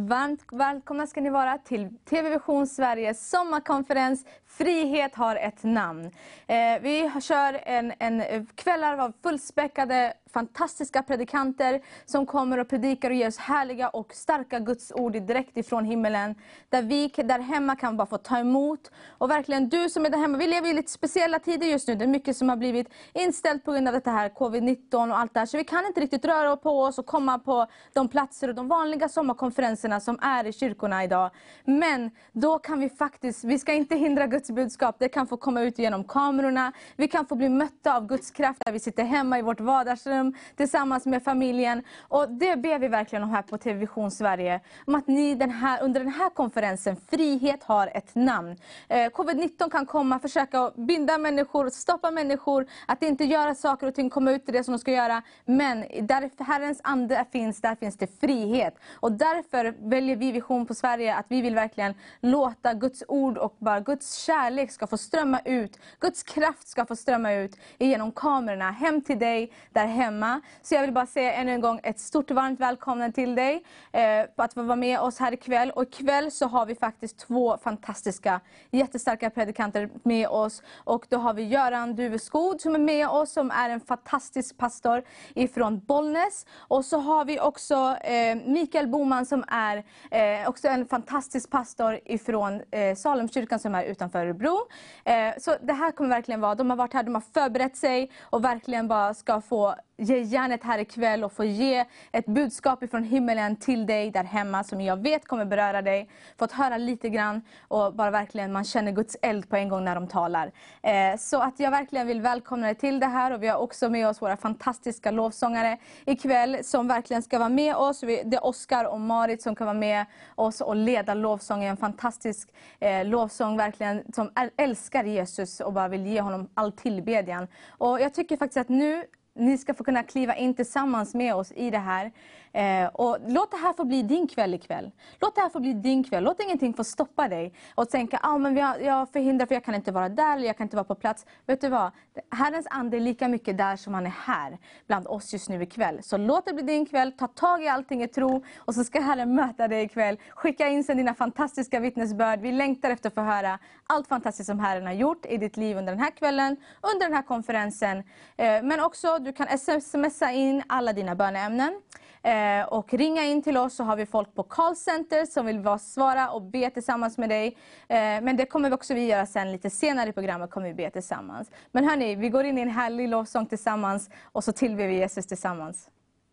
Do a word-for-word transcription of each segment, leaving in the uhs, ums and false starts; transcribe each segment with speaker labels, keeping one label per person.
Speaker 1: varmt välkomna ska ni vara till T V Vision Sveriges sommarkonferens Frihet har ett namn. Eh, vi kör en, en kvällar av fullspäckade, fantastiska predikanter som kommer och predikar och ger oss härliga och starka Guds ord direkt ifrån himmelen. Där vi där hemma kan bara få ta emot. Och verkligen du som är där hemma, vi lever i lite speciella tider just nu. Det är mycket som har blivit inställt på grund av det här covid nitton och allt det här. Så vi kan inte riktigt röra på oss och komma på de platser och de vanliga sommarkonferenserna som är i kyrkorna idag. Men då kan vi faktiskt, vi ska inte hindra Guds budskap. Det kan få komma ut genom kamerorna. Vi kan få bli mötta av Guds kraft där vi sitter hemma i vårt vardagsrum tillsammans med familjen. Och det ber vi verkligen om här på T V Vision Sverige. Om att ni den här, under den här konferensen, Frihet har ett namn. Eh, covid nitton kan komma, försöka binda människor, stoppa människor. Att inte göra saker och ting, komma ut till det som de ska göra. Men där Herrens ande finns, där finns det frihet. Och därför väljer vi Vision på Sverige att vi vill verkligen låta Guds ord och bara Guds kärlek ska få strömma ut. Guds kraft ska få strömma ut genom kamerorna hem till dig där hemma. Så jag vill bara säga ännu en gång ett stort varmt välkommen till dig eh, på att få vara med oss här ikväll. Och ikväll så har vi faktiskt två fantastiska, jättestarka predikanter med oss. Och då har vi Göran Duveskog som är med oss, som är en fantastisk pastor ifrån Bollnäs. Och så har vi också eh, Mikael Boman som är eh, också en fantastisk pastor ifrån eh, Salemkyrkan som är utanför Örebro. Eh, så det här kommer verkligen vara, de har varit här, de har förberett sig och verkligen bara ska få ge järnet här ikväll och få ge ett budskap ifrån himmelen till dig där hemma som jag vet kommer beröra dig. Fått höra lite grann och bara verkligen man känner Guds eld på en gång när de talar. Eh, så att jag verkligen vill välkomna dig till det här, och vi har också med oss våra fantastiska lovsångare ikväll som verkligen ska vara med oss. Det är Oskar och Marit som kan vara med oss och leda lovsången. En fantastisk eh, lovsång verkligen som älskar Jesus och bara vill ge honom all tillbedjan. Och jag tycker faktiskt att nu ni ska få kunna kliva in tillsammans med oss i det här. Eh, och låt det här få bli din kväll ikväll. Låt det här få bli din kväll. Låt ingenting få stoppa dig. Och tänka, ah, men jag, jag förhindrar för jag kan inte vara där. Eller jag kan inte vara på plats. Vet du vad? Herrens ande är lika mycket där som han är här. Bland oss just nu ikväll. Så låt det bli din kväll. Ta tag i allting i tro. Och så ska Herren möta dig ikväll. Skicka in sen dina fantastiska vittnesbörd. Vi längtar efter att få höra allt fantastiskt som Herren har gjort i ditt liv under den här kvällen. Under den här konferensen. Eh, men också du kan smsa in alla dina böneämnen. Eh, och ringa in till oss, så har vi folk på call center som vill vara, svara och be tillsammans med dig. Eh, men det kommer vi också vi göra sen lite senare i programmet, kommer vi be tillsammans. Men hörni, vi går in i en härlig lovsång tillsammans och så tillber vi Jesus tillsammans.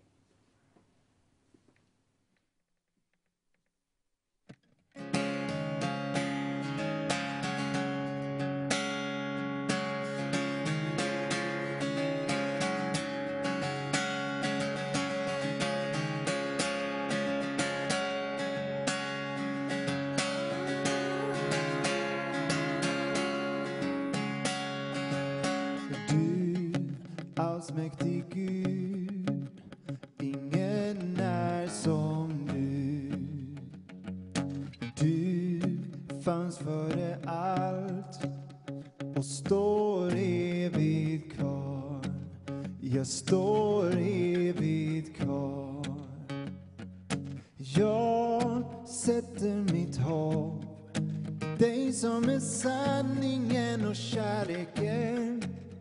Speaker 2: Allsmäktig Gud, ingen är som du. Du fanns före allt och står evigt kvar. Jag står evigt kvar. Jag sätter mitt hopp i dig som är sanningen och kärleken.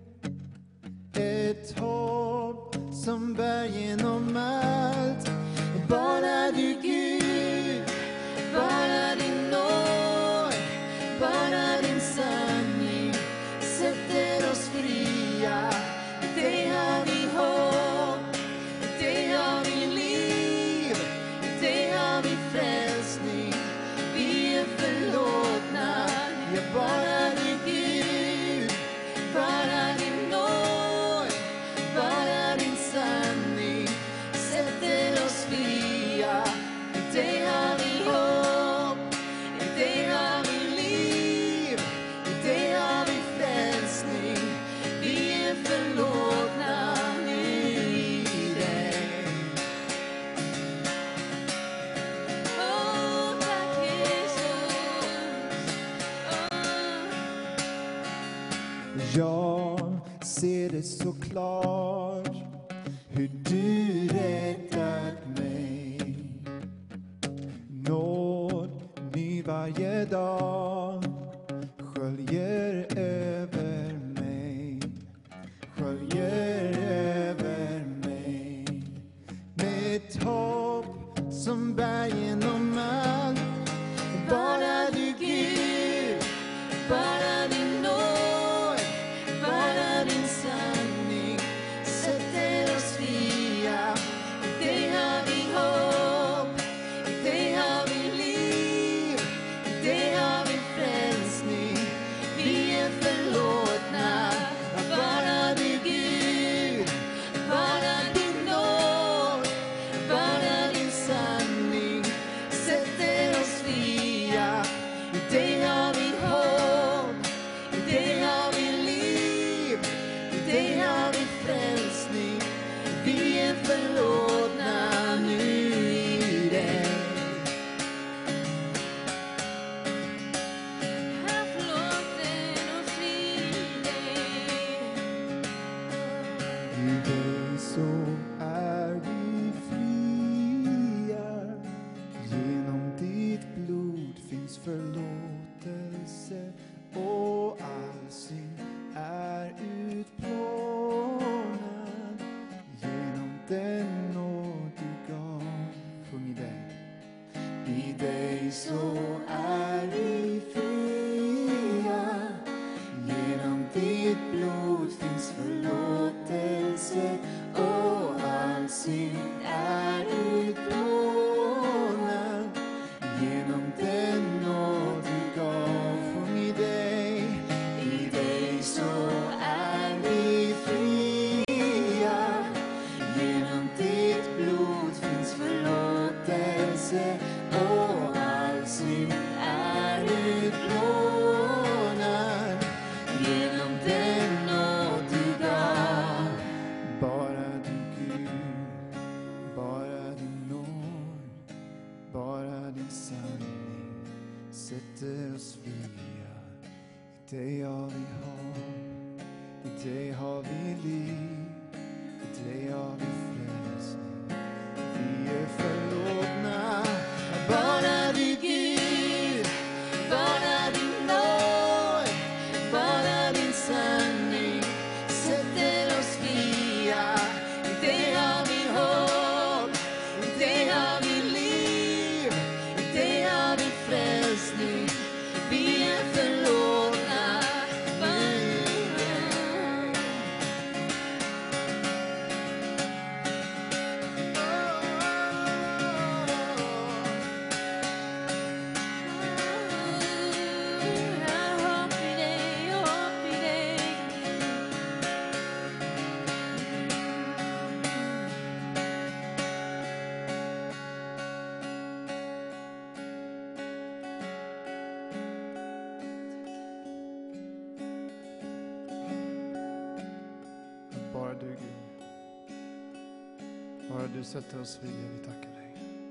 Speaker 2: Ett hopp som bär genom allt. Bara du Gud, bara din nåd, bara din sanning sätter oss fria. Det har vi hopp, det har vi liv, det har vi frälsning. Vi är förlåtna, ja, bara du Gud, bara din nåd, bara din sanning sätter oss fria. Det har vi hopp, det har vi liv, det har vi frälsning. Vi är förlåtna i dig. Åh, tack Jesus. Åh. Jag ser det så klart hur du räddat mig. varje dag sköljer över mig, sköljer över mig. Med ett hopp som bär genom allt. Bara du Gud, bara din nåd, bara din sanning sätter oss fria. I dig har vi hopp, i dig har vi liv, i dig har vi frälsning. Vi är förlåtna. Bara du Gud, bara din nåd, bara din sanning sätter oss fria. I dig har vi hopp, i dig har vi liv, i dig har vi frälsning. Vi är förlåtna nu i dig. Här förlåten och fri dig. I dig så är vi fria. Genom ditt blod finns förlåtelse och all synd är utplånad. Genom den nåd du gav. Sjung i dig. I dig så är vi fria. Genom ditt blod finns förlåtelse och all synd är utplånad. Genom den nåd du gav. Sjung i dig. I dig så är vi fria. Genom ditt blod finns förlåtelse och all synd är utplånad. Genom den nåd du gav. Bara du Gud, bara din nåd, bara din sanning sätter oss fria. I dig har vi hopp, i dig har vi liv, i dig har vi frälsning. Vi är förlåtna. Bara du Gud, bara din nåd, bara din sanning sätter oss fria. I dig har vi hopp, i dig har vi liv, i dig har vi frälsning. Vi är förlåtna. Jag hopp i dig, jag hopp i dig. Bara du Gud, bara du sätter oss fria, vi tackar dig.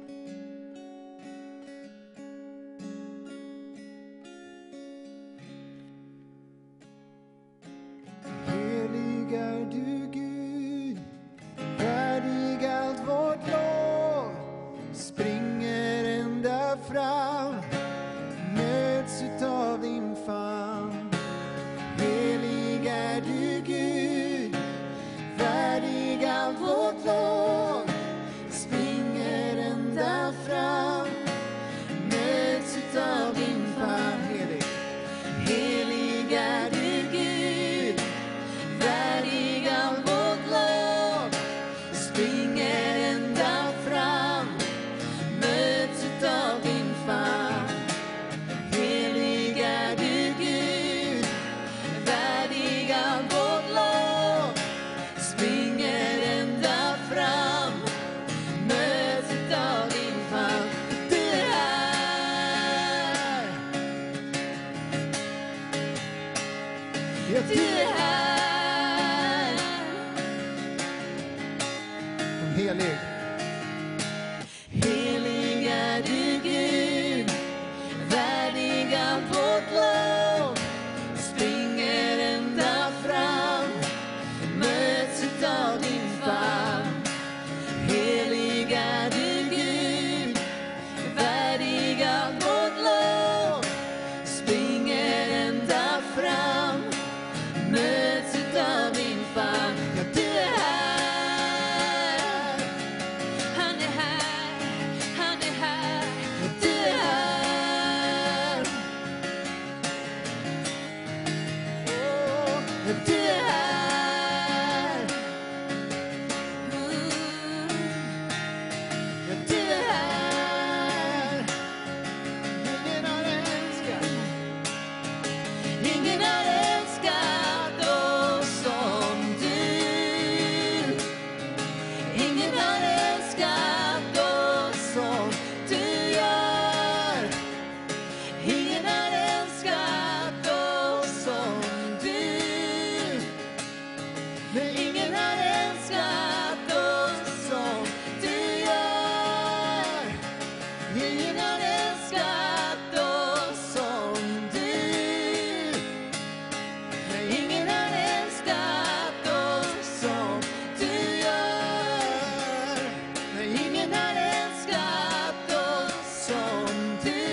Speaker 2: Helig är du Gud, värdig allt vårt lov. Springer ända fram, möts utav din famn. Helig är du Gud, värdig allt vårt lov. Springer ända fram, möts utav din famn. Helig, helig är du Gud, värdig allt vårt lov. Springer ända fram, möts utav din famn. Helig är du Gud, värdig allt vårt lov. Springer ända fram, möts utav din famn. Du är här. Ja, du är här. Helig. Helig är du Gud, värdig allt vårt lov. Springer ända fram, möts utav din famn. Helig är du Gud, värdig allt vårt lov. du är här. Ja, du är här. Ingen har älskat. Ingen har älskat oss som du. Ingen har älskat oss som du gör. Ingen har älskat oss som du. Nej, ingen har älskat oss som du gör. Ingen har älskat oss som du. Nej, ingen har älskat oss som du gör. Nej, ingen har älskat oss som du.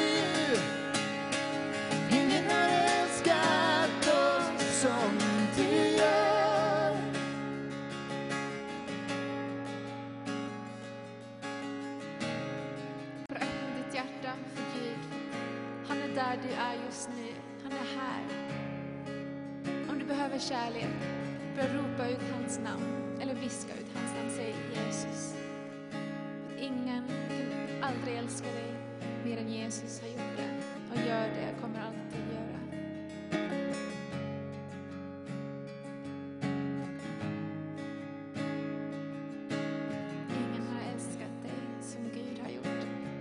Speaker 2: Ingen har älskat oss som du gör.
Speaker 3: Bara öppna ditt hjärta för Gud. Han är där du är just nu. Han är här. Om du behöver kärlek, börja ropa ut hans namn. Eller viska ut hans namn. Säg Jesus. Ingen kan aldrig älska dig mer än Jesus har gjort det. Och gör det, kommer alltid att göra. Ingen har älskat dig som Gud har gjort.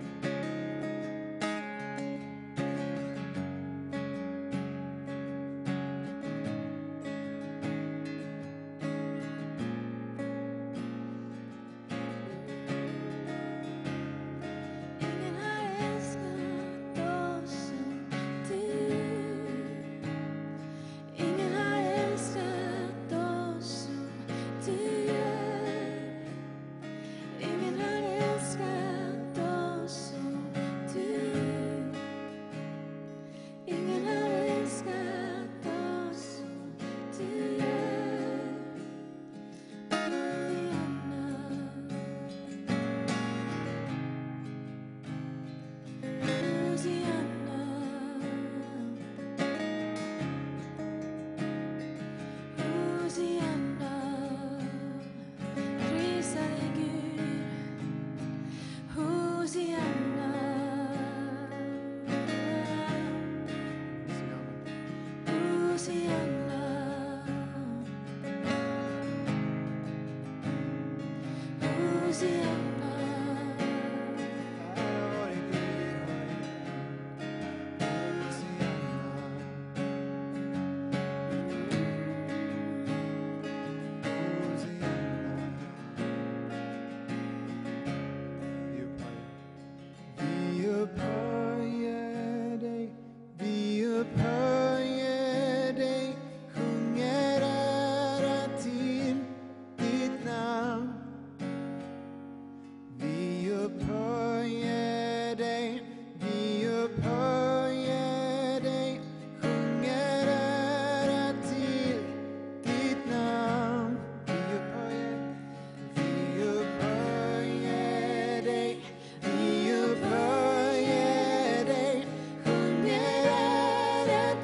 Speaker 3: Ingen har älskat oss som du. Ingen har älskat oss som du gör. Ingen har älskat oss som du. Ingen har älskat oss som du gör. Hosianna. Hosianna. Prisa dig Gud. Hosianna. Hosianna. Hosianna.
Speaker 2: Vi upphöjer dig, vi upphöjer dig, sjunger ära till ditt namn. Vi upphöjer dig, vi upphöjer dig, sjunger ära till ditt namn. Vi upphöjer, vi upphöjer dig, vi upphöjer dig, sjunger ära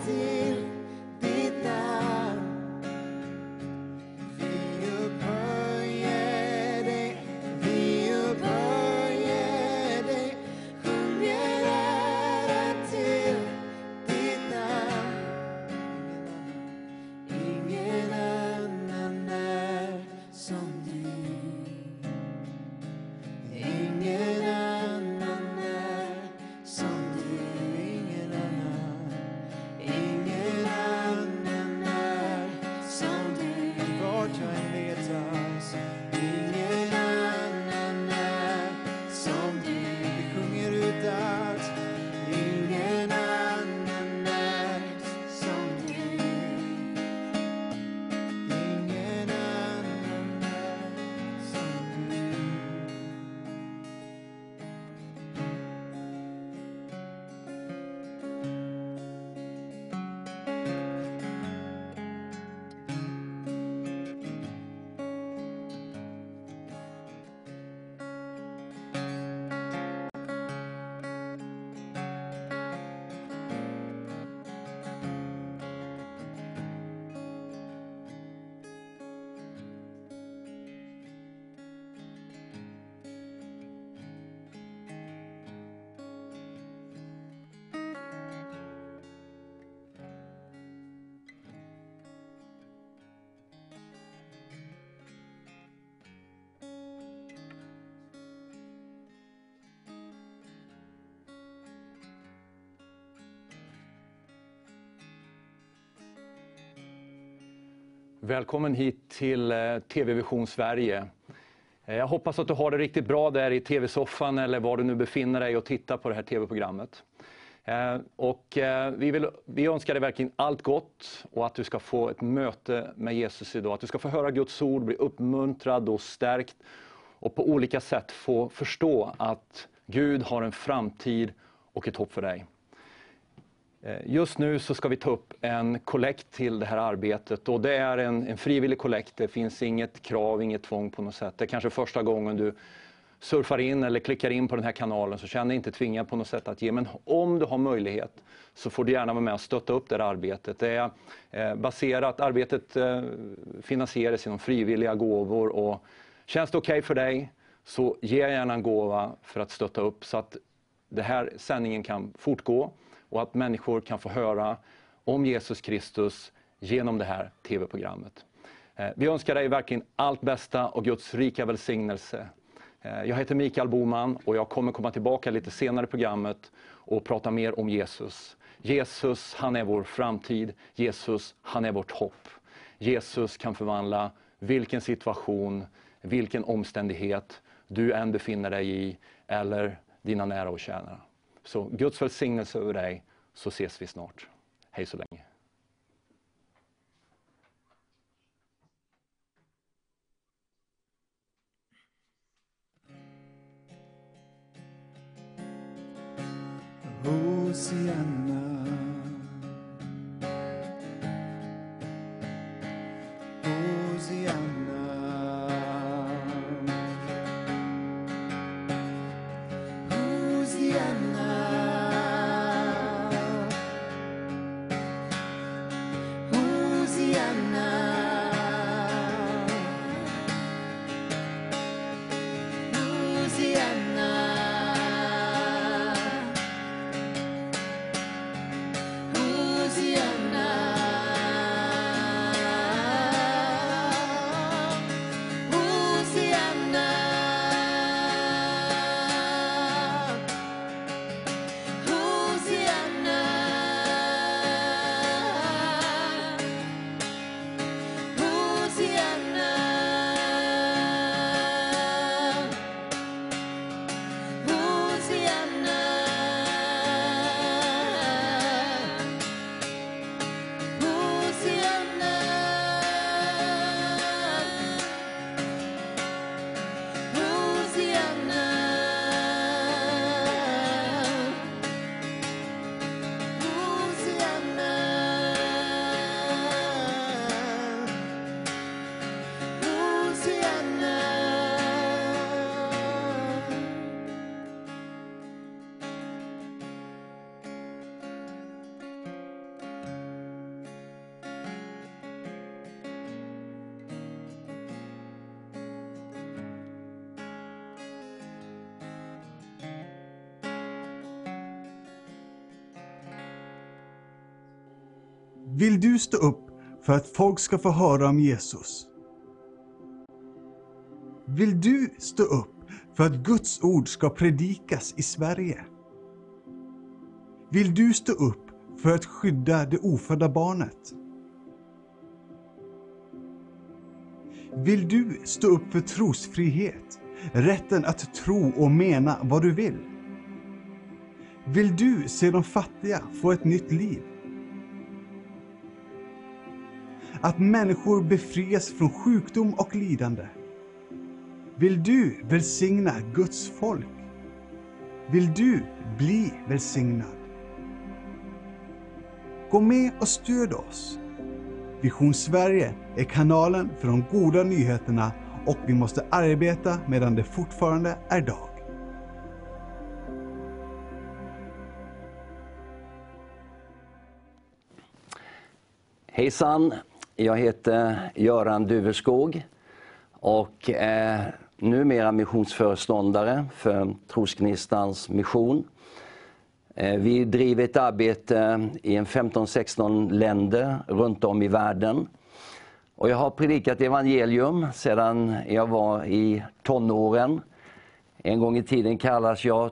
Speaker 4: Välkommen hit till T V-vision Sverige. Jag hoppas att du har det riktigt bra där i tv-soffan eller var du nu befinner dig och tittar på det här tv-programmet. Och vi, vill, vi önskar dig verkligen allt gott och att du ska få ett möte med Jesus idag. Att du ska få höra Guds ord, bli uppmuntrad och stärkt och på olika sätt få förstå att Gud har en framtid och ett hopp för dig. Just nu så ska vi ta upp en kollekt till det här arbetet och det är en, en frivillig kollekt. Det finns inget krav, inget tvång på något sätt. Det är kanske första gången du surfar in eller klickar in på den här kanalen, så känn dig inte tvingad på något sätt att ge. Men om du har möjlighet så får du gärna vara med och stötta upp det här arbetet. Det är baserat, arbetet finansieras genom frivilliga gåvor och känns det okej okay för dig så ge gärna en gåva för att stötta upp så att det här sändningen kan fortgå. Och att människor kan få höra om Jesus Kristus genom det här tv-programmet. Vi önskar dig verkligen allt bästa och Guds rika välsignelse. Jag heter Mikael Boman och jag kommer komma tillbaka lite senare i programmet och prata mer om Jesus. Jesus, han är vår framtid. Jesus, han är vårt hopp. Jesus kan förvandla vilken situation, vilken omständighet du än befinner dig i eller dina nära och kära. Så Guds välsignelse över dig, så ses vi snart. Hej så länge.
Speaker 2: Hosianna, Hosianna, Hosianna, Hosianna, Hosianna.
Speaker 5: Vill du stå upp för att folk ska få höra om Jesus? Vill du stå upp för att Guds ord ska predikas i Sverige? Vill du stå upp för att skydda det ofödda barnet? Vill du stå upp för trosfrihet, rätten att tro och mena vad du vill? Vill du se de fattiga få ett nytt liv? Att människor befrias från sjukdom och lidande? Vill du välsigna Guds folk? Vill du bli välsignad? Gå med och stöd oss. Vision Sverige är kanalen för de goda nyheterna och vi måste arbeta medan det fortfarande är dag.
Speaker 6: Hejsan, jag heter Göran Duverskog och är numera missionsföreståndare för Trosgnistans mission. Vi driver ett arbete i en femton sexton länder runt om i världen. Och jag har predikat evangelium sedan jag var i tonåren. En gång i tiden kallas jag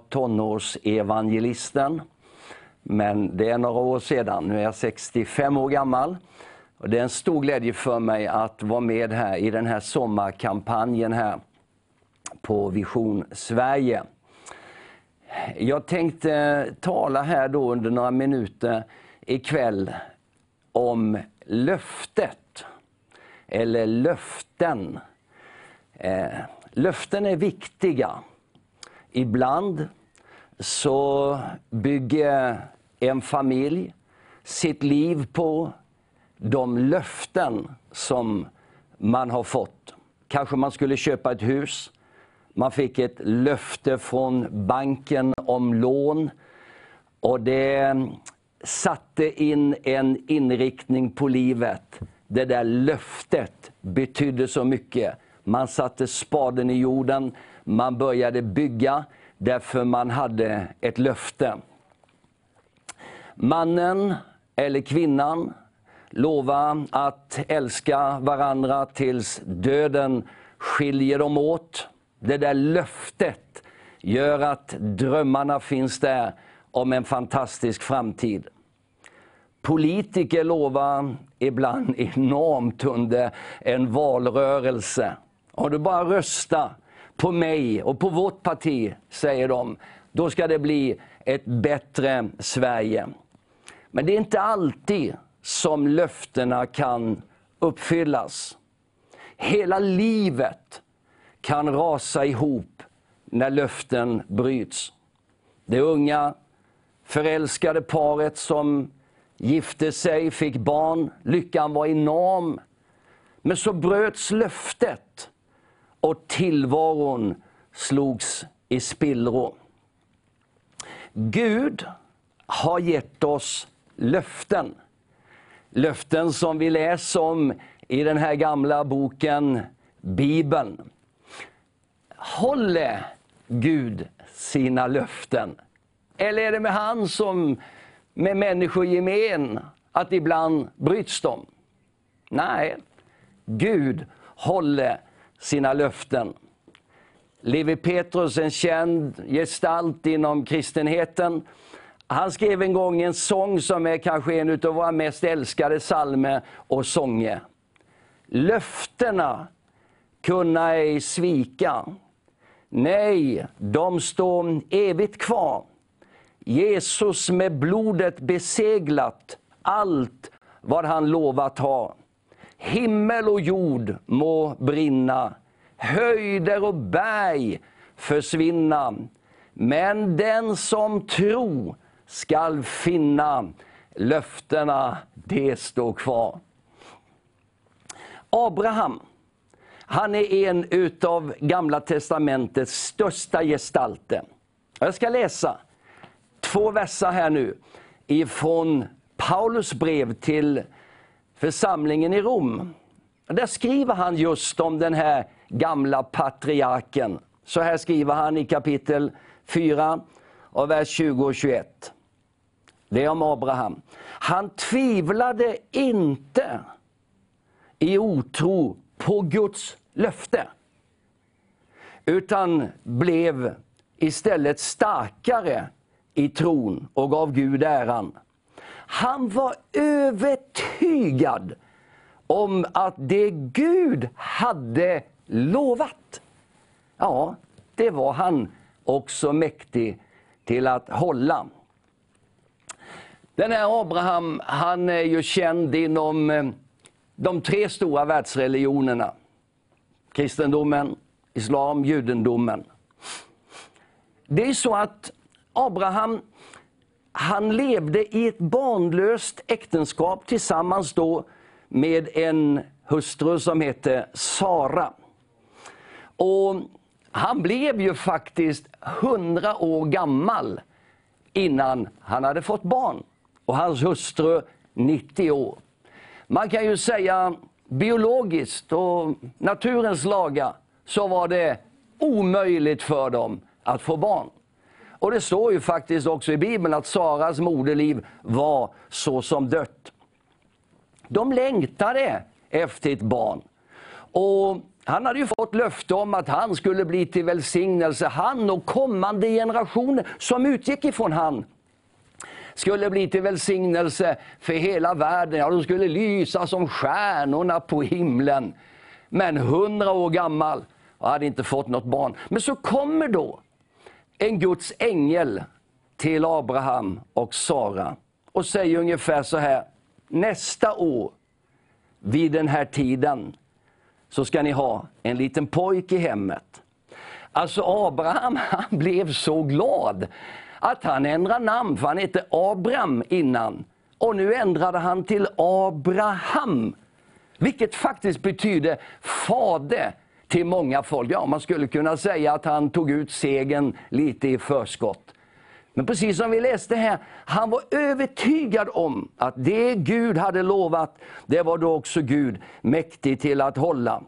Speaker 6: tonårsevangelisten. Men det är några år sedan, nu är jag sextiofem år gammal. Och det är en stor glädje för mig att vara med här i den här sommarkampanjen här på Vision Sverige. Jag tänkte tala här då under några minuter ikväll om löftet, eller löften. Eh, löften är viktiga. Ibland så bygger en familj sitt liv på de löften som man har fått. Kanske man skulle köpa ett hus. Man fick ett löfte från banken om lån. Och det satte in en inriktning på livet. Det där löftet betydde så mycket. Man satte spaden i jorden. Man började bygga därför man hade ett löfte. Mannen eller kvinnan lovar att älska varandra tills döden skiljer dem åt. Det där löftet gör att drömmarna finns där om en fantastisk framtid. Politiker lovar ibland enormt under en valrörelse. Om du bara röstar på mig och på vårt parti, säger de, då ska det bli ett bättre Sverige. Men det är inte alltid som löftena kan uppfyllas. Hela livet kan rasa ihop när löften bryts. Det unga förälskade paret som gifte sig, fick barn, lyckan var enorm. Men så bröts löftet och tillvaron slogs i spillror. Gud har gett oss löften. Löften som vi läser om i den här gamla boken Bibeln. Håller Gud sina löften? Eller är det med han som med människor gemen att ibland bryts de? Nej, Gud håller sina löften. Levi Petrus, en känd gestalt inom kristenheten, han skrev en gång en sång som är kanske en av våra mest älskade psalmer och sånger. Löftena kunna ej svika. Nej, de står evigt kvar. Jesus med blodet beseglat allt vad han lovat ha. Himmel och jord må brinna, höjder och berg försvinna. Men den som tror skall finna, löftena det står kvar. Abraham, han är en utav Gamla testamentets största gestalter. Jag ska läsa två verser här nu ifrån Paulus brev till församlingen i Rom. Där skriver han just om den här gamla patriarken. Så här skriver han i kapitel fyra och vers tjugo och tjugoett. Det är om Abraham. Han tvivlade inte i otro på Guds löfte, utan blev istället starkare i tron och gav Gud äran. Han var övertygad om att det Gud hade lovat, ja, det var han också mäktig till att hålla. Den här Abraham, han är ju känd inom de tre stora världsreligionerna. Kristendomen, islam, judendomen. Det är så att Abraham, han levde i ett barnlöst äktenskap tillsammans då med en hustru som hette Sara. Och han blev ju faktiskt hundra år gammal innan han hade fått barn. Och hans hustru nittio år. Man kan ju säga biologiskt och naturens lagar så var det omöjligt för dem att få barn. Och det står ju faktiskt också i Bibeln att Saras moderliv var så som dött. De längtade efter ett barn. Och han hade ju fått löfte om att han skulle bli till välsignelse. Han och kommande generationer som utgick ifrån han skulle bli till välsignelse för hela världen. Ja, de skulle lysa som stjärnorna på himlen. Men hundra år gammal och hade inte fått något barn. Men så kommer då en Guds ängel till Abraham och Sara och säger ungefär så här: nästa år vid den här tiden så ska ni ha en liten pojke i hemmet. Alltså Abraham, han blev så glad att han ändrade namn, för han hette Abraham innan. Och nu ändrade han till Abraham, vilket faktiskt betyder fader till många folk. Ja, man skulle kunna säga att han tog ut segern lite i förskott. Men precis som vi läste här, han var övertygad om att det Gud hade lovat, det var då också Gud mäktig till att hålla.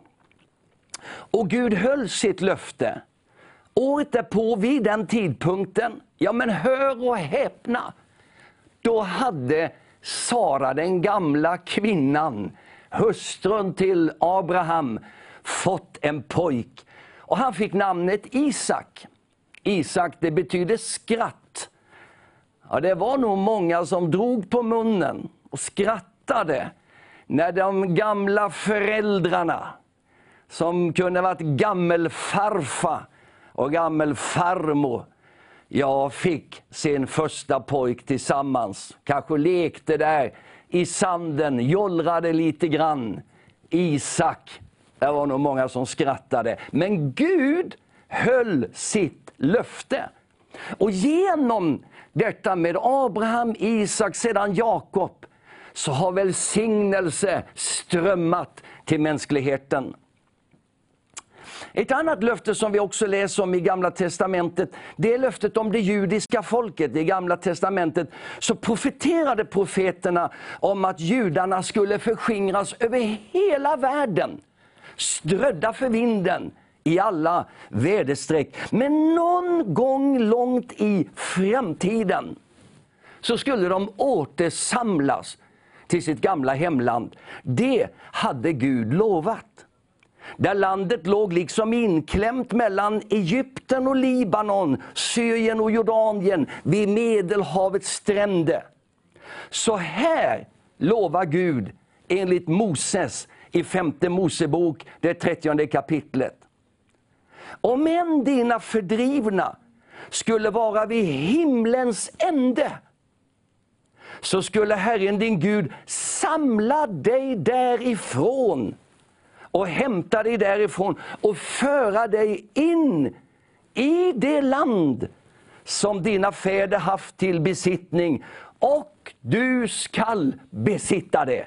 Speaker 6: Och Gud höll sitt löfte. Året därpå vid den tidpunkten, ja men hör och häpna, då hade Sara, den gamla kvinnan, hustrun till Abraham, fått en pojk. Och han fick namnet Isak. Isak, det betyder skratt. Ja, det var nog många som drog på munnen och skrattade när de gamla föräldrarna, som kunde varit gammelfarfar och gammelfarmor, ja, fick sin första pojk tillsammans. Kanske lekte där i sanden, jollrade lite grann. Isak, det var nog många som skrattade. Men Gud höll sitt löfte. Och genom detta med Abraham, Isak, sedan Jakob, så har välsignelse strömmat till mänskligheten. Ett annat löfte som vi också läser om i Gamla testamentet, det är löftet om det judiska folket. I Gamla testamentet så profeterade profeterna om att judarna skulle förskingras över hela världen, strödda för vinden i alla väderstreck. Men någon gång långt i framtiden så skulle de återsamlas till sitt gamla hemland. Det hade Gud lovat. Där landet låg liksom inklämt mellan Egypten och Libanon, Syrien och Jordanien, vid Medelhavets stränder. Så här lovar Gud enligt Moses i femte Mosebok, det trettionde kapitlet. Om än dina fördrivna skulle vara vid himlens ände, så skulle Herren din Gud samla dig därifrån och hämta dig därifrån och föra dig in i det land som dina fäder haft till besittning, och du skall besitta det.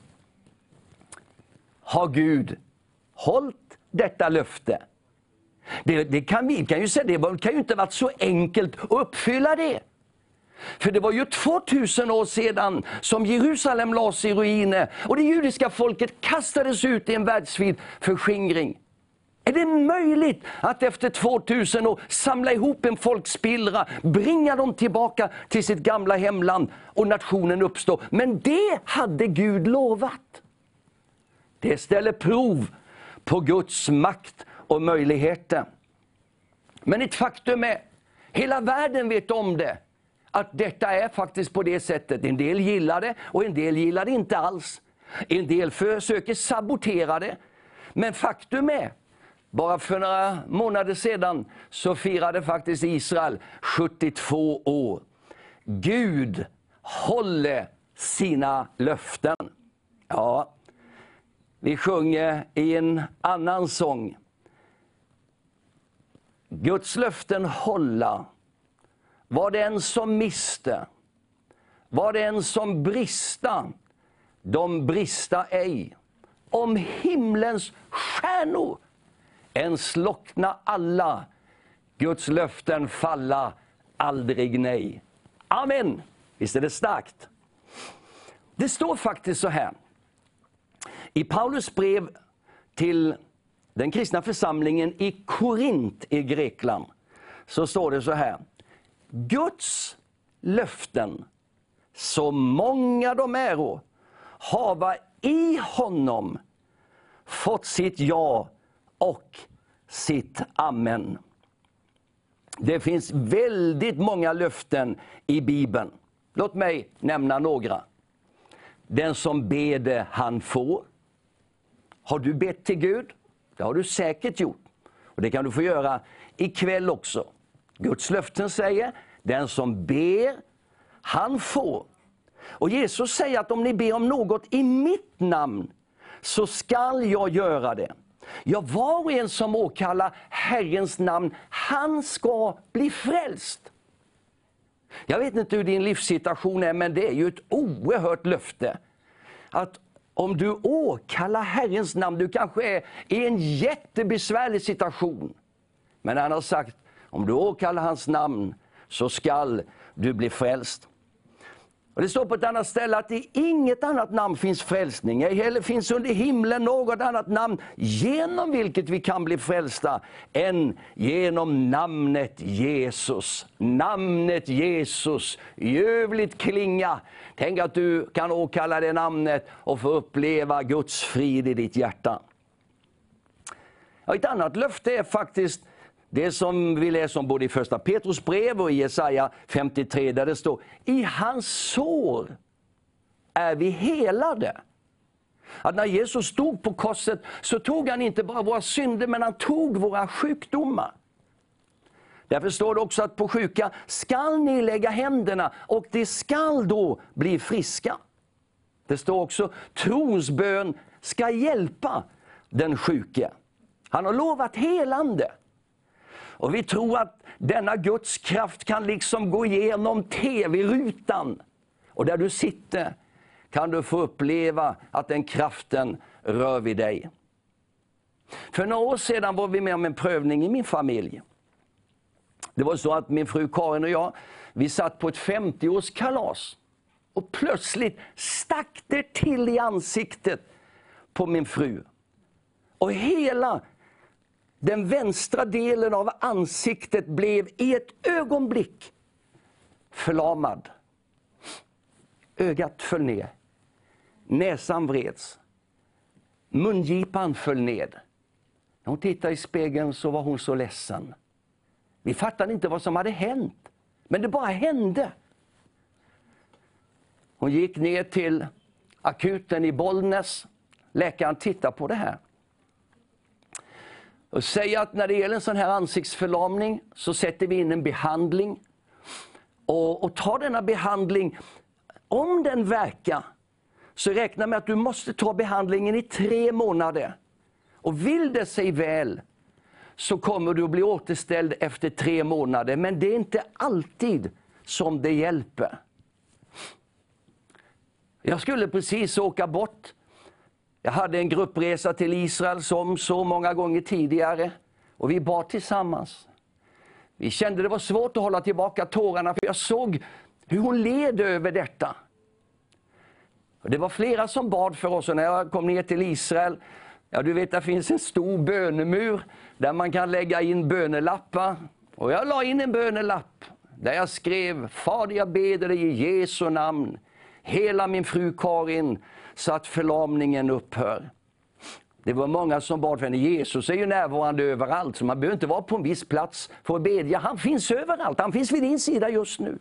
Speaker 6: Har Gud hållit detta löfte? Det, det kan vi kan ju säga, det kan ju inte varit så enkelt att uppfylla det. För det var ju tvåtusen år sedan som Jerusalem lades i ruiner och det judiska folket kastades ut i en världsvid förskingring. Är det möjligt att efter tvåtusen år samla ihop en folkspillra, bringa dem tillbaka till sitt gamla hemland och nationen uppstå? Men det hade Gud lovat. Det ställer prov på Guds makt och möjligheter. Men ett faktum är, hela världen vet om det, att detta är faktiskt på det sättet. En del gillar det och en del gillar det inte alls. En del försöker sabotera det. Men faktum är, bara för några månader sedan så firade faktiskt Israel sjuttiotvå år. Gud håller sina löften. Ja, vi sjunger i en annan sång. Guds löften hålla. Var det en som miste, var det en som brista, de brista ej. Om himlens stjärnor än slockna alla, Guds löften falla aldrig nej. Amen. Visst är det starkt? Det står faktiskt så här. I Paulus brev till den kristna församlingen i Korint i Grekland så står det så här. Guds löften, så många de äro, hava i honom fått sitt ja och sitt amen. Det finns väldigt många löften i Bibeln. Låt mig nämna några. Den som beder, han får. Har du bett till Gud? Det har du säkert gjort. Och det kan du få göra ikväll också. Guds löften säger, den som ber, han får. Och Jesus säger att om ni ber om något i mitt namn, så skall jag göra det. Ja, var och en som åkallar Herrens namn, han ska bli frälst. Jag vet inte hur din livssituation är, men det är ju ett oerhört löfte. Att om du åkallar Herrens namn, du kanske är i en jättebesvärlig situation. Men han har sagt, om du åkallar hans namn så skall du bli frälst. Och det står på ett annat ställe att i inget annat namn finns frälsning. Ej heller finns under himlen något annat namn genom vilket vi kan bli frälsta än genom namnet Jesus. Namnet Jesus, ljuvligt klinga. Tänk att du kan åkalla det namnet och få uppleva Guds frid i ditt hjärta. Ja, ett annat löfte är faktiskt det som vi läser om både i första Petrus brev och i Jesaja femtiotre, där det står, i hans sår är vi helade. Att när Jesus stod på korset så tog han inte bara våra synder, men han tog våra sjukdomar. Därför står det också att på sjuka skall ni lägga händerna och de skall då bli friska. Det står också, trons bön ska hjälpa den sjuke. Han har lovat helande. Och vi tror att denna Guds kraft kan liksom gå igenom tv-rutan. Och där du sitter kan du få uppleva att den kraften rör vid dig. För några år sedan var vi med om en prövning i min familj. Det var så att min fru Karin och jag, vi satt på ett femtioårskalas. Och plötsligt stack det till i ansiktet på min fru. Och hela den vänstra delen av ansiktet blev i ett ögonblick förlamad. Ögat föll ner. Näsan vreds. Mungipan föll ned. När hon tittade i spegeln så var hon så ledsen. Vi fattade inte vad som hade hänt. Men det bara hände. Hon gick ner till akuten i Bollnäs. Läkaren tittade på det här. Och säger att när det gäller en sån här ansiktsförlamning så sätter vi in en behandling. Och, och tar denna behandling, om den verkar, så räkna med att du måste ta behandlingen i tre månader. Och vill det sig väl så kommer du att bli återställd efter tre månader. Men det är inte alltid som det hjälper. Jag skulle precis åka bort. Jag hade en gruppresa till Israel som så många gånger tidigare. Och vi bad tillsammans. Vi kände det var svårt att hålla tillbaka tårarna, för jag såg hur hon led över detta. Och det var flera som bad för oss, och när jag kom ner till Israel, ja du vet, det finns en stor bönemur där man kan lägga in bönelappar. Och jag la in en bönelapp där jag skrev, Fader, jag beder dig i Jesu namn, hela min fru Karin, så att förlamningen upphör. Det var många som bad för henne. Jesus är ju närvarande överallt, så man behöver inte vara på en viss plats för att bedja. Han finns överallt, han finns vid din sida just nu.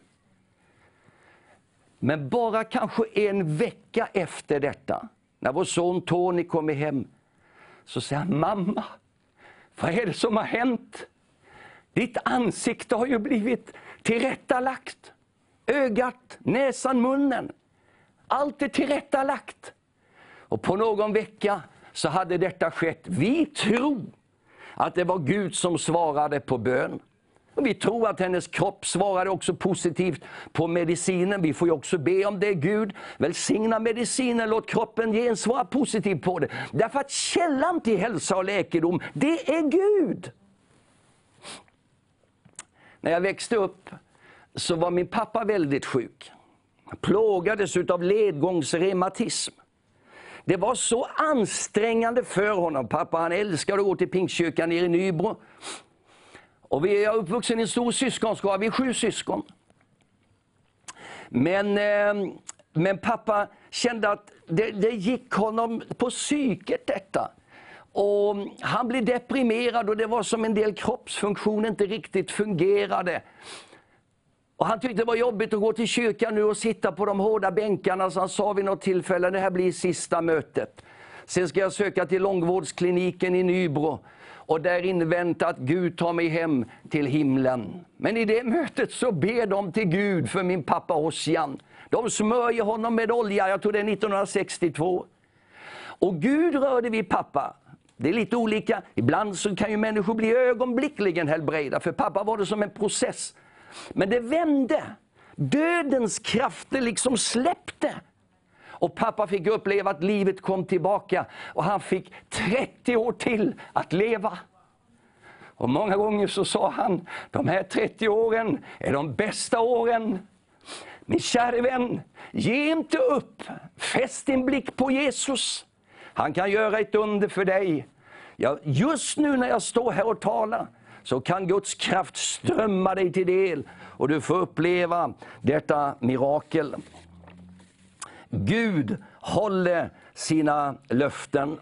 Speaker 6: Men bara kanske en vecka efter detta, när vår son Tony kommer hem, så säger han, mamma, vad är det som har hänt? Ditt ansikte har ju blivit tillrättalagt. Ögat, näsan, munnen. Allt är tillrättalagt. Och på någon vecka så hade detta skett. Vi tror att det var Gud som svarade på bön. Och vi tror att hennes kropp svarade också positivt på medicinen. Vi får ju också be om det. Gud, välsigna medicinen, låt kroppen gensvara positivt på det. Därför att källan till hälsa och läkedom, det är Gud. När jag växte upp så var min pappa väldigt sjuk. Han plågades av ledgångsreumatism. Det var så ansträngande för honom. Pappa, han älskade att gå till Pingstkyrkan nere i Nybro. Och vi är uppvuxen i en stor syskonskara, vi är sju syskon. Men, eh, men pappa kände att det, det gick honom på psyket detta. Och han blev deprimerad och det var som en del kroppsfunktioner inte riktigt fungerade. Och han tyckte det var jobbigt att gå till kyrkan nu och sitta på de hårda bänkarna, så han sa vid något tillfälle, det här blir sista mötet. Sen ska jag söka till långvårdskliniken i Nybro och där invänta att Gud tar mig hem till himlen. Men i det mötet så ber de till Gud för min pappa Ossian. De smörjer honom med olja, jag tror det är nittonhundrasextiotvå. Och Gud rörde vid pappa. Det är lite olika. Ibland så kan ju människor bli ögonblickligen helbrägda. För pappa var det som en process. Men det vände. Dödens krafter liksom släppte. Och pappa fick uppleva att livet kom tillbaka. Och han fick trettio år till att leva. Och många gånger så sa han, de här trettio åren är de bästa åren. Min kära vän, ge inte upp. Fäst din blick på Jesus. Han kan göra ett under för dig. Ja, just nu när jag står här och talar så kan Guds kraft strömma dig till del. Och du får uppleva detta mirakel. Gud håller sina löften.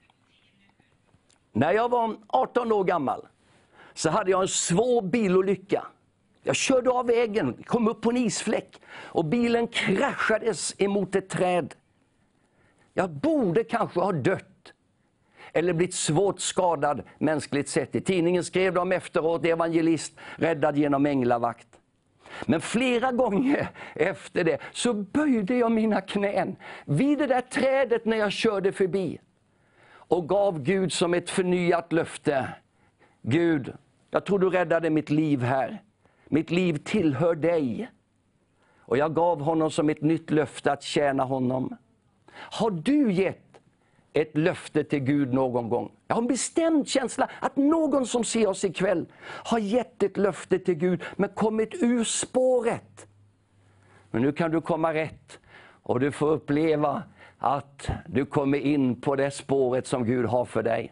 Speaker 6: När jag var arton år gammal så hade jag en svår bilolycka. Jag körde av vägen, kom upp på en isfläck och bilen kraschades emot ett träd. Jag borde kanske ha dött eller blivit svårt skadad mänskligt sett. I tidningen skrev de efteråt, evangelist räddad genom änglavakt. Men flera gånger efter det så böjde jag mina knän vid det där trädet när jag körde förbi. Och gav Gud som ett förnyat löfte. Gud, jag tror du räddade mitt liv här. Mitt liv tillhör dig. Och jag gav honom som ett nytt löfte att tjäna honom. Har du gett ett löfte till Gud någon gång? Jag har en bestämd känsla att någon som ser oss ikväll har gett ett löfte till Gud men kommit ur spåret. Men nu kan du komma rätt och du får uppleva att du kommer in på det spåret som Gud har för dig.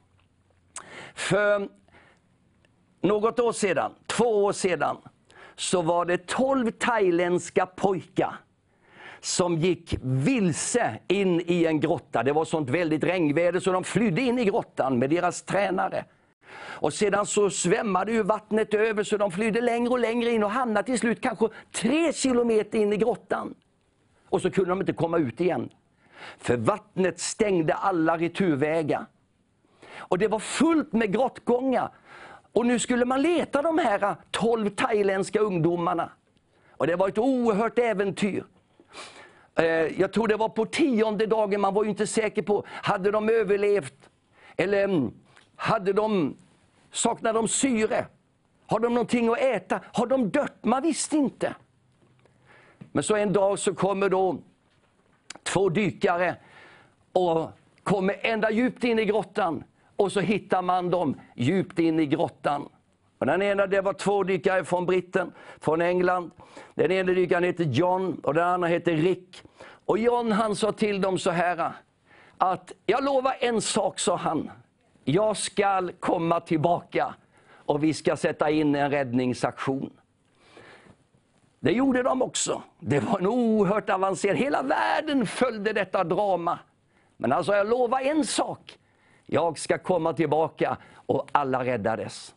Speaker 6: För något år sedan, två år sedan, så var det tolv thailändska pojkar som gick vilse in i en grotta. Det var sånt väldigt regnväder så de flydde in i grottan med deras tränare. Och sedan så svämmade ju vattnet över så de flydde längre och längre in och hamnade till slut kanske tre kilometer in i grottan. Och så kunde de inte komma ut igen. För vattnet stängde alla returvägar. Och det var fullt med grottgångar. Och nu skulle man leta de här tolv thailändska ungdomarna. Och det var ett oerhört äventyr. Jag tror det var på tionde dagen, man var ju inte säker på, hade de överlevt? Eller hade de, saknade de syre? Har de någonting att äta? Har de dött? Man visste inte. Men så en dag så kommer då två dykare och kommer ända djupt in i grottan. Och så hittar man dem djupt in i grottan. Och den ena, det var två dykare från Britten, från England. Den ena dykaren heter John och den andra heter Rick. Och John han sa till dem så här att jag lovar en sak, sa han. Jag ska komma tillbaka och vi ska sätta in en räddningsaktion. Det gjorde de också. Det var en oerhört avancerad. Hela världen följde detta drama. Men alltså jag lovar en sak. Jag ska komma tillbaka och alla räddades.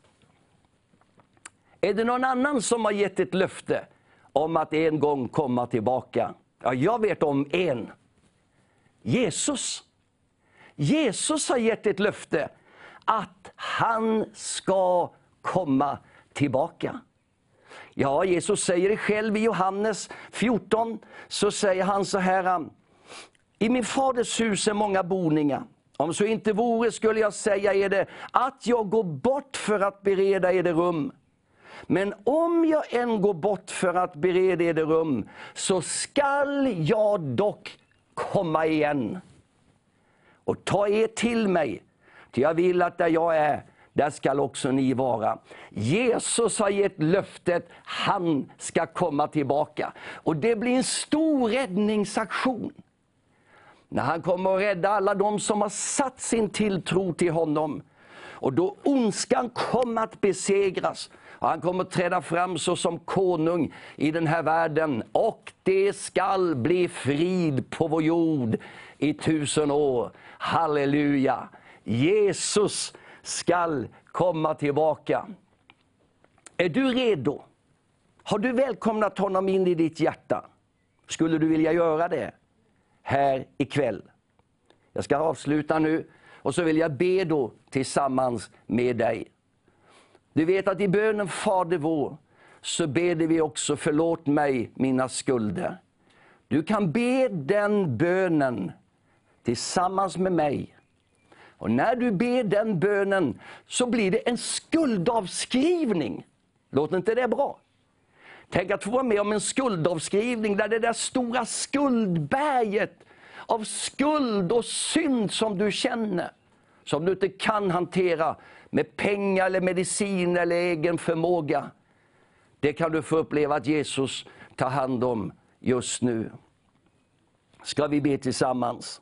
Speaker 6: Är det någon annan som har gett ett löfte om att en gång komma tillbaka? Ja, jag vet om en. Jesus. Jesus har gett ett löfte att han ska komma tillbaka. Ja, Jesus säger det själv i Johannes fjorton. Så säger han så här. I min faders hus är många boningar. Om så inte vore skulle jag säga er det att jag går bort för att bereda er det rum. Men om jag än går bort för att bereda er det rum så skall jag dock komma igen och ta er till mig. Till jag vill att där jag är, där skall också ni vara. Jesus har gett löftet, han ska komma tillbaka. Och det blir en stor räddningsaktion. När han kommer att rädda alla de som har satt sin tilltro till honom. Och då ondskan kommer att besegras. Och han kommer att träda fram så som konung i den här världen. Och det skall bli frid på vår jord i tusen år. Halleluja! Jesus skall komma tillbaka. Är du redo? Har du välkomnat honom in i ditt hjärta? Skulle du vilja göra det här ikväll? Jag ska avsluta nu och så vill jag be då tillsammans med dig. Du vet att i bönen Fader vår så ber vi också förlåt mig mina skulder. Du kan be den bönen tillsammans med mig. Och när du ber den bönen så blir det en skuldavskrivning. Låter inte det bra? Tänk att få vara med om en skuldavskrivning där det där stora skuldberget av skuld och synd som du känner, som du inte kan hantera med pengar eller medicin eller egen förmåga. Det kan du få uppleva att Jesus tar hand om just nu. Ska vi be tillsammans?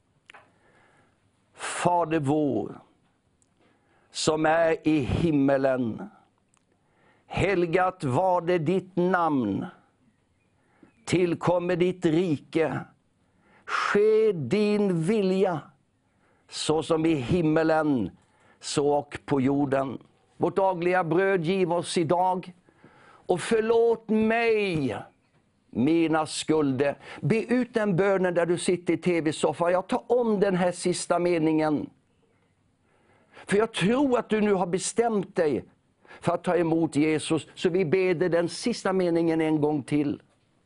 Speaker 6: Fader vår, som är i himmelen. Helgat var det ditt namn. Tillkommer ditt rike. Ske din vilja, så som i himmelen, så och på jorden. Vårt dagliga bröd giv oss idag. Och förlåt mig mina skulder. Be ut den bönen där du sitter i tv-soffan. Jag tar om den här sista meningen. För jag tror att du nu har bestämt dig för att ta emot Jesus. Så vi ber den sista meningen en gång till.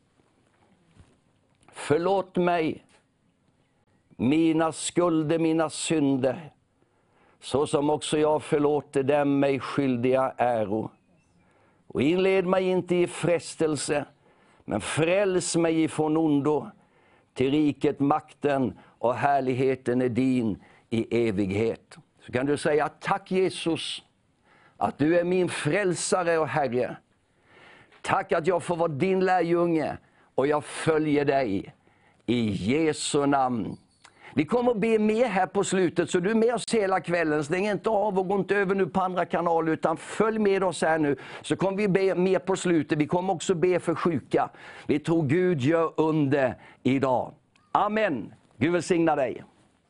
Speaker 6: Förlåt mig mina skulder, mina synder. Så som också jag förlåter dem mig skyldiga äro. Och inled mig inte i frestelse, men fräls mig ifrån ondo. Till riket, makten och härligheten är din i evighet. Så kan du säga: tack Jesus, att du är min frälsare och Herre. Tack att jag får vara din lärjunge och jag följer dig. I Jesu namn. Vi kommer att be mer här på slutet, så du är med oss hela kvällen. Stäng inte av och gå inte över nu på andra kanaler, utan följ med oss här nu. Så kommer vi be mer på slutet. Vi kommer också be för sjuka. Vi tror Gud gör under idag. Amen. Gud välsigna dig.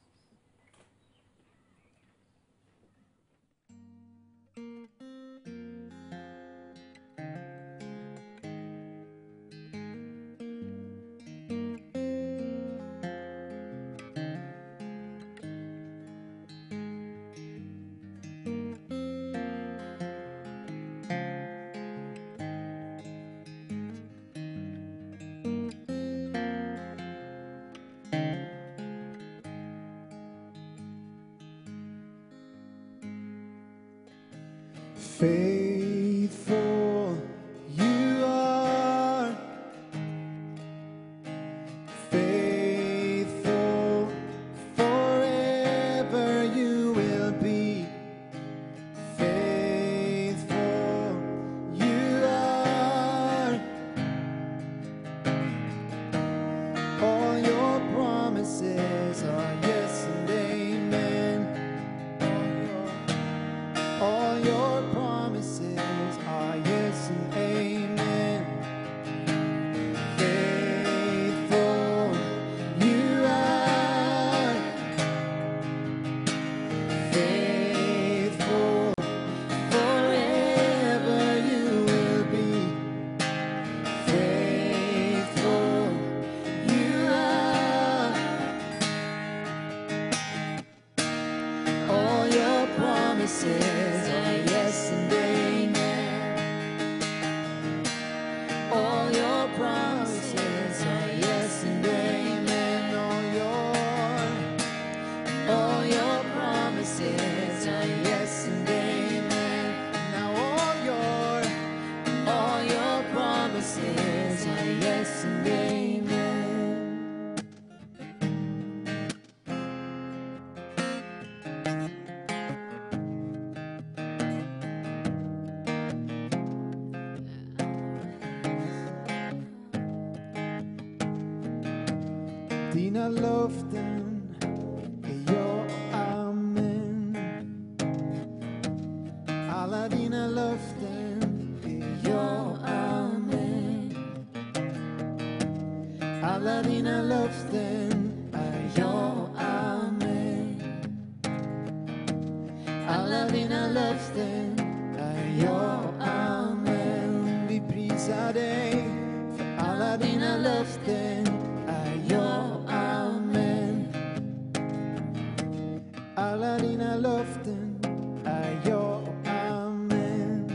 Speaker 2: Faithful you are, faithful forever you will be. Faithful you are, all your promises are yes and amen. All your promises are yes and amen. Faithful you are, faithful forever you will be. Faithful you are, all your promises are yes and amen. All your promises are yes and amen. All your, all your promises are yes and amen. Now all your, all your promises are yes and amen. Dina löften är ja och amen. Alla dina löften är ja och amen. Alla dina löften är ja och amen. Alla dina löften är ja och amen. Vi prisar Alla dina löften är ja och amen.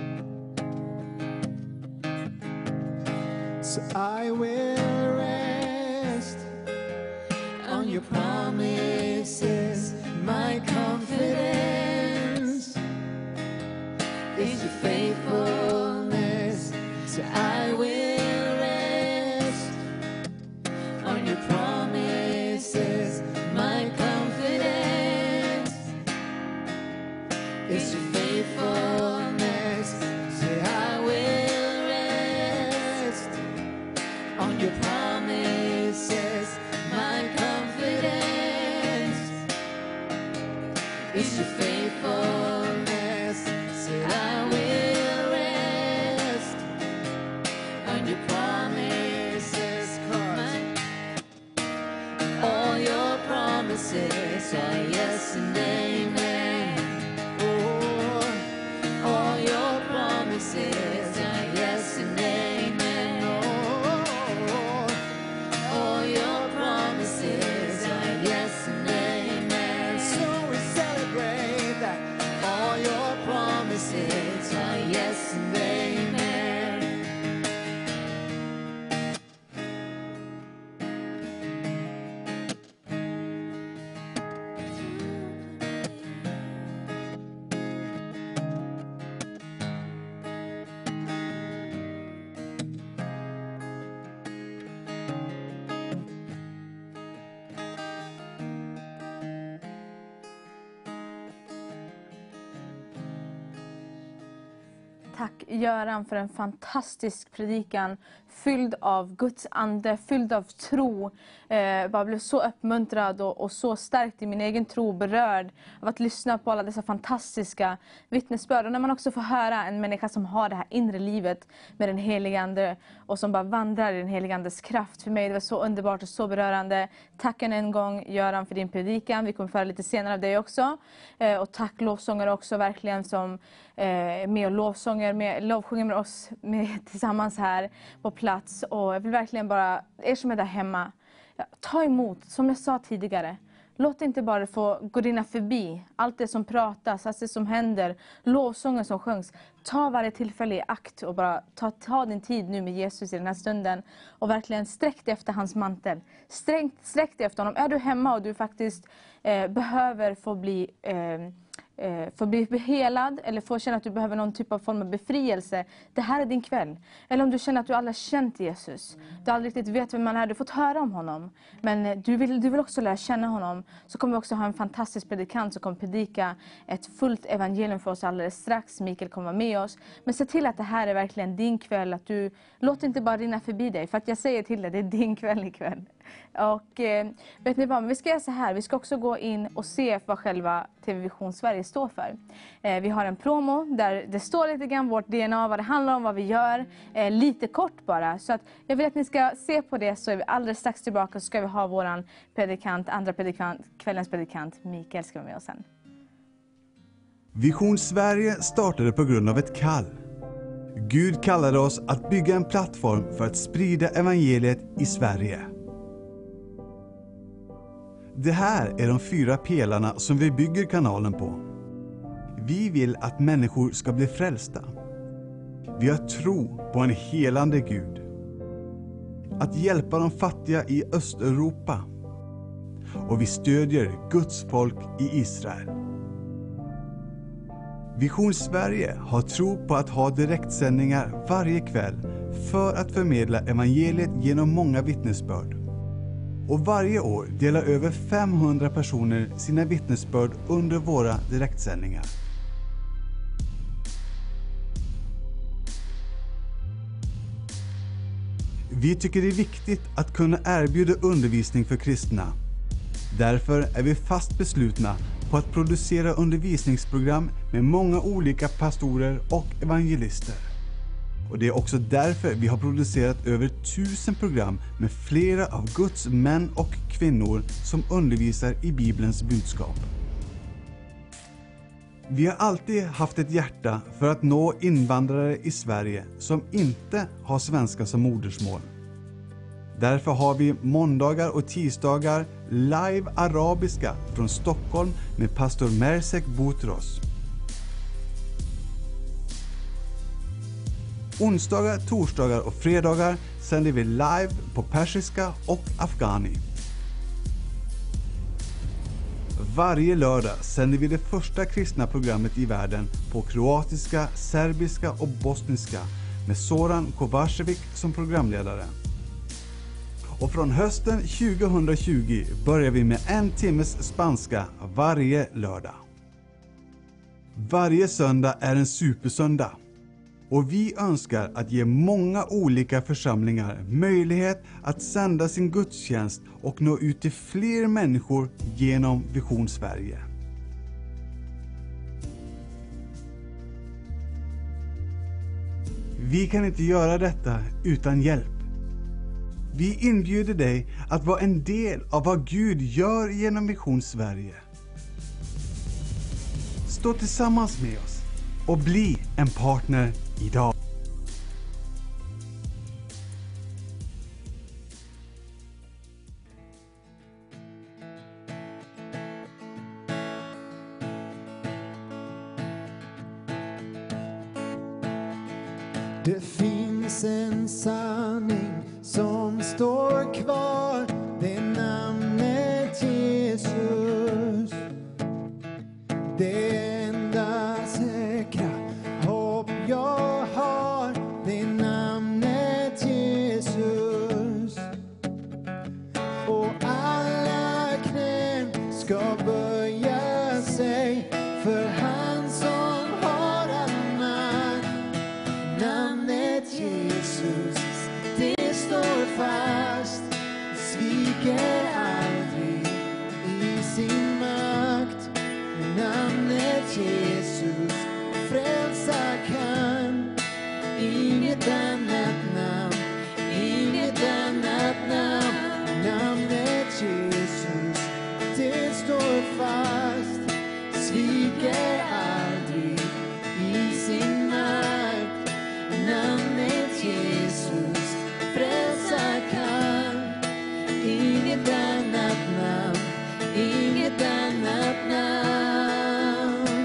Speaker 2: So I will rest on your promises. My confidence is your faithfulness. So I will rest on your promises. My confidence is your faithfulness. Say I will rest on your promises. My confidence is your faithfulness. Say I will rest on your promises. 'Cause all your promises are yes and amen. Oh, all your promises are yes and amen. Oh, all your promises are yes and amen. So we celebrate that all your promises are yes and amen.
Speaker 1: Tack Göran för en fantastisk predikan fylld av Guds ande, fylld av tro. Eh, bara blev så uppmuntrad och, och så stärkt i min egen tro, berörd av att lyssna på alla dessa fantastiska vittnesbörd. Och när man också får höra en människa som har det här inre livet med den helige ande och som bara vandrar i den helige andes kraft. För mig det var så underbart och så berörande. Tack än en gång Göran för din predikan. Vi kommer föra lite senare av dig också. Eh, och tack lovsångare också verkligen som eh, med och lovsånger, med, lovsjunger med oss med, tillsammans här på plats. Och jag vill verkligen bara, er som är där hemma, ja, ta emot, som jag sa tidigare. Låt inte bara få gå dina förbi allt det som pratas, allt det som händer, lovsången som sjungs. Ta varje tillfälle i akt och bara ta, ta din tid nu med Jesus i den här stunden. Och verkligen sträck dig efter hans mantel. Sträck, sträck dig efter honom. Är du hemma och du faktiskt eh, behöver få bli... Eh, För att bli helad eller få känna att du behöver någon typ av form av befrielse. Det här är din kväll. Eller om du känner att du aldrig har känt Jesus. Du aldrig riktigt vet vem man är. Du har fått höra om honom. Men du vill, du vill också lära känna honom. Så kommer vi också ha en fantastisk predikant som kommer predika ett fullt evangelium för oss alldeles strax. Mikael kommer vara med oss. Men se till att det här är verkligen din kväll. Att du låt inte bara rinna förbi dig. För att jag säger till dig, det är din kväll ikväll. Och eh, vet ni vad, men vi ska göra så här. Vi ska också gå in och se vad själva T V Vision Sverige står för. Eh, vi har en promo där det står lite grann vårt D N A, vad det handlar om, vad vi gör. Eh, lite kort bara. Så att jag vill att ni ska se på det, så är vi alldeles strax tillbaka. Så ska vi ha våran predikant, andra predikant, kvällens predikant, Mikael ska vara med oss sen.
Speaker 5: Vision Sverige startade på grund av ett kall. Gud kallade oss att bygga en plattform för att sprida evangeliet i Sverige. Det här är de fyra pelarna som vi bygger kanalen på. Vi vill att människor ska bli frälsta. Vi har tro på en helande Gud. Att hjälpa de fattiga i Östeuropa. Och vi stödjer Guds folk i Israel. Vision Sverige har tro på att ha direktsändningar varje kväll för att förmedla evangeliet genom många vittnesbörd. Och varje år delar över femhundra personer sina vittnesbörd under våra direktsändningar. Vi tycker det är viktigt att kunna erbjuda undervisning för kristna. Därför är vi fast beslutna på att producera undervisningsprogram med många olika pastorer och evangelister. Och det är också därför vi har producerat över tusen program med flera av Guds män och kvinnor som undervisar i Bibelns budskap. Vi har alltid haft ett hjärta för att nå invandrare i Sverige som inte har svenska som modersmål. Därför har vi måndagar och tisdagar live arabiska från Stockholm med pastor Mersek Boutros. Onsdagar, torsdagar och fredagar sänder vi live på persiska och afghani. Varje lördag sänder vi det första kristna programmet i världen på kroatiska, serbiska och bosniska med Zoran Kovacevic som programledare. Och från hösten tjugohundratjugo börjar vi med en timmes spanska varje lördag. Varje söndag är en supersöndag. Och vi önskar att ge många olika församlingar möjlighet att sända sin gudstjänst och nå ut till fler människor genom Vision Sverige. Vi kan inte göra detta utan hjälp. Vi inbjuder dig att vara en del av vad Gud gör genom Vision Sverige. Stå tillsammans med oss och bli en partner idag.
Speaker 2: Det finns en sanning som står kvar, det är namnet Jesus. Det enda säkra hopp jag har, det är namnet Jesus. Och alla knän ska böja sig för han som har all makt. Namnet Jesus, det står fast, sviker aldrig i sin makt. Namnet Jesus, frälsa kan inget annat namn, inget annat namn. Namnet Jesus, det står fast, sviker aldrig i sin makt. Namnet Jesus, frälsa kan inget annat namn, inget annat namn.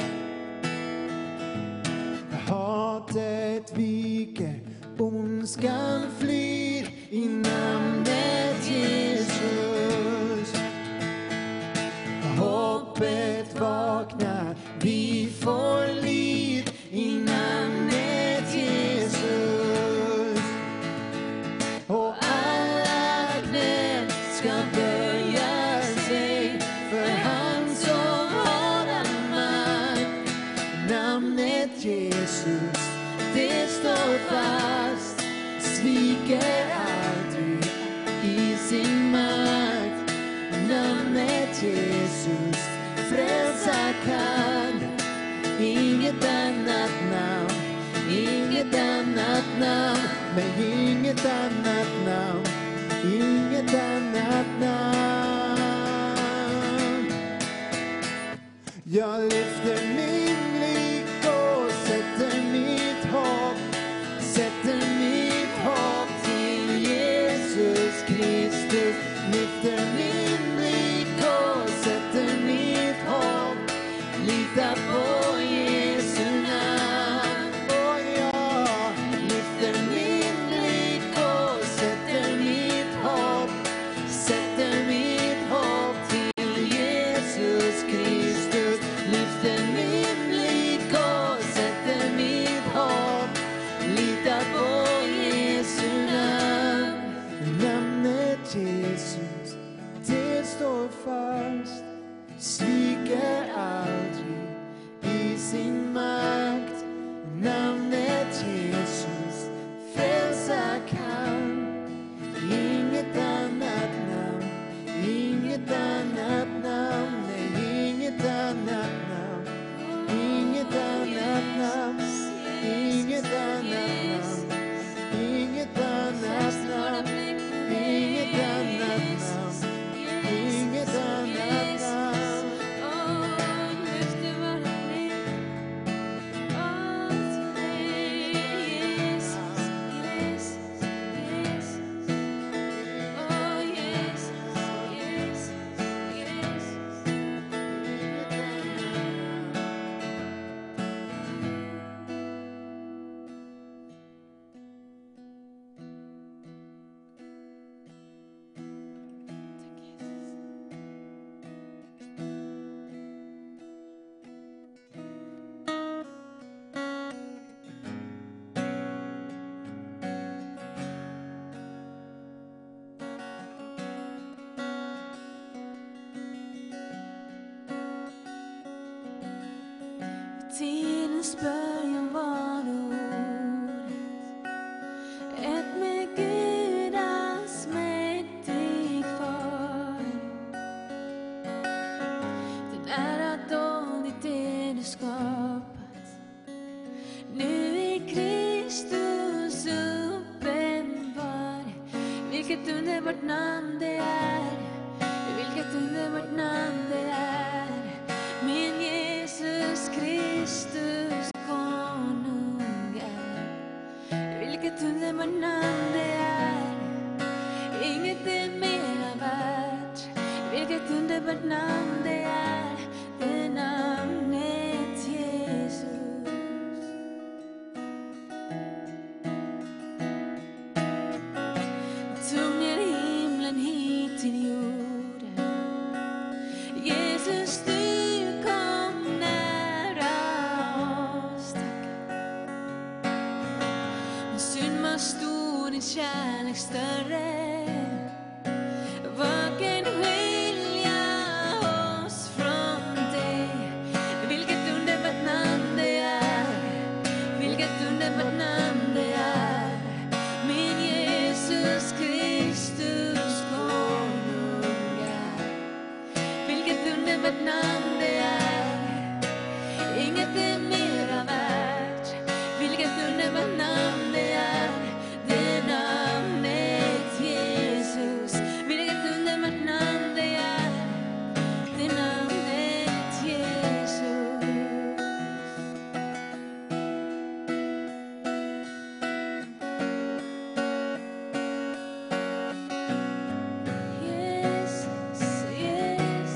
Speaker 2: Hatet viker, ondskan flyr i namnet Jesus. Hoppet vaknar, vi får liv i namnet Jesus. Och alla knän ska böja sig för han som har all makt. Namnet Jesus, det står fast, sviker aldrig i sin makt. Namnet Jesus, frälsa kan inget annat namn, inget annat namn, men inget annat namn, inget annat namn. Jag lyfter min blick och sätter mitt hopp, sätter mitt hopp till Jesus Kristus. Lyfter min blick och sätter mitt hopp, litar på Jesu namn. Och jag lyfter min blick och sätter mitt hopp, sätter mitt hopp till Jesus Kristus. Lyfter
Speaker 3: början var ordet, ett med Gud allsmäktig far. Den ära dold i det du skapat, nu i Kristus uppenbar. Vilket underbart namn det är, vilket underbart namn det är. Min Jesus Kristus konungar. Vilket underbart namn det är, inget är mera värt. Vilket underbart namn det är, det namnet Jesus. Tog ner himlen hit till jorden. Jesus, du kom nära oss, tack. Men synd var stor, din kärlek större. Vad kan skilja oss från dig? Vilket underbart namn det är, vilket underbart namn det är. Min Jesus Kristus konungar. Vilket underbart namn det är, inget är mera värt. Vilket underbart namn det är, det namnet Jesus. Vilket underbart namn det är, det namnet Jesus. Jesus, Jesus.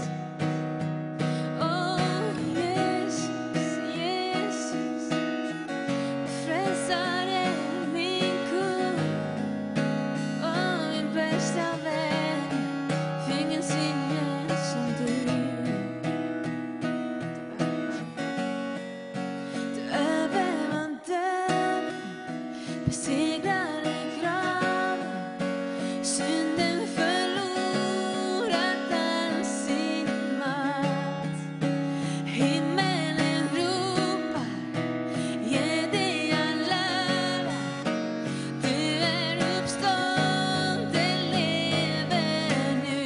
Speaker 3: Oh, Jesus, Jesus. Frälsare, min kung. Oh, min bästa vän. Finns ingen som du. Du övervann döden, besegrade graven. Synden förlorat all sin makt. Himmelen ropar, ge dig all ära. Du är uppstånden, lever nu.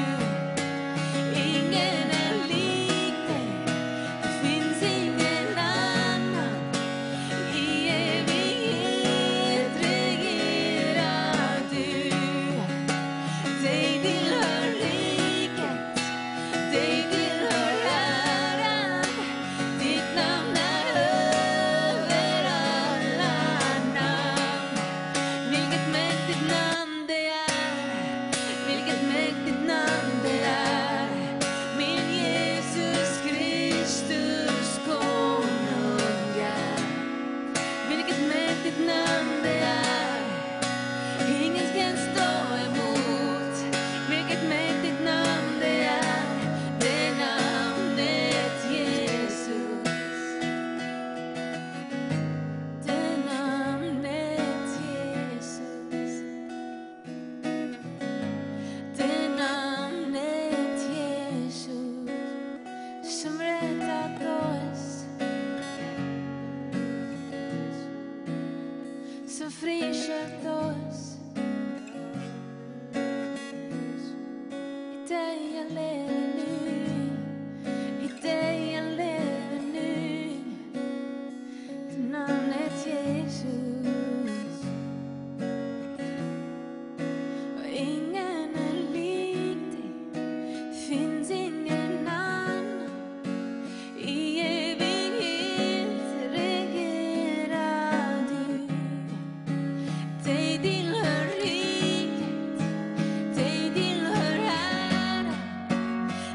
Speaker 3: Ingen är lik dig, det finns ingen annan. I evighet regerar du. Dig tillhör riket, dig tillhör äran. Ditt namn är över alla namn. Vilket mäktigt namn det är, vilket mäktigt namn det är. Min Jesus Kristus konungar. Vilket mäktigt namn det är, ingen kan stå emot. Vilket mäktigt namn det är, det namnet Jesus. Det namnet Jesus. Det namnet Jesus. Som räddat oss, som friköpt oss. I dig jag lever nu, i dig jag lever nu. Det namnet Jesus. Och ingen är lik dig, finns ingen annan. I evighet regerar du. Dig tillhör riket, dig tillhör äran.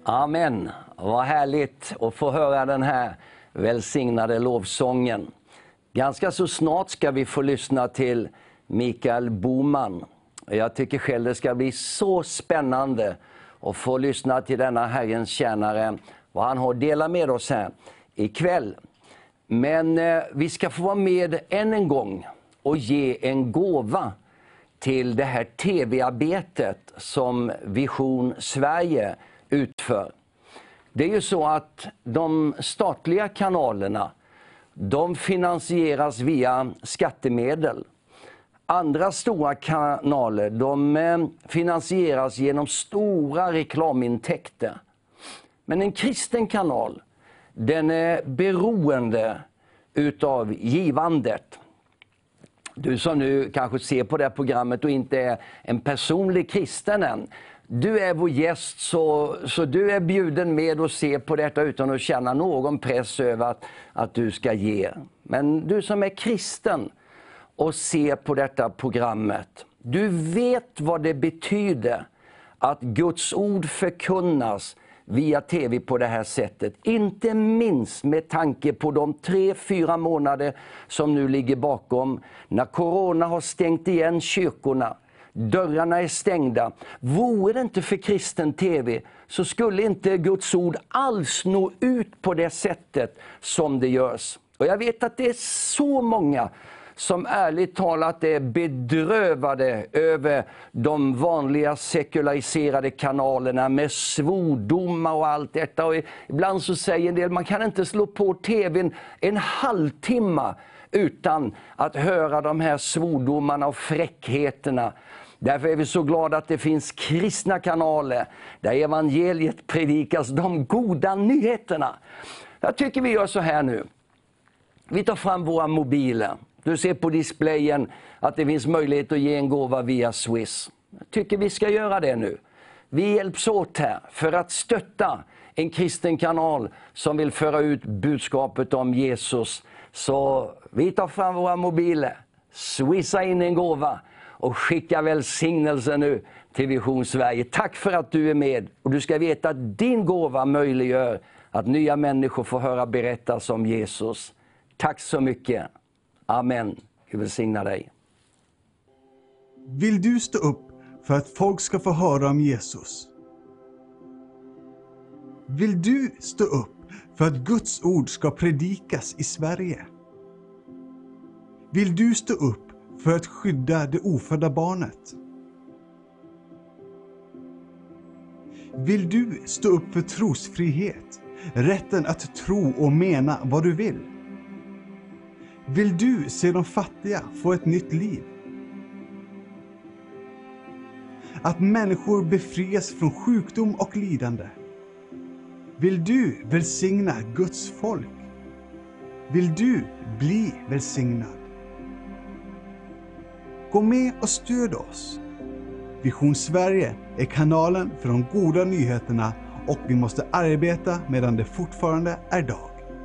Speaker 6: Amen. Vad härligt att få höra den här välsignade lovsången. Ganska så snart ska vi få lyssna till Mikael Boman. Jag tycker själv det ska bli så spännande att få lyssna till denna Herrens tjänare, vad han har delat med oss här ikväll. Men eh, vi ska få vara med än en gång och ge en gåva till det här tv-arbetet som Vision Sverige utför. Det är ju så att de statliga kanalerna, de finansieras via skattemedel. Andra stora kanaler, de finansieras genom stora reklamintäkter. Men en kristen kanal, den är beroende utav givandet. Du som nu kanske ser på det här programmet och inte är en personlig kristen än. Du är vår gäst, så, så du är bjuden med och se på detta utan att känna någon press över att, att du ska ge. Men du som är kristen och ser på detta programmet, du vet vad det betyder att Guds ord förkunnas via tv på det här sättet. Inte minst med tanke på de tre, fyra månader som nu ligger bakom. När corona har stängt igen kyrkorna. Dörrarna är stängda. Vore det inte för kristen tv så skulle inte Guds ord alls nå ut på det sättet som det görs. Och jag vet att det är så många som ärligt talat är bedrövade över de vanliga sekulariserade kanalerna med svordomar och allt detta. Och ibland så säger en del, man kan inte slå på tvn en halvtimme utan att höra de här svordomarna och fräckheterna. Därför är vi så glada att det finns kristna kanaler där evangeliet predikas, de goda nyheterna. Jag tycker vi gör så här nu. Vi tar fram våra mobiler. Du ser på displayen att det finns möjlighet att ge en gåva via Swiss. Jag tycker vi ska göra det nu. Vi hjälps åt här för att stötta en kristen kanal som vill föra ut budskapet om Jesus. Så vi tar fram våra mobiler, swissa in en gåva och skicka välsignelse nu till Vision Sverige. Tack för att du är med, och du ska veta att din gåva möjliggör att nya människor får höra berättas om Jesus. Tack så mycket. Amen. Jag välsignar dig.
Speaker 5: Vill du stå upp för att folk ska få höra om Jesus? Vill du stå upp för att Guds ord ska predikas i Sverige? Vill du stå upp för att skydda det ofödda barnet? Vill du stå upp för trosfrihet, rätten att tro och mena vad du vill? Vill du se de fattiga få ett nytt liv? Att människor befrias från sjukdom och lidande? Vill du välsigna Guds folk? Vill du bli välsignad? Gå med och stöd oss. Vision Sverige är kanalen för de goda nyheterna, och vi måste arbeta medan det fortfarande är dag.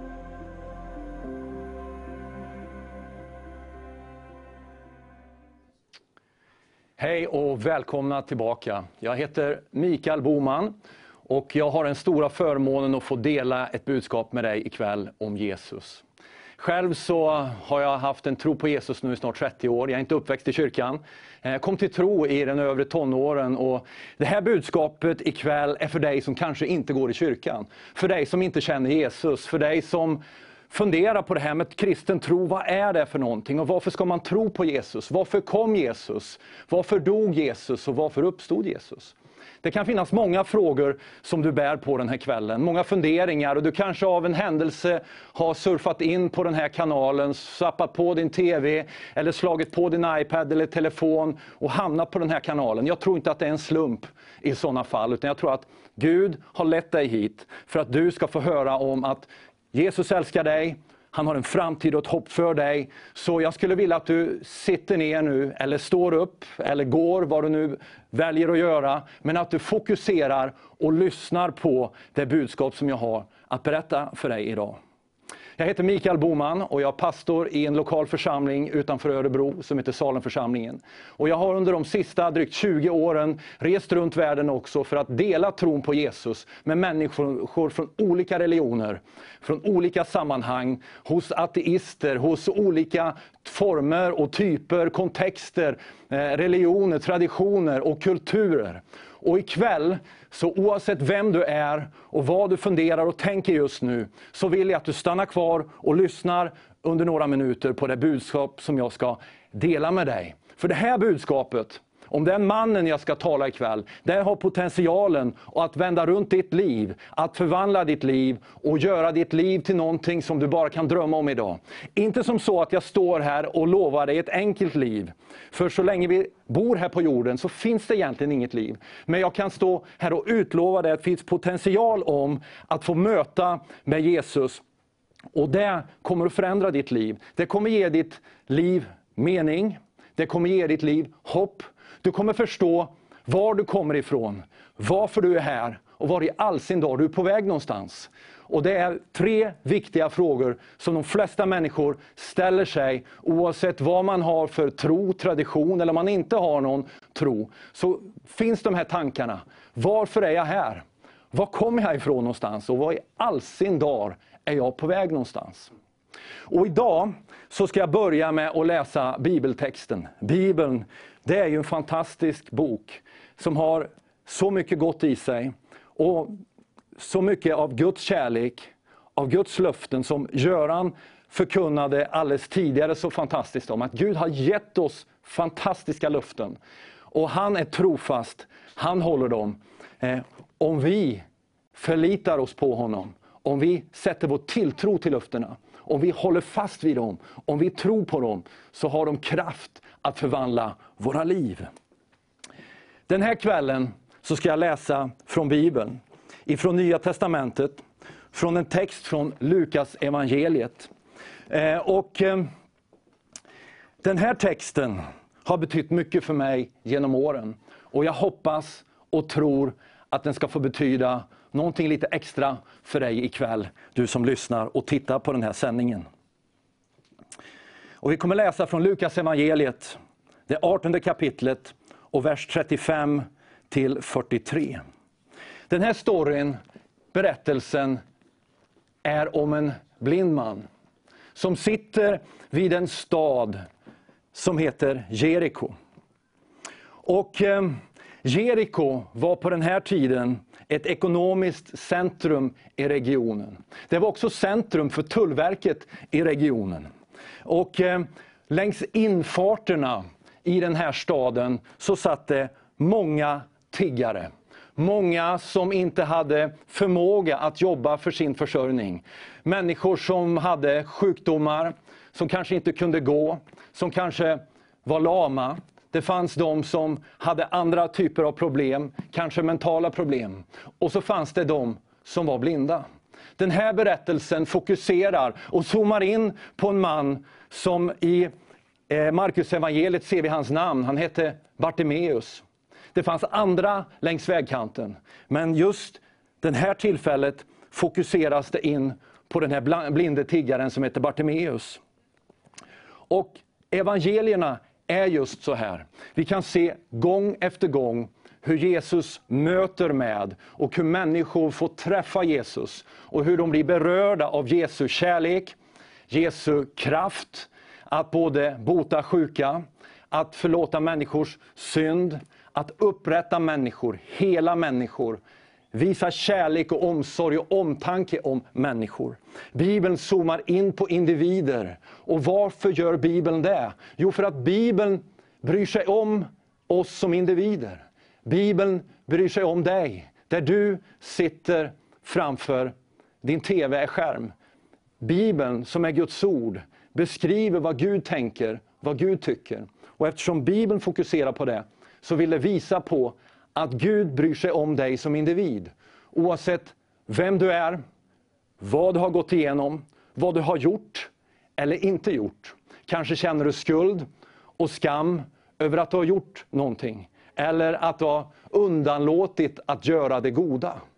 Speaker 4: Hej och välkomna tillbaka. Jag heter Mikael Boman och jag har den stora förmånen att få dela ett budskap med dig ikväll om Jesus. Själv så har jag haft en tro på Jesus nu i snart trettio år. Jag är inte uppväxt i kyrkan. Jag kom till tro i den övre tonåren, och det här budskapet ikväll är för dig som kanske inte går i kyrkan. För dig som inte känner Jesus, för dig som fundera på det här med kristen tro. Vad är det för någonting? Och varför ska man tro på Jesus? Varför kom Jesus? Varför dog Jesus? Och varför uppstod Jesus? Det kan finnas många frågor som du bär på den här kvällen. Många funderingar, och du kanske av en händelse har surfat in på den här kanalen, zappat på din tv eller slagit på din iPad eller telefon och hamnat på den här kanalen. Jag tror inte att det är en slump i sådana fall, utan jag tror att Gud har lett dig hit för att du ska få höra om att Jesus älskar dig, han har en framtid och ett hopp för dig. Så jag skulle vilja att du sitter ner nu, eller står upp, eller går, vad du nu väljer att göra. Men att du fokuserar och lyssnar på det budskap som jag har att berätta för dig idag. Jag heter Mikael Boman och jag är pastor i en lokal församling utanför Örebro som heter Salemförsamlingen. Och jag har under de sista drygt tjugo åren rest runt världen också för att dela tron på Jesus med människor från olika religioner, från olika sammanhang, hos ateister, hos olika former och typer, kontexter, religioner, traditioner och kulturer. Och ikväll, så oavsett vem du är och vad du funderar och tänker just nu, så vill jag att du stannar kvar och lyssnar under några minuter på det budskap som jag ska dela med dig. För det här budskapet, om den mannen jag ska tala ikväll, det har potentialen att vända runt ditt liv, att förvandla ditt liv och göra ditt liv till någonting som du bara kan drömma om idag. Inte som så att jag står här och lovar dig ett enkelt liv. För så länge vi bor här på jorden så finns det egentligen inget liv. Men jag kan stå här och utlova dig att det finns potential om att få möta med Jesus. Och det kommer att förändra ditt liv. Det kommer ge ditt liv mening. Det kommer ge ditt liv hopp. Du kommer förstå var du kommer ifrån, varför du är här och var i all sin dag du är på väg någonstans. Och det är tre viktiga frågor som de flesta människor ställer sig oavsett vad man har för tro, tradition eller om man inte har någon tro. Så finns de här tankarna. Varför är jag här? Var kommer jag ifrån någonstans? Och var i all sin dag är jag på väg någonstans? Och idag så ska jag börja med att läsa bibeltexten. Bibeln, det är ju en fantastisk bok som har så mycket gott i sig. Och så mycket av Guds kärlek, av Guds löften som Göran förkunnade alldeles tidigare så fantastiskt om. Att Gud har gett oss fantastiska löften. Och han är trofast, han håller dem. Eh, om vi förlitar oss på honom, om vi sätter vår tilltro till löftena, om vi håller fast vid dem, om vi tror på dem, så har de kraft att förvandla våra liv. Den här kvällen så ska jag läsa från Bibeln, ifrån Nya Testamentet, från en text från Lukas evangeliet. Eh, och eh, den här texten har betytt mycket för mig genom åren. Och jag hoppas och tror att den ska få betyda någonting lite extra för dig ikväll, du som lyssnar och tittar på den här sändningen. Och vi kommer läsa från Lukas evangeliet, det artonde kapitlet och vers trettiofem till fyrtiotre. Den här storyn, berättelsen, är om en blind man som sitter vid en stad som heter Jeriko. Och eh, Jeriko var på den här tiden ett ekonomiskt centrum i regionen. Det var också centrum för tullverket i regionen. Och eh, längs infarterna i den här staden så satt det många tiggare. Många som inte hade förmåga att jobba för sin försörjning. Människor som hade sjukdomar, som kanske inte kunde gå, som kanske var lama. Det fanns de som hade andra typer av problem, kanske mentala problem. Och så fanns det de som var blinda. Den här berättelsen fokuserar och zoomar in på en man som i Markus evangeliet ser vi hans namn. Han hette Bartimeus. Det fanns andra längs vägkanten. Men just det här tillfället fokuseras det in på den här blinde tiggaren som heter Bartimeus. Och evangelierna är just så här. Vi kan se gång efter gång hur Jesus möter med och hur människor får träffa Jesus. Och hur de blir berörda av Jesu kärlek, Jesu kraft att både bota sjuka, att förlåta människors synd, att upprätta människor, hela människor. Visa kärlek och omsorg och omtanke om människor. Bibeln zoomar in på individer. Och varför gör Bibeln det? Jo, för att Bibeln bryr sig om oss som individer. Bibeln bryr sig om dig. Där du sitter framför din tv-skärm. Bibeln, som är Guds ord, beskriver vad Gud tänker, vad Gud tycker. Och eftersom Bibeln fokuserar på det, så vill det visa på att Gud bryr sig om dig som individ. Oavsett vem du är, vad du har gått igenom, vad du har gjort eller inte gjort. Kanske känner du skuld och skam över att du har gjort någonting. Eller att du har undanlåtit att göra det goda.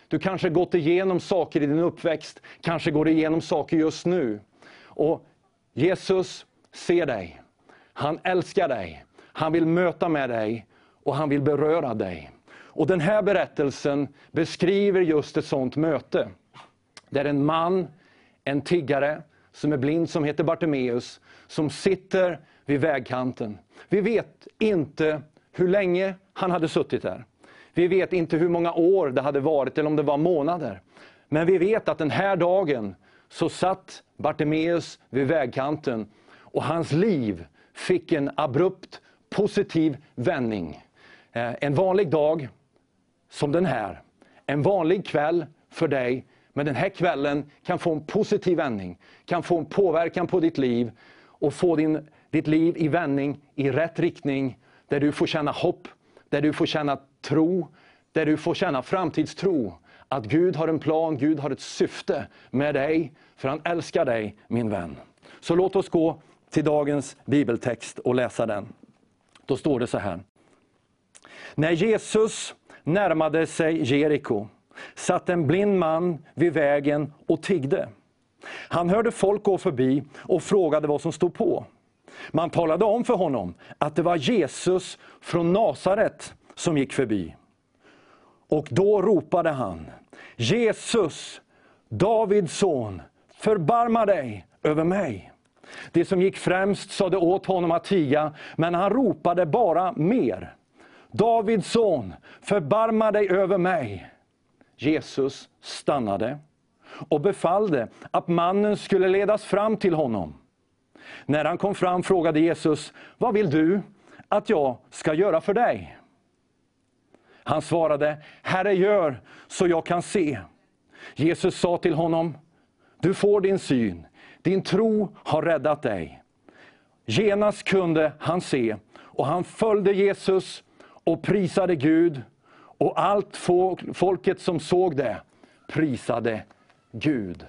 Speaker 4: Du kanske gått igenom saker i din uppväxt. Kanske går igenom saker just nu. Och Jesus ser dig. Han älskar dig. Han vill möta med dig. Och han vill beröra dig. Och den här berättelsen beskriver just ett sånt möte. Där en man, en tiggare som är blind, som heter Bartimeus, som sitter vid vägkanten. Vi vet inte hur länge han hade suttit där. Vi vet inte hur många år det hade varit eller om det var månader. Men vi vet att den här dagen så satt Bartimeus vid vägkanten och hans liv fick en abrupt positiv vändning. En vanlig dag som den här. En vanlig kväll för dig. Men den här kvällen kan få en positiv vändning. Kan få en påverkan på ditt liv. Och få din, ditt liv i vändning i rätt riktning. Där du får känna hopp. Där du får känna tro. Där du får känna framtidstro. Att Gud har en plan, Gud har ett syfte med dig. För han älskar dig, min vän. Så låt oss gå till dagens bibeltext och läsa den. Då står det så här. När Jesus närmade sig Jeriko satt en blind man vid vägen och tiggde. Han hörde folk gå förbi och frågade vad som stod på. Man talade om för honom att det var Jesus från Nasaret som gick förbi. Och då ropade han: Jesus, Davids son, förbarma dig över mig. Det som gick främst sade åt honom att tiga, men han ropade bara mer. Davids son, förbarma dig över mig. Jesus stannade och befallde att mannen skulle ledas fram till honom. När han kom fram frågade Jesus: vad vill du att jag ska göra för dig? Han svarade: Herre, gör så jag kan se. Jesus sa till honom: du får din syn. Din tro har räddat dig. Genast kunde han se, och han följde Jesus och prisade Gud. Och allt folket som såg det prisade Gud.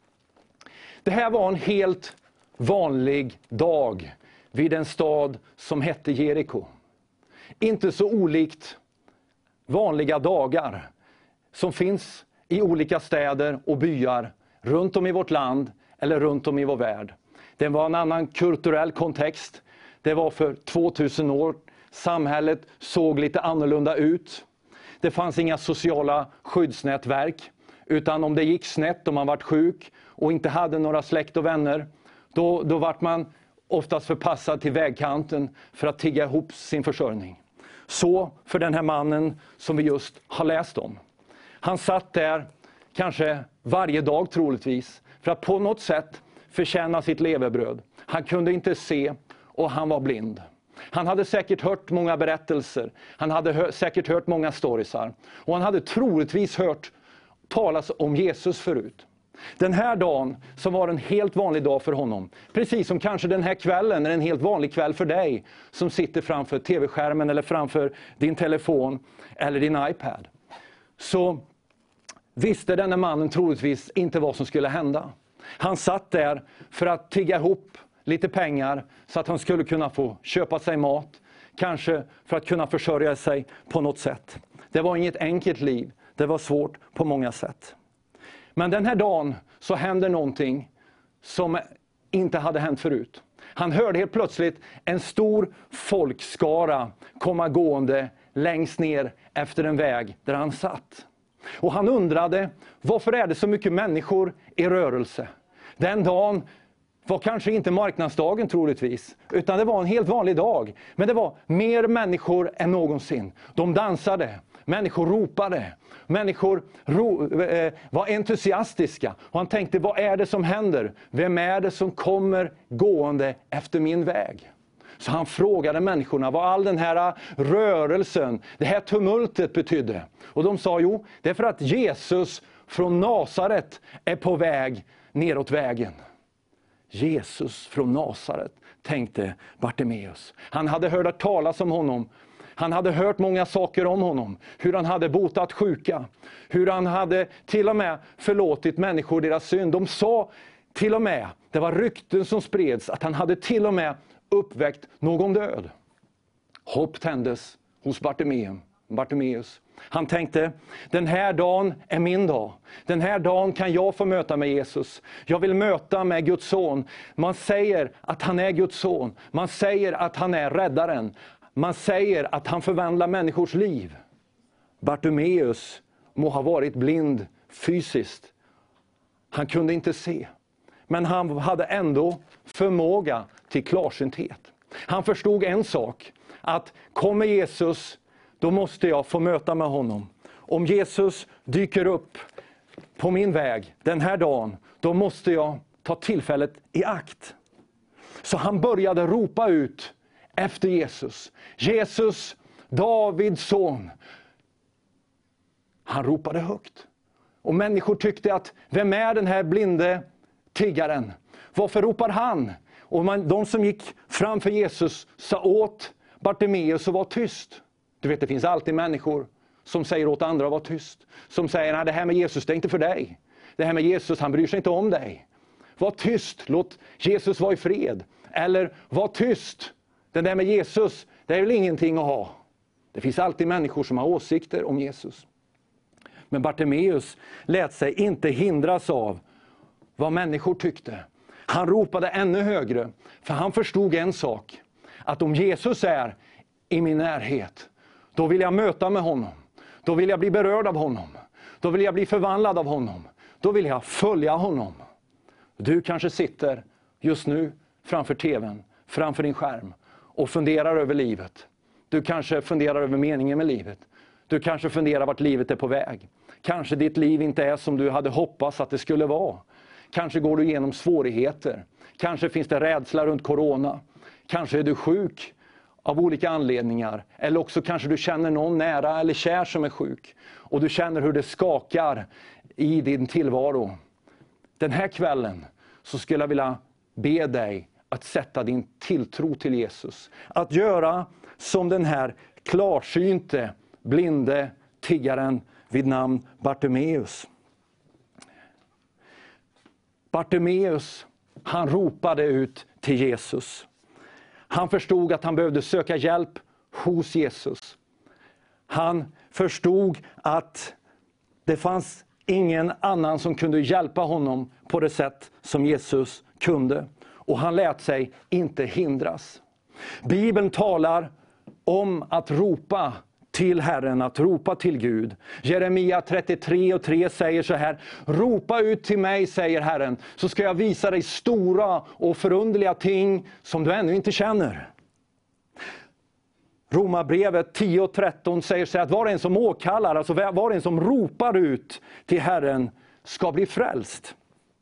Speaker 4: Det här var en helt vanlig dag vid en stad som hette Jeriko. Inte så olikt vanliga dagar som finns i olika städer och byar runt om i vårt land eller runt om i vår värld. Det var en annan kulturell kontext. Det var för tvåtusen år. Samhället såg lite annorlunda ut. Det fanns inga sociala skyddsnätverk. Utan om det gick snett, om man var sjuk och inte hade några släkt och vänner, då, då var man oftast förpassad till vägkanten för att tigga ihop sin försörjning. Så för den här mannen som vi just har läst om. Han satt där kanske varje dag troligtvis för att på något sätt förtjäna sitt levebröd. Han kunde inte se och han var blind. Han hade säkert hört många berättelser. Han hade hör, säkert hört många storiesar. Och han hade troligtvis hört talas om Jesus förut. Den här dagen som var en helt vanlig dag för honom. Precis som kanske den här kvällen är en helt vanlig kväll för dig som sitter framför tv-skärmen eller framför din telefon eller din iPad. Så visste denna mannen troligtvis inte vad som skulle hända. Han satt där för att tigga ihop lite pengar så att han skulle kunna få köpa sig mat. Kanske för att kunna försörja sig på något sätt. Det var inget enkelt liv. Det var svårt på många sätt. Men den här dagen så hände någonting som inte hade hänt förut. Han hörde helt plötsligt en stor folkskara komma gående längst ner efter en väg där han satt. Och han undrade, varför är det så mycket människor i rörelse? Den dagen var kanske inte marknadsdagen troligtvis, utan det var en helt vanlig dag. Men det var mer människor än någonsin. De dansade, människor ropade, människor ro, eh, var entusiastiska. Och han tänkte, vad är det som händer? Vem är det som kommer gående efter min väg? Så han frågade människorna vad all den här rörelsen, det här tumultet betydde. Och de sa, jo, det är för att Jesus från Nasaret är på väg neråt vägen. Jesus från Nasaret, tänkte Bartimeus. Han hade hört talas om honom. Han hade hört många saker om honom. Hur han hade botat sjuka. Hur han hade till och med förlåtit människor deras synd. De sa till och med, det var rykten som spreds, att han hade till och med uppväckt någon död. Hopp tändes hos Bartimeus. Han tänkte, den här dagen är min dag. Den här dagen kan jag få möta med Jesus. Jag vill möta med Guds son. Man säger att han är Guds son. Man säger att han är räddaren. Man säger att han förvandlar människors liv. Bartimeus må ha varit blind fysiskt. Han kunde inte se. Men han hade ändå förmåga till klarsynthet. Han förstod en sak. Att kommer Jesus, då måste jag få möta med honom. Om Jesus dyker upp på min väg den här dagen, då måste jag ta tillfället i akt. Så han började ropa ut efter Jesus. Jesus, Davids son. Han ropade högt. Och människor tyckte att, vem är den här blinde tiggaren? Varför ropar han? Och man, de som gick framför Jesus sa åt Bartimeus att vara tyst. Du vet, det finns alltid människor som säger åt andra att vara tyst. Som säger, nej, det här med Jesus, det är inte för dig. Det här med Jesus, han bryr sig inte om dig. Var tyst, låt Jesus vara i fred. Eller, var tyst, det där med Jesus, det är väl ingenting att ha. Det finns alltid människor som har åsikter om Jesus. Men Bartimeus lät sig inte hindras av vad människor tyckte. Han ropade ännu högre, för han förstod en sak. Att om Jesus är i min närhet, då vill jag möta med honom. Då vill jag bli berörd av honom. Då vill jag bli förvandlad av honom. Då vill jag följa honom. Du kanske sitter just nu framför tvn, framför din skärm och funderar över livet. Du kanske funderar över meningen med livet. Du kanske funderar vart livet är på väg. Kanske ditt liv inte är som du hade hoppats att det skulle vara. Kanske går du igenom svårigheter. Kanske finns det rädsla runt corona. Kanske är du sjuk av olika anledningar. Eller också kanske du känner någon nära eller kär som är sjuk. Och du känner hur det skakar i din tillvaro. Den här kvällen så skulle jag vilja be dig att sätta din tilltro till Jesus. Att göra som den här klarsynte, blinde tiggaren vid namn Bartimeus. Bartimeus, han ropade ut till Jesus. Han förstod att han behövde söka hjälp hos Jesus. Han förstod att det fanns ingen annan som kunde hjälpa honom på det sätt som Jesus kunde. Och han lät sig inte hindras. Bibeln talar om att ropa till Herren, att ropa till Gud. Jeremia trettiotre och tre säger så här: ropa ut till mig, säger Herren, så ska jag visa dig stora och förunderliga ting som du ännu inte känner. Romarbrevet tio och tretton säger så här att var en som åkallar, alltså var en som ropar ut till Herren ska bli frälst.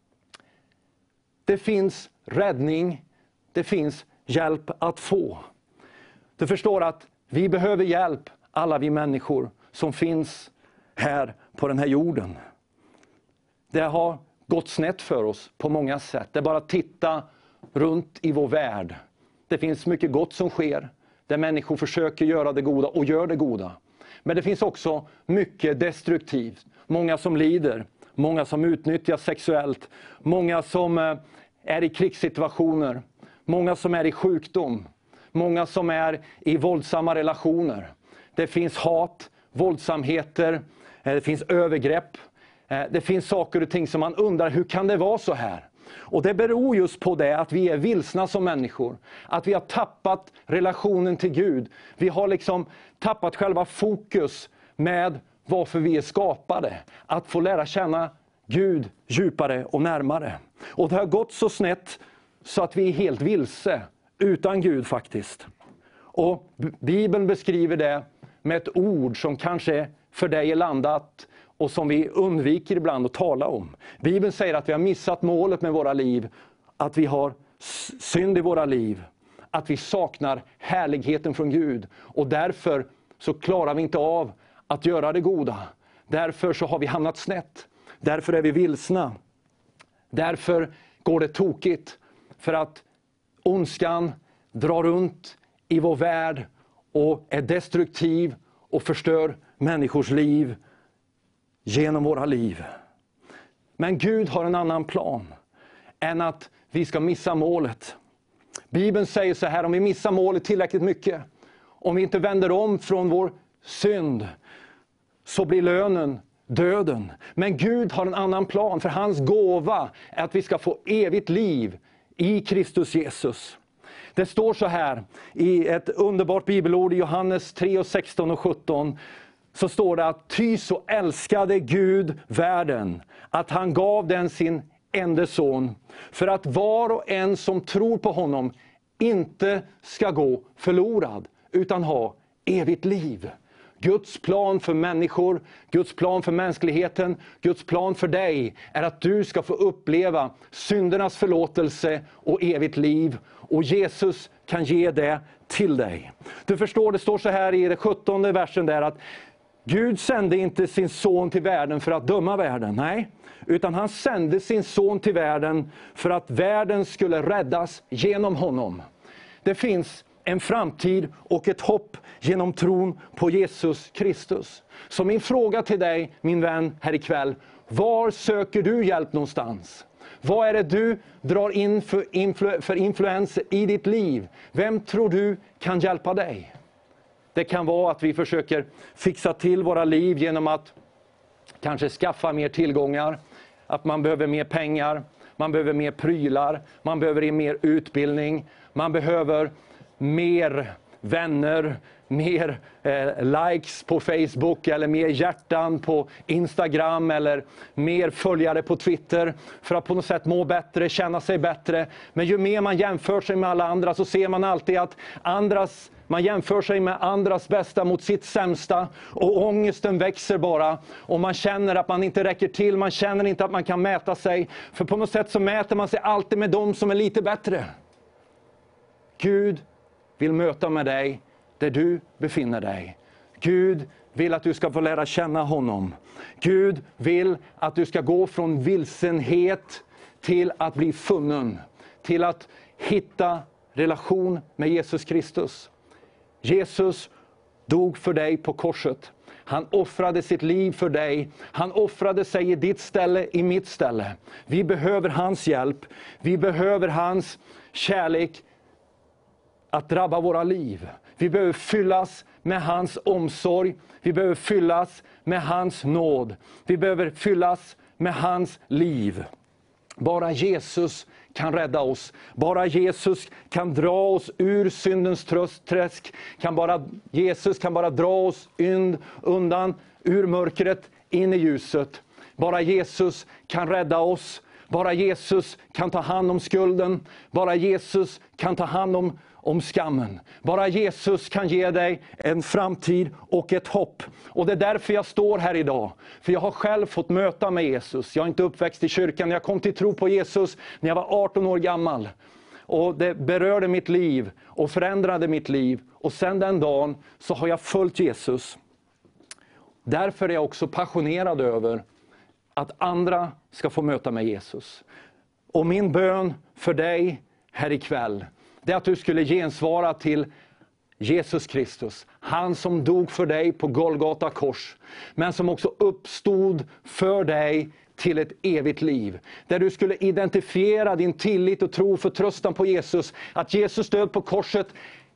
Speaker 4: Det finns räddning, det finns hjälp att få. Du förstår att vi behöver hjälp, alla vi människor som finns här på den här jorden. Det har gått snett för oss på många sätt. Det är bara att titta runt i vår värld. Det finns mycket gott som sker, där människor försöker göra det goda och gör det goda. Men det finns också mycket destruktivt. Många som lider, många som utnyttjas sexuellt, många som är i krigssituationer, många som är i sjukdom, många som är i våldsamma relationer. Det finns hat, våldsamheter, det finns övergrepp. Det finns saker och ting som man undrar, hur kan det vara så här? Och det beror just på det att vi är vilsna som människor. Att vi har tappat relationen till Gud. Vi har liksom tappat själva fokus med varför vi är skapade. Att få lära känna Gud djupare och närmare. Och det har gått så snett så att vi är helt vilse utan Gud faktiskt. Och Bibeln beskriver det med ett ord som kanske för dig är landat och som vi undviker ibland att tala om. Bibeln säger att vi har missat målet med våra liv, att vi har synd i våra liv, att vi saknar härligheten från Gud och därför så klarar vi inte av att göra det goda. Därför så har vi hamnat snett. Därför är vi vilsna. Därför går det tokigt, för att ondskan drar runt i vår värld och är destruktiv och förstör människors liv genom våra liv. Men Gud har en annan plan än att vi ska missa målet. Bibeln säger så här: om vi missar målet tillräckligt mycket, om vi inte vänder om från vår synd, så blir lönen döden. Men Gud har en annan plan, för hans gåva är att vi ska få evigt liv i Kristus Jesus. Det står så här i ett underbart bibelord i Johannes tre, sexton och sjutton. Så står det att ty så älskade Gud världen, att han gav den sin enda son, för att var och en som tror på honom inte ska gå förlorad, utan ha evigt liv. Guds plan för människor, Guds plan för mänskligheten, Guds plan för dig är att du ska få uppleva syndernas förlåtelse och evigt liv. Och Jesus kan ge det till dig. Du förstår, det står så här i den sjuttonde versen där att Gud sände inte sin son till världen för att döma världen, nej. Utan han sände sin son till världen för att världen skulle räddas genom honom. Det finns en framtid och ett hopp genom tron på Jesus Kristus. Så min fråga till dig, min vän, här ikväll: var söker du hjälp någonstans? Vad är det du drar in för, influ- för influenser i ditt liv? Vem tror du kan hjälpa dig? Det kan vara att vi försöker fixa till våra liv genom att kanske skaffa mer tillgångar. Att man behöver mer pengar, man behöver mer prylar, man behöver mer utbildning, man behöver mer vänner, mer eh, likes på Facebook eller mer hjärtan på Instagram eller mer följare på Twitter för att på något sätt må bättre, känna sig bättre. Men ju mer man jämför sig med alla andra så ser man alltid att andras, man jämför sig med andras bästa mot sitt sämsta, och ångesten växer bara och man känner att man inte räcker till, man känner inte att man kan mäta sig, för på något sätt så mäter man sig alltid med dem som är lite bättre. Gud vill möta med dig där du befinner dig. Gud vill att du ska få lära känna honom. Gud vill att du ska gå från vilsenhet till att bli funnen. Till att hitta relation med Jesus Kristus. Jesus dog för dig på korset. Han offrade sitt liv för dig. Han offrade sig i ditt ställe, i mitt ställe. Vi behöver hans hjälp. Vi behöver hans kärlek att drabba våra liv. Vi behöver fyllas med hans omsorg. Vi behöver fyllas med hans nåd. Vi behöver fyllas med hans liv. Bara Jesus kan rädda oss. Bara Jesus kan dra oss ur syndens träsk. Kan bara, Jesus kan bara dra oss undan ur mörkret in i ljuset. Bara Jesus kan rädda oss. Bara Jesus kan ta hand om skulden. Bara Jesus kan ta hand om om skammen. Bara Jesus kan ge dig en framtid och ett hopp. Och det är därför jag står här idag. För jag har själv fått möta med Jesus. Jag är inte uppväxt i kyrkan. Jag kom till tro på Jesus när jag var arton år gammal. Och det berörde mitt liv och förändrade mitt liv. Och sen den dagen så har jag följt Jesus. Därför är jag också passionerad över att andra ska få möta med Jesus. Och min bön för dig här ikväll, det är att du skulle gensvara till Jesus Kristus. Han som dog för dig på Golgata kors. Men som också uppstod för dig till ett evigt liv. Där du skulle identifiera din tillit och tro och förtröstan på Jesus. Att Jesus död på korset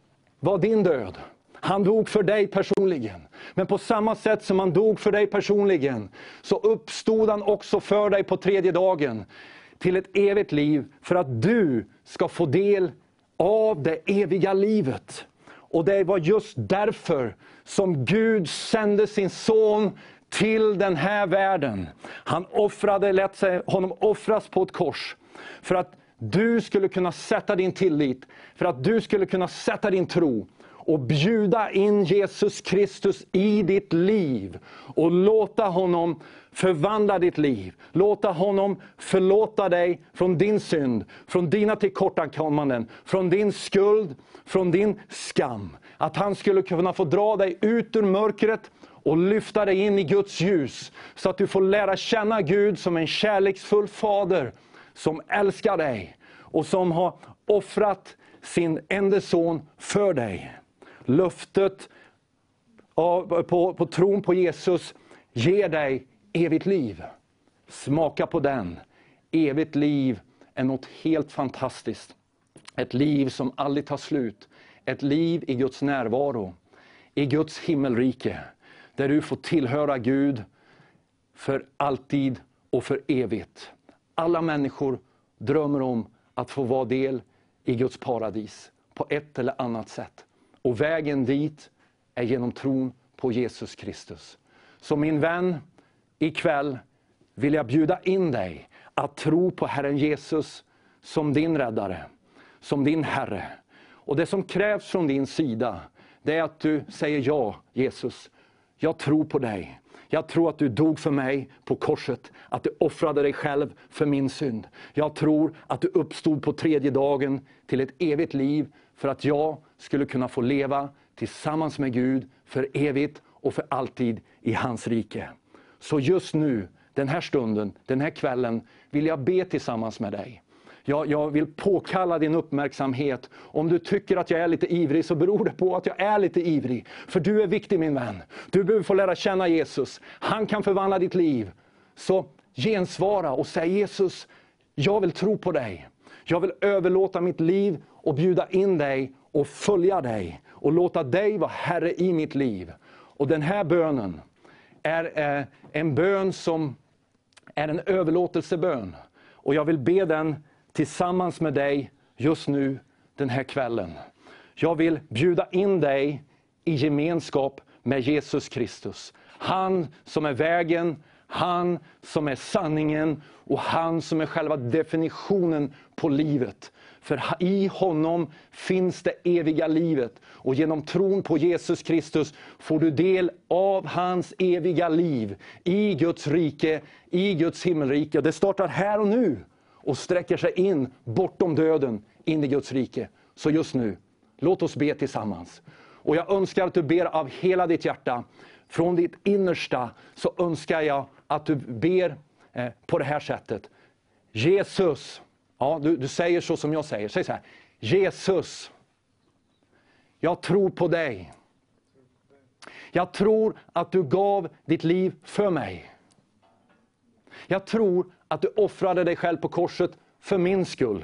Speaker 4: var din död. Han dog för dig personligen. Men på samma sätt som han dog för dig personligen, så uppstod han också för dig på tredje dagen. Till ett evigt liv. För att du ska få del av det eviga livet. Och det var just därför som Gud sände sin son till den här världen. Han offrade, lät sig honom offras på ett kors. För att du skulle kunna sätta din tillit. För att du skulle kunna sätta din tro. Och bjuda in Jesus Kristus i ditt liv. Och låta honom förvandla ditt liv. Låta honom förlåta dig från din synd. Från dina tillkortakommanden. Från din skuld. Från din skam. Att han skulle kunna få dra dig ut ur mörkret. Och lyfta dig in i Guds ljus. Så att du får lära känna Gud som en kärleksfull fader. Som älskar dig. Och som har offrat sin enda son för dig. Löftet av, på, på tron på Jesus ger dig evigt liv. Smaka på den. Evigt liv är något helt fantastiskt. Ett liv som aldrig tar slut. Ett liv i Guds närvaro. I Guds himmelrike. där du får tillhöra Gud för alltid och för evigt. Alla människor drömmer om att få vara del i Guds paradis på ett eller annat sätt. Och vägen dit är genom tron på Jesus Kristus. Så min vän, ikväll vill jag bjuda in dig att tro på Herren Jesus som din räddare, som din Herre. Och det som krävs från din sida, det är att du säger ja, Jesus, jag tror på dig. Jag tror att du dog för mig på korset, att du offrade dig själv för min synd. Jag tror att du uppstod på tredje dagen till ett evigt liv för att jag skulle kunna få leva tillsammans med Gud för evigt och för alltid i hans rike. Så just nu, den här stunden, den här kvällen vill jag be tillsammans med dig. Jag, jag vill påkalla din uppmärksamhet. Om du tycker att jag är lite ivrig så beror det på att jag är lite ivrig. För du är viktig min vän. Du behöver få lära känna Jesus. Han kan förvandla ditt liv. Så gensvara och säg Jesus, jag vill tro på dig. Jag vill överlåta mitt liv och bjuda in dig och följa dig. Och låta dig vara Herre i mitt liv. Och den här bönen är eh, en bön som är en överlåtelsebön. Och jag vill be den tillsammans med dig just nu den här kvällen. Jag vill bjuda in dig i gemenskap med Jesus Kristus. Han som är vägen, han som är sanningen och han som är själva definitionen på livet. För i honom finns det eviga livet. Och genom tron på Jesus Kristus får du del av hans eviga liv. I Guds rike, i Guds himmelrike. Det startar här och nu. Och sträcker sig in bortom döden, in i Guds rike. Så just nu, låt oss be tillsammans. Och jag önskar att du ber av hela ditt hjärta. Från ditt innersta så önskar jag att du ber eh, på det här sättet. Jesus, ja, du, du säger så som jag säger. Säg så här. Jesus, jag tror på dig. Jag tror att du gav ditt liv för mig. Jag tror att du offrade dig själv på korset för min skull.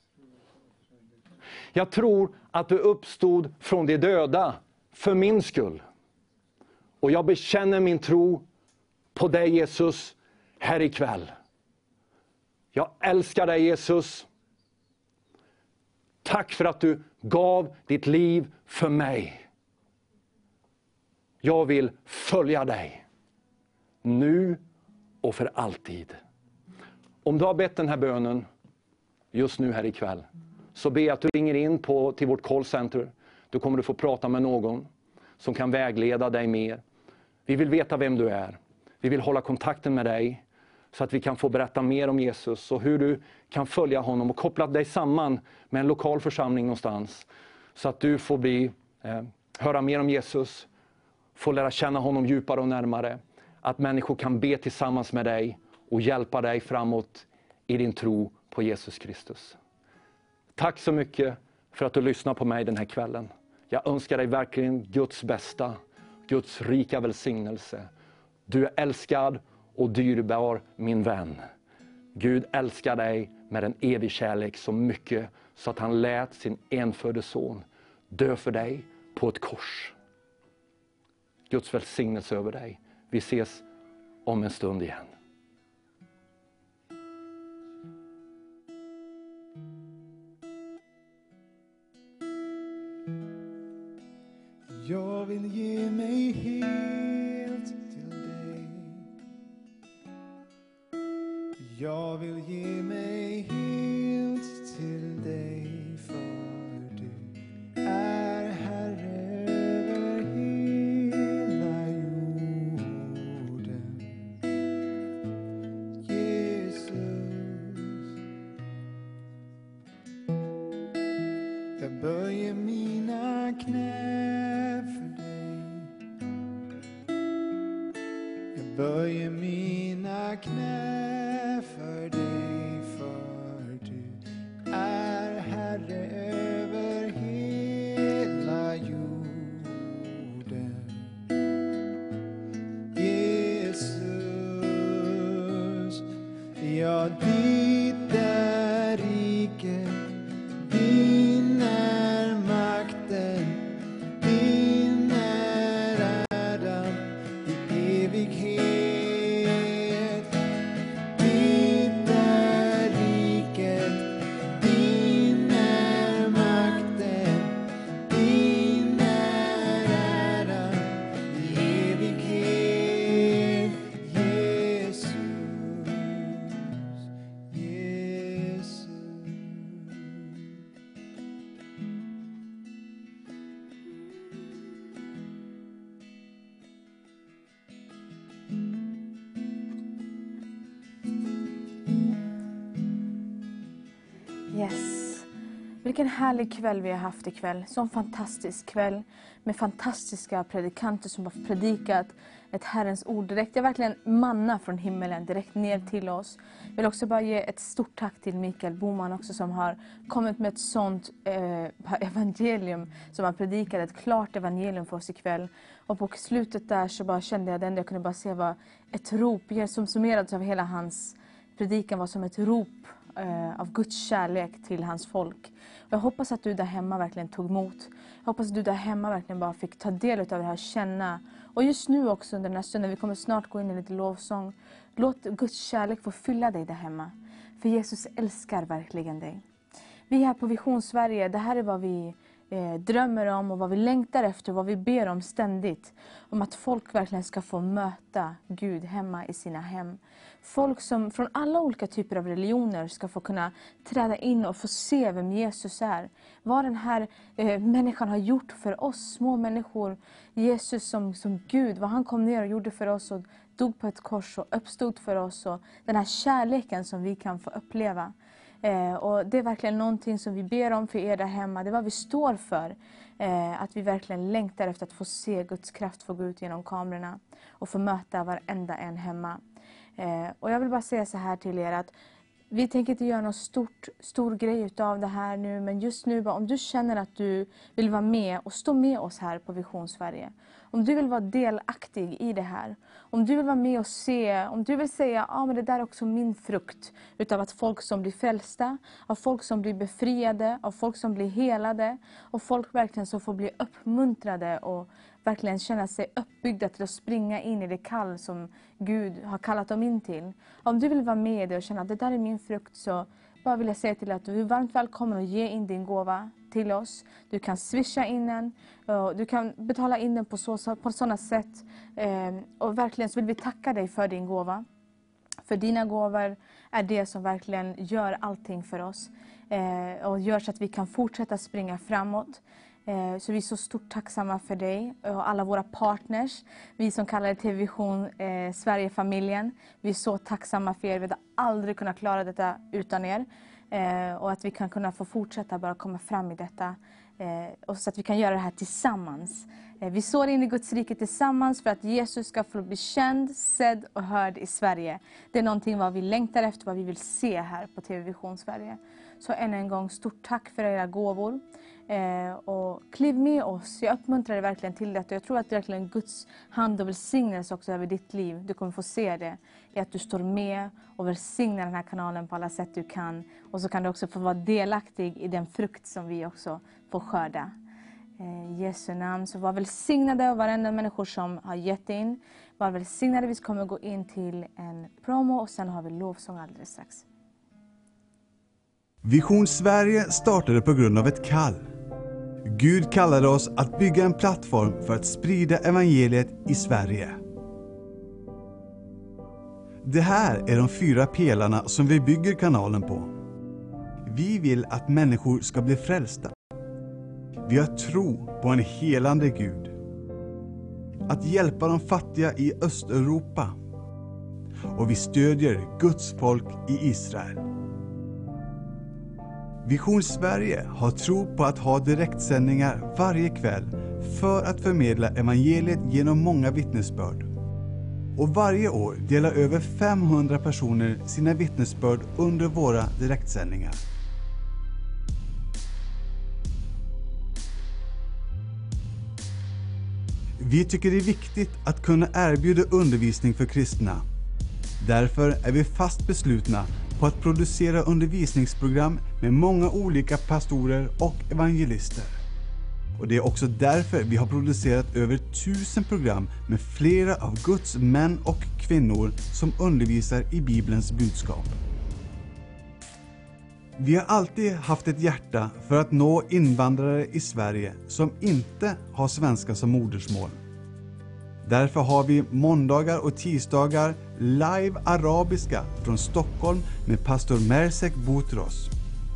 Speaker 4: Jag tror att du uppstod från de döda för min skull. Och jag bekänner min tro på dig Jesus här ikväll. Jag älskar dig Jesus. Tack för att du gav ditt liv för mig. Jag vill följa dig. Nu och för alltid. Om du har bett den här bönen just nu här ikväll, så be att du ringer in på, till vårt callcenter. Du kommer att få prata med någon som kan vägleda dig mer. Vi vill veta vem du är. Vi vill hålla kontakten med dig så att vi kan få berätta mer om Jesus och hur du kan följa honom och koppla dig samman med en lokal församling någonstans. Så att du får bli, eh, höra mer om Jesus, få lära känna honom djupare och närmare. Att människor kan be tillsammans med dig och hjälpa dig framåt i din tro på Jesus Kristus. Tack så mycket för att du lyssnar på mig den här kvällen. Jag önskar dig verkligen Guds bästa, Guds rika välsignelse. Du är älskad och dyrbar min vän. Gud älskar dig med en evig kärlek så mycket så att han lät sin enfödde son dö för dig på ett kors. Guds välsignelse över dig. Vi ses om en stund igen.
Speaker 2: Jag vill ge mig helt till dig. Jag vill ge mig helt till dig, för du är Herre över hela jorden. Jesus, jag böjer mina knän för dig. Jag böjer mina knän för dig, för du är Herre över hela jorden. Jesus, ja, ditt är riket, din är makten, din är äran.
Speaker 1: Yes. Vilken härlig kväll vi har haft ikväll. Så en fantastisk kväll med fantastiska predikanter som har predikat ett Herrens ord direkt. Det är verkligen manna från himmelen direkt ner till oss. Jag vill också bara ge ett stort tack till Mikael Boman också som har kommit med ett sånt eh, evangelium som har predikat ett klart evangelium för oss ikväll. Och på slutet där så bara kände jag den, jag kunde bara se vad ett rop som summerades av hela hans predikan var som ett rop eh, av Guds kärlek till hans folk. Och jag hoppas att du där hemma verkligen tog emot. Jag hoppas att du där hemma verkligen bara fick ta del av det här, känna. Och just nu också under den här stunden, vi kommer snart gå in i lite lovsång. Låt Guds kärlek få fylla dig där hemma. För Jesus älskar verkligen dig. Vi här på Vision Sverige, det här är vad vi eh, drömmer om och vad vi längtar efter, vad vi ber om ständigt. Om att folk verkligen ska få möta Gud hemma i sina hem. Folk som från alla olika typer av religioner ska få kunna träda in och få se vem Jesus är. Vad den här eh, människan har gjort för oss, små människor. Jesus som, som Gud, vad han kom ner och gjorde för oss och dog på ett kors och uppstod för oss. Och den här kärleken som vi kan få uppleva. Eh, och det är verkligen någonting som vi ber om för er där hemma. Det är vad vi står för. Eh, att vi verkligen längtar efter att få se Guds kraft få gå ut genom kamerorna. Och få möta varenda en hemma. Eh, och jag vill bara säga så här till er att vi tänker inte göra någon stort, stor grej utav det här nu. Men just nu, bara, om du känner att du vill vara med och stå med oss här på Vision Sverige. Om du vill vara delaktig i det här. Om du vill vara med och se. Om du vill säga, ja ah, men det där är också min frukt. Utav att folk som blir frälsta. Av folk som blir befriade. Av folk som blir helade. Och folk verkligen som får bli uppmuntrade. Och verkligen känna sig uppbyggda till att springa in i det kall som Gud har kallat dem in till. Om du vill vara med i det och känna att det där är min frukt, så bara vill jag säga till dig att du är varmt välkommen att ge in din gåva till oss. Du kan swisha in den. Du kan betala in den på, så, på sådana sätt. Och verkligen så vill vi tacka dig för din gåva. För dina gåvor är det som verkligen gör allting för oss. Och gör så att vi kan fortsätta springa framåt. Så vi är så stort tacksamma för dig och alla våra partners. Vi som kallar det T V-vision eh, Sverige-familjen. Vi är så tacksamma för er. Vi hade aldrig kunnat klara detta utan er. Eh, och att vi kan kunna få fortsätta bara komma fram i detta. Eh, och så att vi kan göra det här tillsammans. Eh, vi står in i Guds rike tillsammans för att Jesus ska få bli känd, sedd och hörd i Sverige. Det är någonting vad vi längtar efter, vad vi vill se här på T V-vision Sverige. Så än en gång, stort tack för era gåvor. Eh, och kliv med oss. Jag uppmuntrar dig verkligen till detta. Jag tror att det är verkligen Guds hand och välsignelse också över ditt liv. Du kommer få se det i att du står med och välsignar den här kanalen på alla sätt du kan. Och så kan du också få vara delaktig i den frukt som vi också får skörda. Eh, I Jesu namn. Så var välsignade av varenda människor som har gett in. Var välsignade. Vi kommer gå in till en promo och sen har vi lovsång alldeles strax.
Speaker 5: Vision Sverige startade på grund av ett kall. Gud kallade oss att bygga en plattform för att sprida evangeliet i Sverige. Det här är de fyra pelarna som vi bygger kanalen på. Vi vill att människor ska bli frälsta. Vi har tro på en helande Gud. Att hjälpa de fattiga i Östeuropa. Och vi stödjer Guds folk i Israel. Vision Sverige har tro på att ha direktsändningar varje kväll för att förmedla evangeliet genom många vittnesbörd. Och varje år delar över femhundra personer sina vittnesbörd under våra direktsändningar. Vi tycker det är viktigt att kunna erbjuda undervisning för kristna. Därför är vi fast beslutna på att producera undervisningsprogram med många olika pastorer och evangelister. Och det är också därför vi har producerat över tusen program med flera av Guds män och kvinnor som undervisar i Bibelns budskap. Vi har alltid haft ett hjärta för att nå invandrare i Sverige som inte har svenska som modersmål. Därför har vi måndagar och tisdagar live arabiska från Stockholm med pastor Mersek Boutros.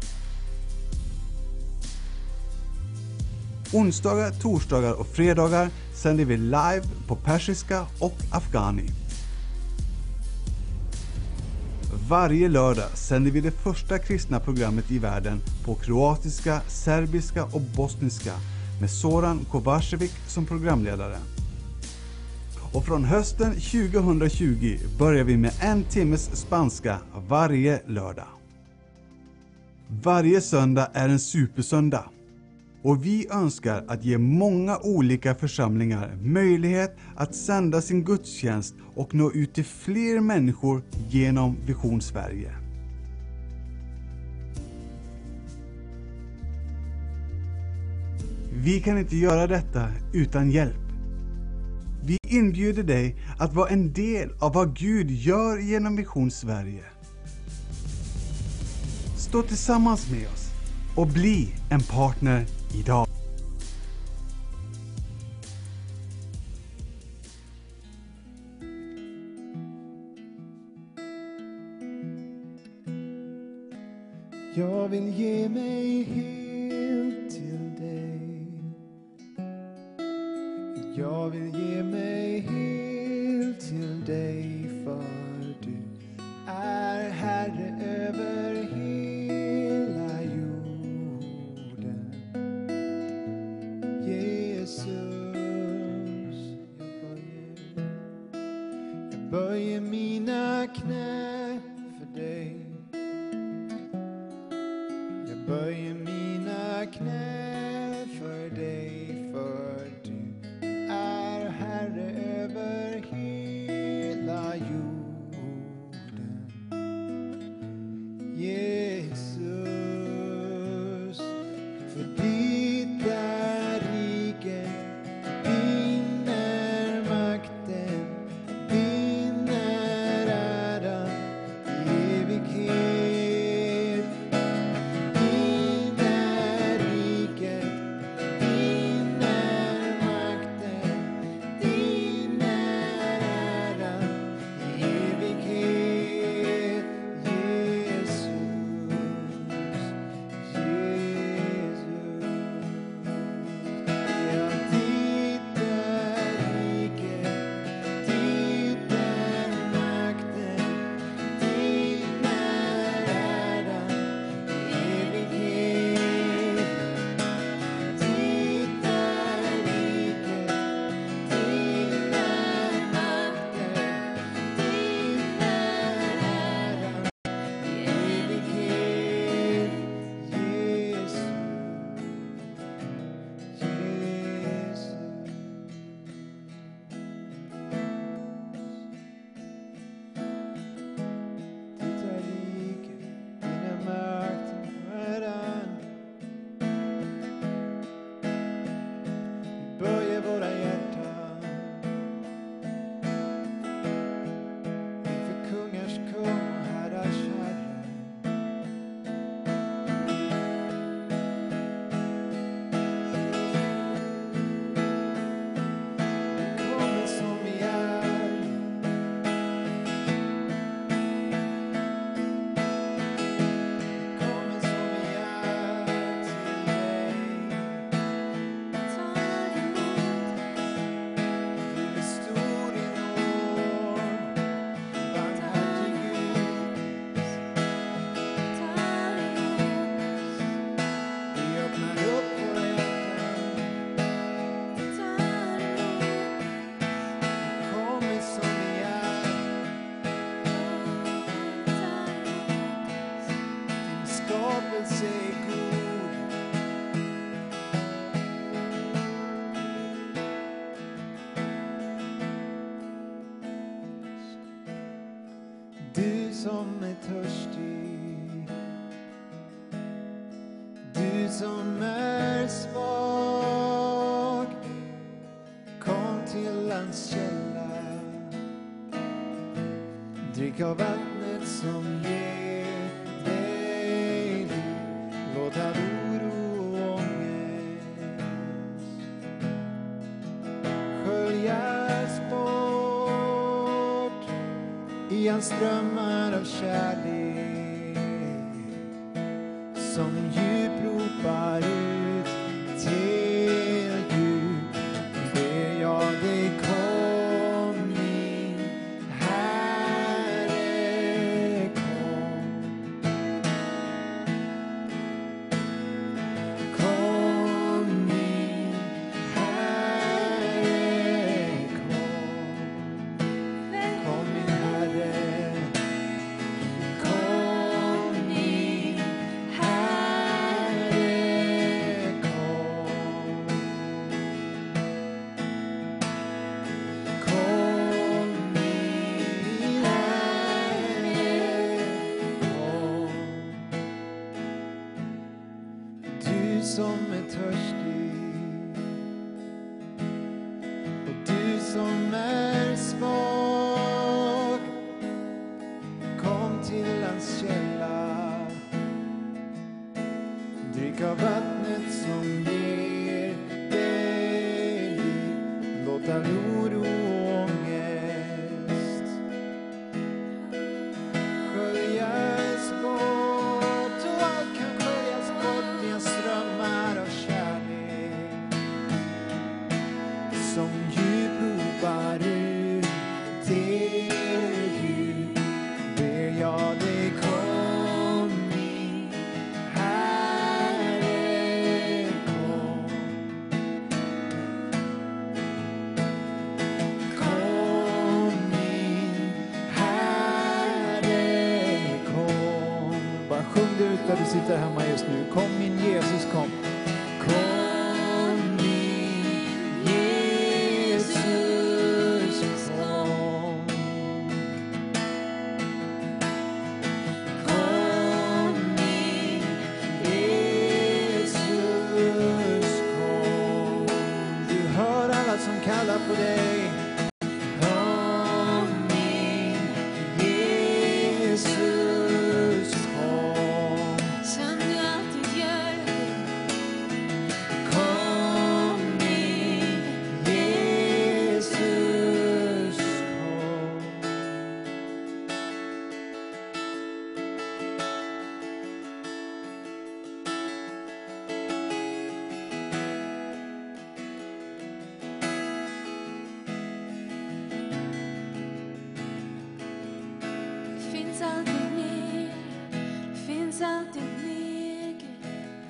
Speaker 5: Onsdagar, torsdagar och fredagar sänder vi live på persiska och afghani. Varje lördag sänder vi det första kristna programmet i världen på kroatiska, serbiska och bosniska med Zoran Kovačević som programledare. Och från hösten tjugohundratjugo börjar vi med en timmes spanska varje lördag. Varje söndag är en supersöndag. Och vi önskar att ge många olika församlingar möjlighet att sända sin gudstjänst och nå ut till fler människor genom Vision Sverige. Vi kan inte göra detta utan hjälp. Vi inbjuder dig att vara en del av vad Gud gör genom Vision Sverige. Stå tillsammans med oss och bli en partner idag.
Speaker 2: Jag vill ge mig helt till dig. Jag vill ge mig helt till dig, för du är Herre över hela jorden. Jesus, jag böjer, jag böjer mina knä för dig. Jag böjer mina knä för dig, för du är Herre över hela jorden. Jesus, för ditt är riket, din är makten, din är äran i evighet. Din är riket, din är makten, din är äran i evighet. Jesus, Jesus. Ja, ditt är riket, ditt är makten, din är äran i evighet. Ditt är riket, din är makten, din är äran i evighet. Jesus, Jesus. Ditt är riket, din är makten och äran. Vi böjer våra hjärtan inför kungars kung och herrars herre. Vi kommer som vi är. Vi kommer som vi är till dig. Du är stor i nåd, barmhärtig Gud. Vi öppnar upp våra hjärtan. Vi kommer som vi är. Din skapelse är god. Du som är törstig, du som är svag, kom till hans källa. Drick av vattnet som ger dig liv. Låt all oro och ångest sköljas bort i hans strömmar av kärlek, som djup ropar ut till Gud. Ber jag dig, kom min Herre, kom. som är törstig och du som är svag, kom till hans källa, drick av vattnet som ger dig liv, låt all oro och ångest sköljas bort, och allt kan sköljas bort i en strömmar av kärlek som djup ropar ut till Gud. Ber jag dig, kom min Herre, kom. Kom min Herre, kom. Bara sjung det ut där du sitter hemma just nu. Kom min Jesus, kom. Kom min Jesus, kom. Kom min Jesus, kom. Du hör alla som kallar på dig. Kom min Jesus, kom.
Speaker 3: Som du alltid gör.
Speaker 2: Kom min Jesus, kom.
Speaker 3: Det finns alltid mer, det finns alltid mer, Gud.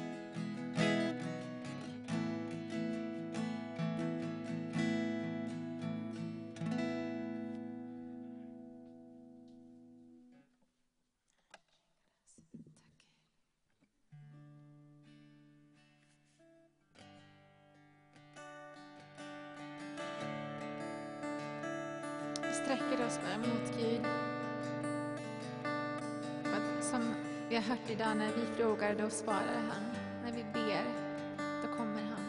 Speaker 3: Vi sträcker oss bara mot Gud. Och som vi har hört idag, när vi frågar, då svarar han. När vi ber, då kommer han.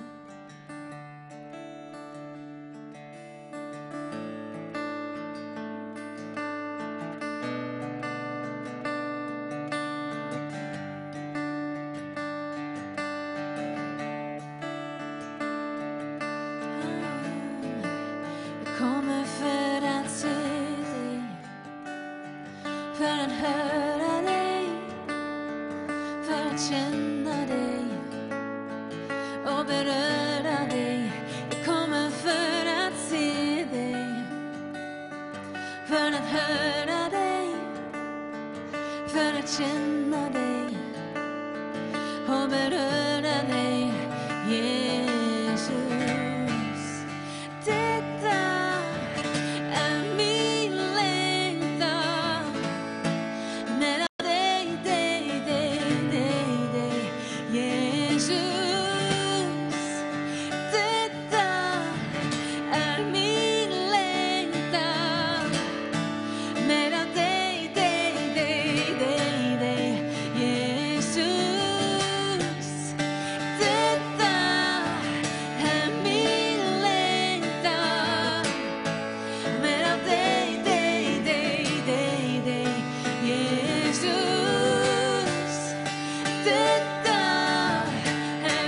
Speaker 3: Jag kommer för att se dig, för att höra dig, för att känna dig och beröra dig. Jag kommer för att se dig, för att höra dig, för att känna dig och beröra dig, Jesus. Detta är min längtan, nära dig, dig, dig, dig, dig, Jesus. Detta är min längtan, nära dig, dig, dig, dig, dig, Jesus. Detta är min längtan, nära dig, dig, dig, dig, dig, Jesus. Detta är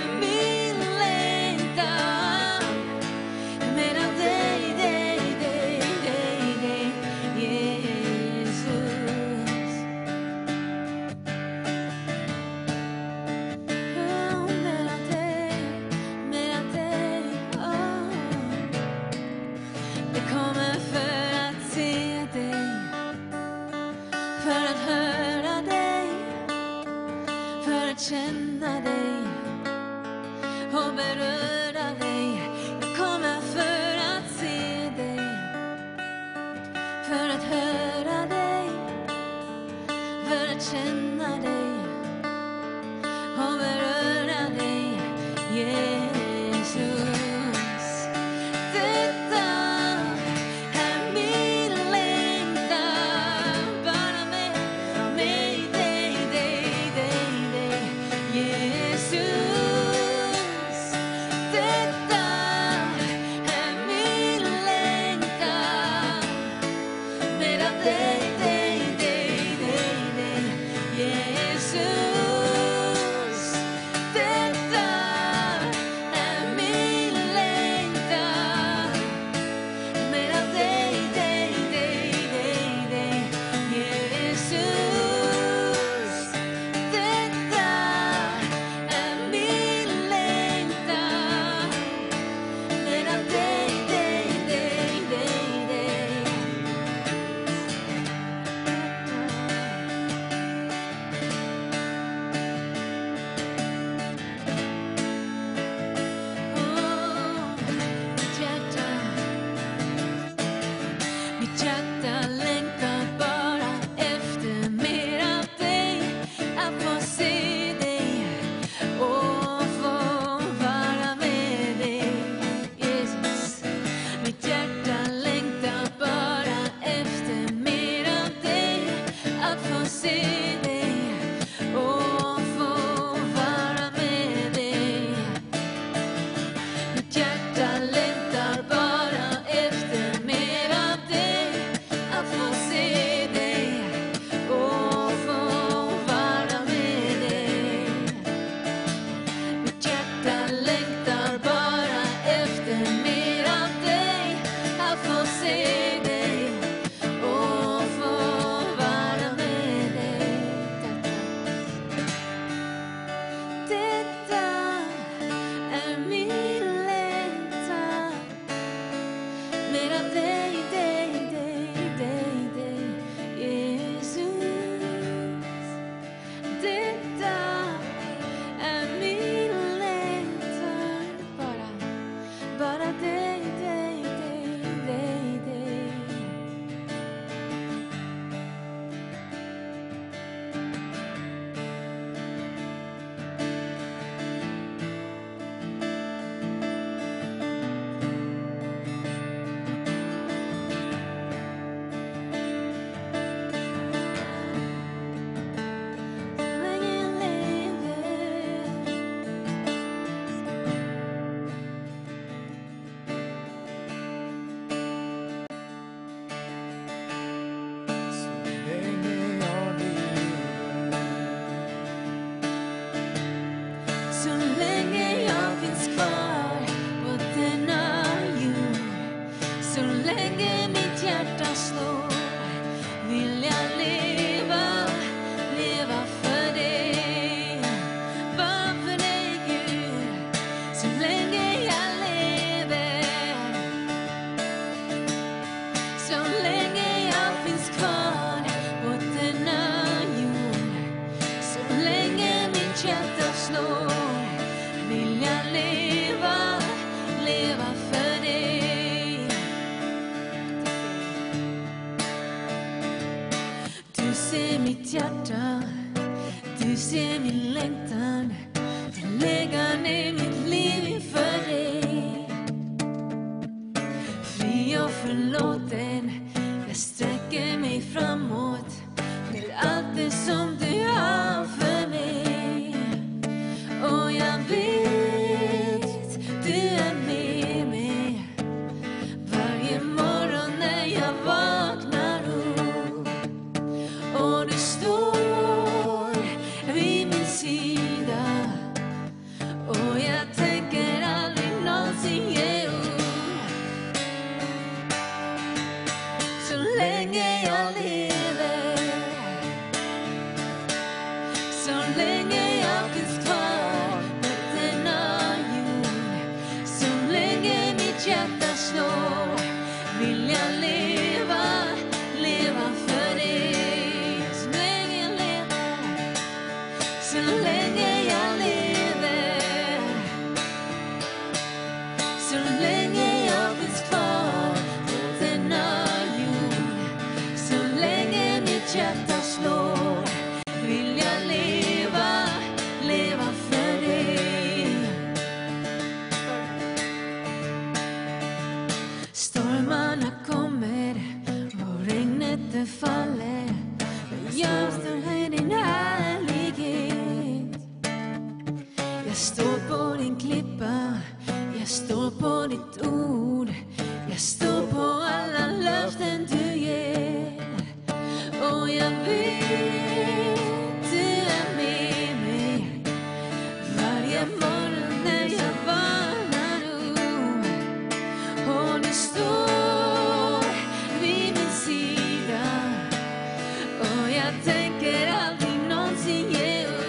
Speaker 3: Jag står på din klippa, jag står på ditt ord, jag står på alla löften du ger. Och jag vet du är med mig varje morgon när jag vaknar upp. Och du står vid min sida, och jag tänker aldrig någonsin ge upp.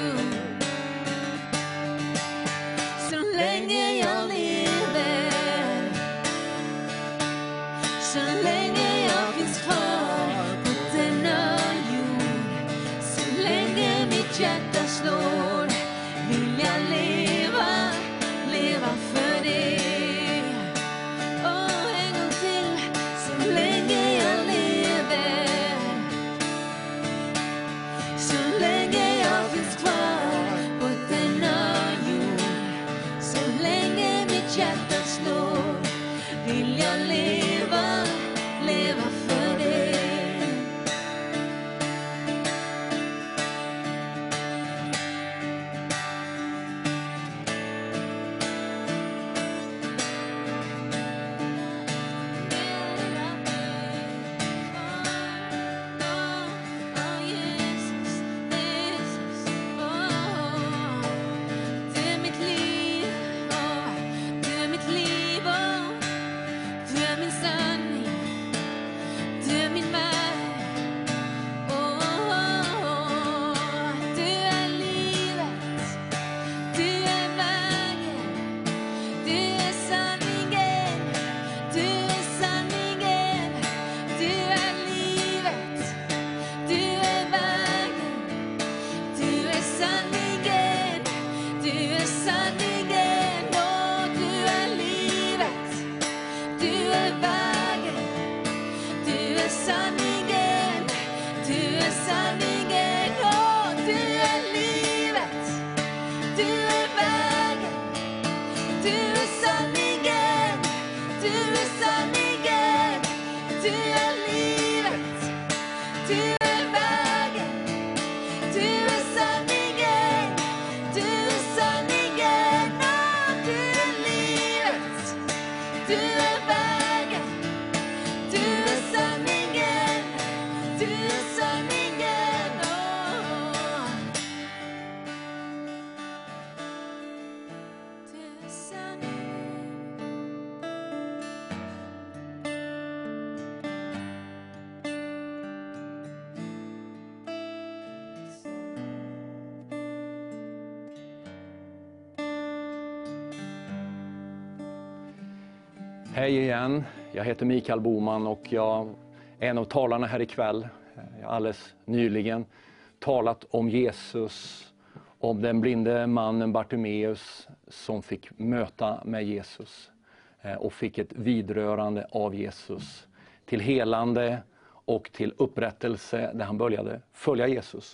Speaker 3: Så länge jag lever, så länge jag finns kvar på denna jord, så länge mitt hjärta slår, vill jag leva, leva för dig. Och en gång till, så länge jag lever, så länge jag finns kvar på denna jord, så länge mitt hjärta slår, vill jag leva, leva för dig. Oh, Jesus, Jesus, oh, du är mitt liv, oh, du är mitt liv, oh, du är min sanning, du är min väg, oh, oh, oh, du är livet, du är vägen, du är sanningen, du är sanningen, du är livet, du är vägen, du är sanningen, du är sanningen, och du är livet, du är vägen, du är sanningen, du är sanningen, och du är livet, du är vägen, du är sanningen, du är sanningen, du är livet, du är vägen, du är sanningen, du är sanningen, och du är livet, du är vägen, du är sanningen, du är sanningen, oh, du är sanningen.
Speaker 4: Hej igen, jag heter Mikael Boman och jag är en av talarna här ikväll. Jag har alldeles nyligen talat om Jesus, om den blinde mannen Bartimeus som fick möta med Jesus och fick ett vidrörande av Jesus till helande och till upprättelse där han började följa Jesus.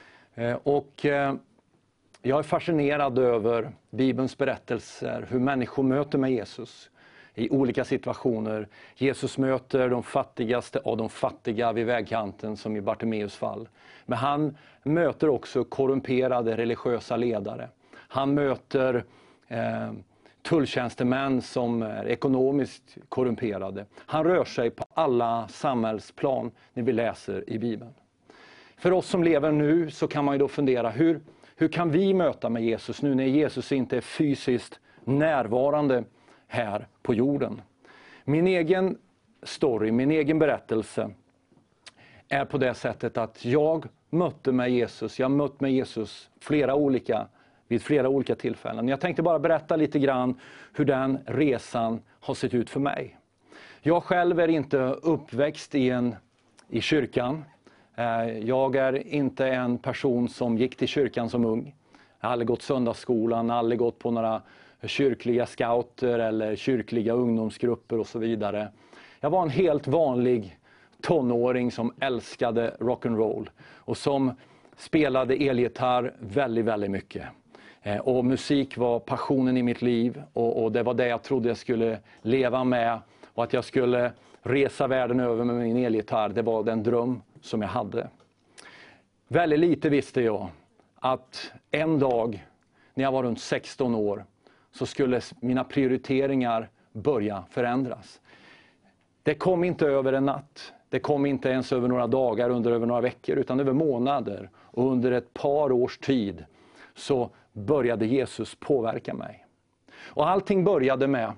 Speaker 4: Och jag är fascinerad över Bibelns berättelser, hur människor möter med Jesus i olika situationer. Jesus möter de fattigaste av de fattiga vid vägkanten, som i Bartimeus fall. Men han möter också korrumperade religiösa ledare. Han möter eh, tulltjänstemän som är ekonomiskt korrumperade. Han rör sig på alla samhällsplan när vi läser i Bibeln. För oss som lever nu så kan man ju då fundera, hur, hur kan vi möta med Jesus nu när Jesus inte är fysiskt närvarande här på jorden? Min egen story, min egen berättelse är på det sättet att jag mötte med Jesus. Jag mött med Jesus flera olika, vid flera olika tillfällen. Jag tänkte bara berätta lite grann hur den resan har sett ut för mig. Jag själv är inte uppväxt i, en, i kyrkan. Jag är inte en person som gick till kyrkan som ung. Jag har aldrig gått söndagsskolan, aldrig gått på några kyrkliga scouter eller kyrkliga ungdomsgrupper och så vidare. Jag var en helt vanlig tonåring som älskade rock'n'roll och som spelade elgitarr väldigt, väldigt mycket. Och musik var passionen i mitt liv och, och det var det jag trodde jag skulle leva med, och att jag skulle resa världen över med min elgitarr, det var den dröm som jag hade. Väldigt lite visste jag att en dag när jag var runt sexton år, så skulle mina prioriteringar börja förändras. Det kom inte över en natt. Det kom inte ens över några dagar, under över några veckor, utan över månader. Och under ett par års tid så började Jesus påverka mig. Och allting började med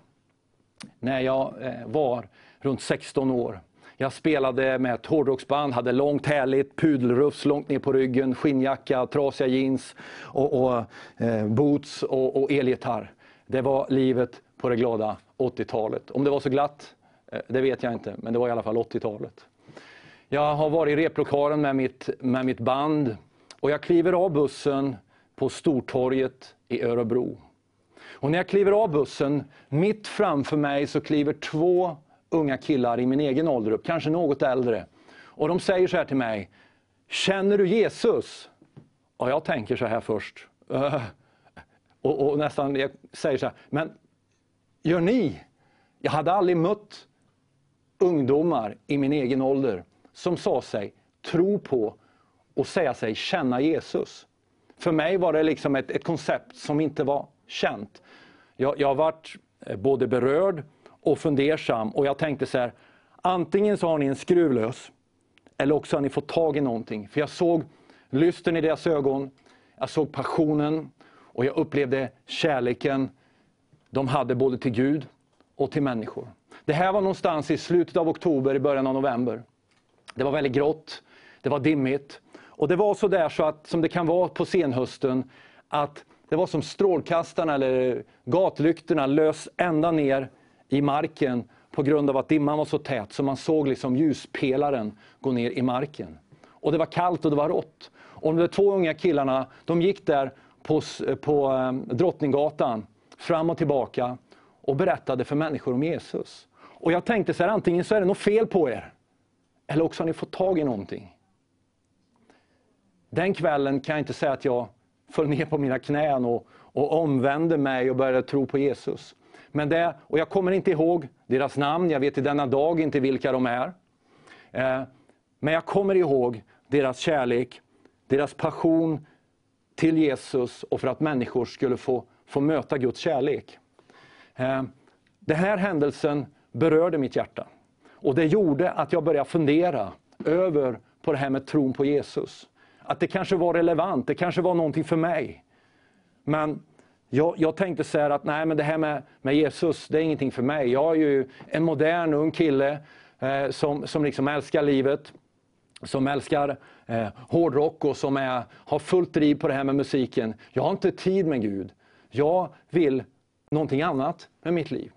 Speaker 4: när jag var runt sexton år. Jag spelade med ett hårdrocksband, hade långt härligt, pudelrufs långt ner på ryggen, skinnjacka, trasiga jeans och, och eh, boots och, och elgitarr. Det var livet på det glada åttiotalet. Om det var så glatt, eh, det vet jag inte, men det var i alla fall åttiotalet. Jag har varit i replokalen med mitt, med mitt band och jag kliver av bussen på Stortorget i Örebro. Och när jag kliver av bussen, mitt framför mig så kliver två unga killar i min egen ålder upp, kanske något äldre. Och de säger så här till mig: känner du Jesus? Och jag tänker så här först. Uh, och, och nästan jag säger så här, men gör ni? Jag hade aldrig mött ungdomar i min egen ålder som sa sig tro på och säga sig känna Jesus. För mig var det liksom ett, ett koncept som inte var känt. Jag, jag har varit både berörd och fundersam, och jag tänkte så här: antingen så har ni en skruvlös, eller också har ni fått tag i någonting. För jag såg lysten i deras ögon, jag såg passionen och jag upplevde kärleken de hade både till Gud och till människor. Det här var någonstans i slutet av oktober, i början av november. Det var väldigt grått, det var dimmigt, och det var så där så att, som det kan vara på senhösten, att det var som strålkastarna eller gatlyktorna lös ända ner i marken på grund av att dimman var så tät, så man såg liksom ljuspelaren gå ner i marken. Och det var kallt och det var rått. Och de två unga killarna, de gick där på, på Drottninggatan fram och tillbaka och berättade för människor om Jesus. Och jag tänkte så här, antingen så är det något fel på er, eller också har ni fått tag i någonting. Den kvällen kan jag inte säga att jag föll ner på mina knän och, och omvände mig och började tro på Jesus. Men det, och jag kommer inte ihåg deras namn, jag vet i denna dag inte vilka de är. Eh, men jag kommer ihåg deras kärlek, deras passion till Jesus och för att människor skulle få, få möta Guds kärlek. Eh, den här händelsen berörde mitt hjärta. Och det gjorde att jag började fundera över på det här med tron på Jesus. Att det kanske var relevant, det kanske var någonting för mig. Men jag, jag tänkte så här att nej, men det här med, med Jesus, det är ingenting för mig. Jag är ju en modern ung kille eh, som, som liksom älskar livet. Som älskar eh, hårdrock och som är, har fullt driv på det här med musiken. Jag har inte tid med Gud. Jag vill någonting annat med mitt liv.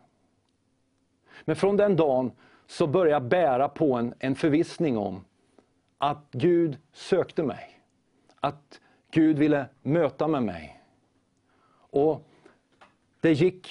Speaker 4: Men från den dagen så började jag bära på en, en förvissning om att Gud sökte mig. Att Gud ville möta med mig. Och det gick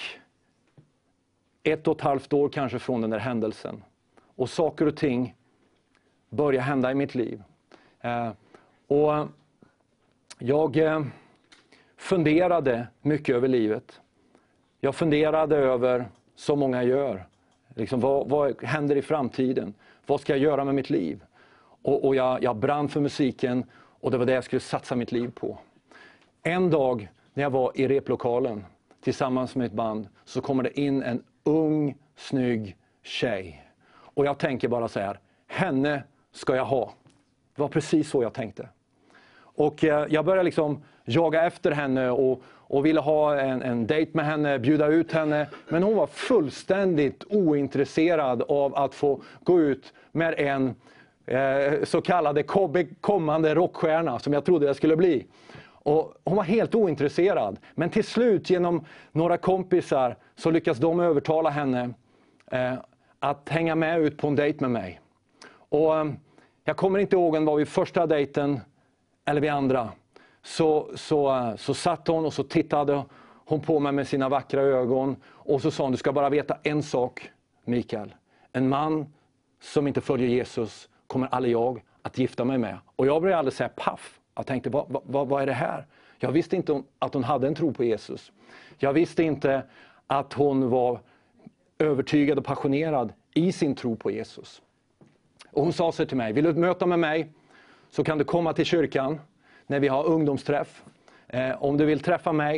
Speaker 4: ett och ett halvt år kanske från den där händelsen. Och saker och ting började hända i mitt liv. Eh, och jag eh, funderade mycket över livet. Jag funderade över, som många gör, liksom, vad, vad händer i framtiden? Vad ska jag göra med mitt liv? Och, och jag, jag brann för musiken, och det var det jag skulle satsa mitt liv på. En dag när jag var i replokalen tillsammans med ett band, så kommer det in en ung, snygg tjej. Och jag tänker bara så här: henne ska jag ha. Det var precis så jag tänkte. Och eh, jag började liksom jaga efter henne och, och ville ha en, en dejt med henne, bjuda ut henne. Men hon var fullständigt ointresserad av att få gå ut med en eh, så kallade kommande rockstjärna som jag trodde jag skulle bli. Och hon var helt ointresserad. Men till slut, genom några kompisar, så lyckas de övertala henne eh, att hänga med ut på en dejt med mig. Och eh, jag kommer inte ihåg om det var vid första dejten eller vid andra. Så, så, så satt hon och så tittade hon på mig med sina vackra ögon. Och så sa hon: du ska bara veta en sak, Mikael. En man som inte följer Jesus kommer aldrig jag att gifta mig med. Och jag blev alldeles så här paff. Jag tänkte, vad, vad, vad är det här? Jag visste inte att hon hade en tro på Jesus. Jag visste inte att hon var övertygad och passionerad i sin tro på Jesus. Och hon sa så till mig: vill du möta med mig så kan du komma till kyrkan när vi har ungdomsträff. Eh, om du vill träffa mig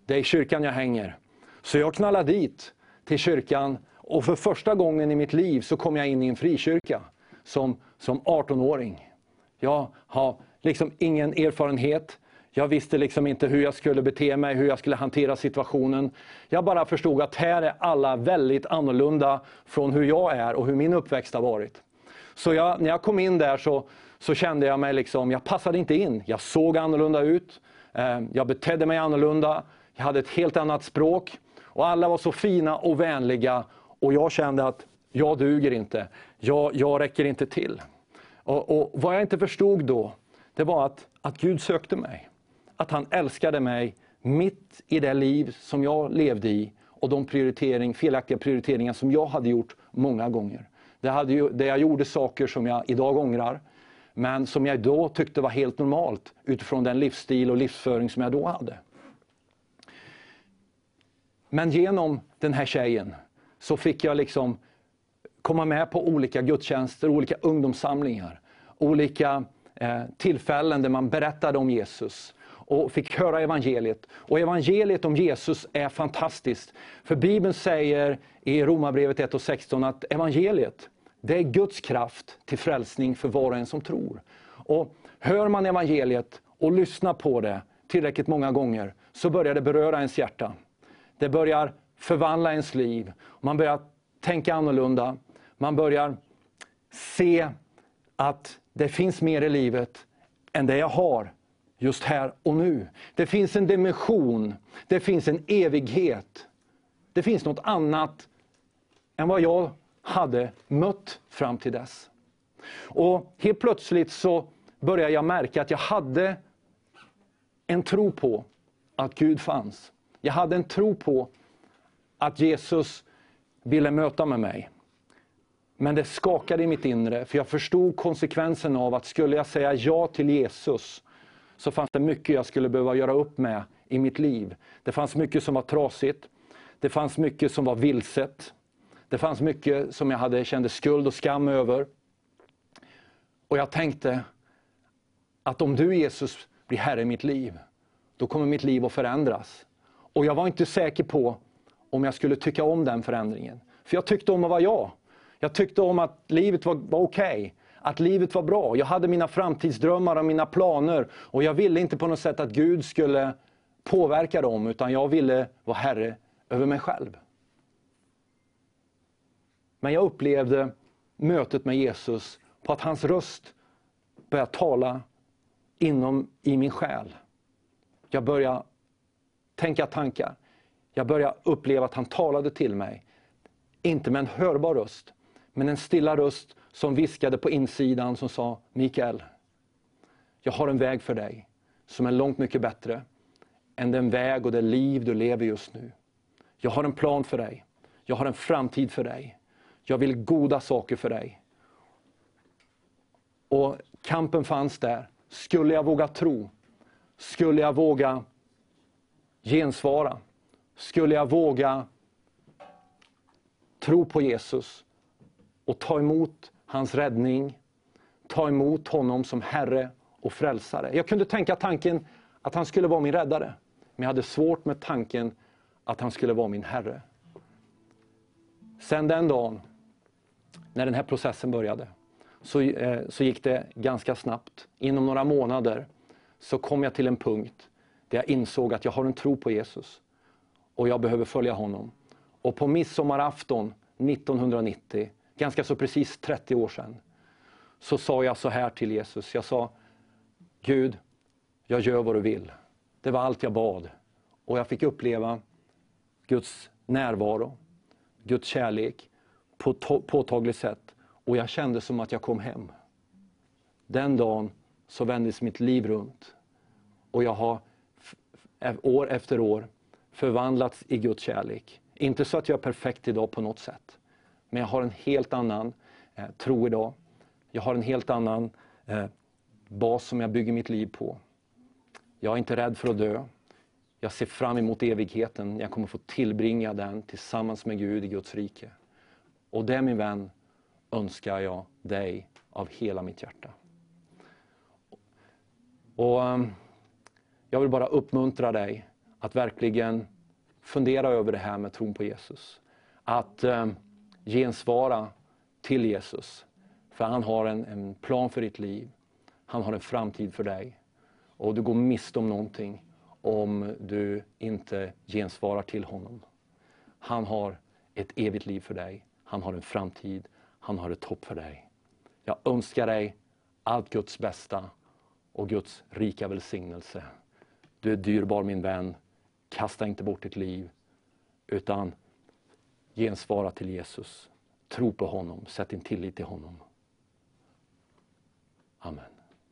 Speaker 4: Det är i kyrkan jag hänger. Så jag knallar dit till kyrkan och för första gången i mitt liv så kom jag in i en frikyrka som, som arton-åring. Jag har liksom ingen erfarenhet. Jag visste liksom inte hur jag skulle bete mig, hur jag skulle hantera situationen. Jag bara förstod att här är alla väldigt annorlunda från hur jag är och hur min uppväxt har varit. Så jag, när jag kom in där så, så kände jag mig liksom, jag passade inte in. Jag såg annorlunda ut, eh, jag betedde mig annorlunda, jag hade ett helt annat språk. Och alla var så fina och vänliga och jag kände att jag duger inte, jag, jag räcker inte till. Och, och vad jag inte förstod då, det var att, att Gud sökte mig. Att han älskade mig mitt i det liv som jag levde i och de prioritering, felaktiga prioriteringar som jag hade gjort många gånger. Det, hade ju, det jag gjorde saker som jag idag ångrar, men som jag då tyckte var helt normalt utifrån den livsstil och livsföring som jag då hade. Men genom den här tjejen så fick jag liksom komma med på olika gudstjänster, olika ungdomssamlingar, olika eh, tillfällen där man berättade om Jesus och fick höra evangeliet. Och evangeliet om Jesus är fantastiskt. För Bibeln säger i Romarbrevet ett och sexton att evangeliet, det är Guds kraft till frälsning för var och en som tror. Och hör man evangeliet och lyssnar på det tillräckligt många gånger så börjar det beröra ens hjärta. Det börjar förvandla ens liv. Man börjar tänka annorlunda. Man börjar se att det finns mer i livet än det jag har just här och nu. Det finns en dimension. Det finns en evighet. Det finns något annat än vad jag hade mött fram till dess. Och helt plötsligt så började jag märka att jag hade en tro på att Gud fanns. Jag hade en tro på att Jesus ville möta med mig. Men det skakade i mitt inre, för jag förstod konsekvensen av att skulle jag säga ja till Jesus så fanns det mycket jag skulle behöva göra upp med i mitt liv. Det fanns mycket som var trasigt. Det fanns mycket som var vilset. Det fanns mycket som jag hade kände skuld och skam över. Och jag tänkte att om du Jesus blir Herre i mitt liv, då kommer mitt liv att förändras. Och jag var inte säker på om jag skulle tycka om den förändringen. För jag tyckte om att vara jag. Jag tyckte om att livet var, var okej. Okay. Att livet var bra. Jag hade mina framtidsdrömmar och mina planer. Och jag ville inte på något sätt att Gud skulle påverka dem. Utan jag ville vara Herre över mig själv. Men jag upplevde mötet med Jesus på att hans röst började tala inom i min själ. Jag började tänka tankar. Jag började uppleva att han talade till mig. Inte med en hörbar röst, men en stilla röst som viskade på insidan som sa: Mikael, jag har en väg för dig som är långt mycket bättre än den väg och det liv du lever just nu. Jag har en plan för dig. Jag har en framtid för dig. Jag vill goda saker för dig. Och kampen fanns där. Skulle jag våga tro? Skulle jag våga gensvara? Skulle jag våga tro på Jesus och ta emot hans räddning, ta emot honom som Herre och frälsare? Jag kunde tänka tanken att han skulle vara min räddare, men jag hade svårt med tanken att han skulle vara min Herre. Sen den dagen när den här processen började så, eh, så gick det ganska snabbt. Inom några månader så kom jag till en punkt där jag insåg att jag har en tro på Jesus och jag behöver följa honom. Och på midsommarafton nittonhundranittio, ganska så precis trettio år sedan, så sa jag så här till Jesus. Jag sa: Gud, jag gör vad du vill. Det var allt jag bad. Och jag fick uppleva Guds närvaro, Guds kärlek på ett påtagligt sätt. Och jag kände som att jag kom hem. Den dagen så vändes mitt liv runt. Och jag har år efter år förvandlats i Guds kärlek. Inte så att jag är perfekt idag på något sätt. Men jag har en helt annan eh, tro idag. Jag har en helt annan eh, bas som jag bygger mitt liv på. Jag är inte rädd för att dö. Jag ser fram emot evigheten. Jag kommer få tillbringa den tillsammans med Gud i Guds rike. Och det, min vän, önskar jag dig av hela mitt hjärta. Och um, jag vill bara uppmuntra dig att verkligen fundera över det här med tron på Jesus. Att eh, gensvara till Jesus. För han har en, en plan för ditt liv. Han har en framtid för dig. Och du går miste om någonting om du inte gensvarar till honom. Han har ett evigt liv för dig. Han har en framtid. Han har ett hopp för dig. Jag önskar dig allt Guds bästa och Guds rika välsignelse. Du är dyrbar min vän. Kasta inte bort ditt liv. Utan gensvara till Jesus. Tro på honom. Sätt din tillit till honom. Amen.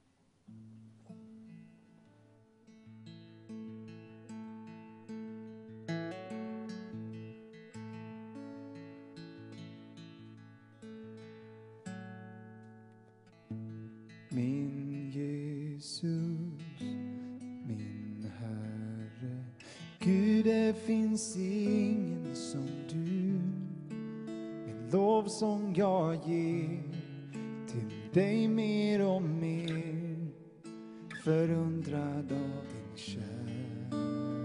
Speaker 2: Min Jesus, min Herre, Gud, det finns ingen som du. Min lovsång jag ger till dig mer och mer, förundrad av din kärleks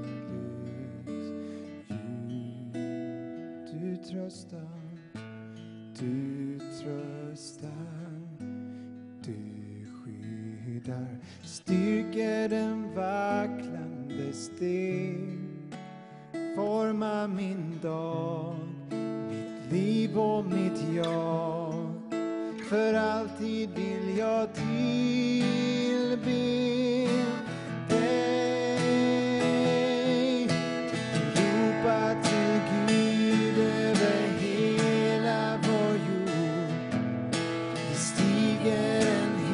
Speaker 2: ljus. Du tröstar, du tröstar, du styrker den vacklande steg, forma min dag, mitt liv och mitt jag. För alltid vill jag tillbe dig, ropa till Gud över hela vår jord. Vi stiger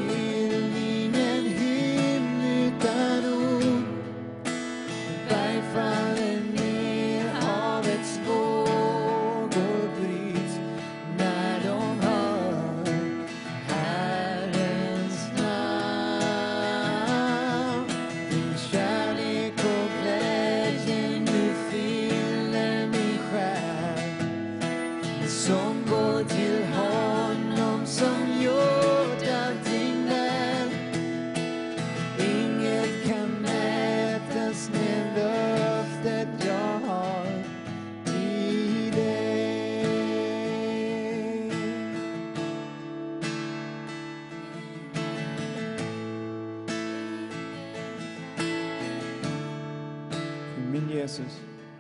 Speaker 2: Jesus,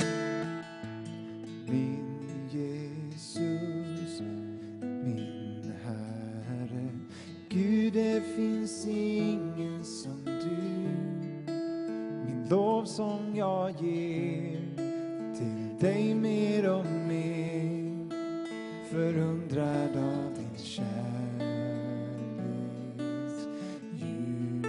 Speaker 2: min Jesus, min Herre, Gud, det finns ingen som du. Min lovsång jag ger till dig mer och mer, förundrad av din kärleks ljus.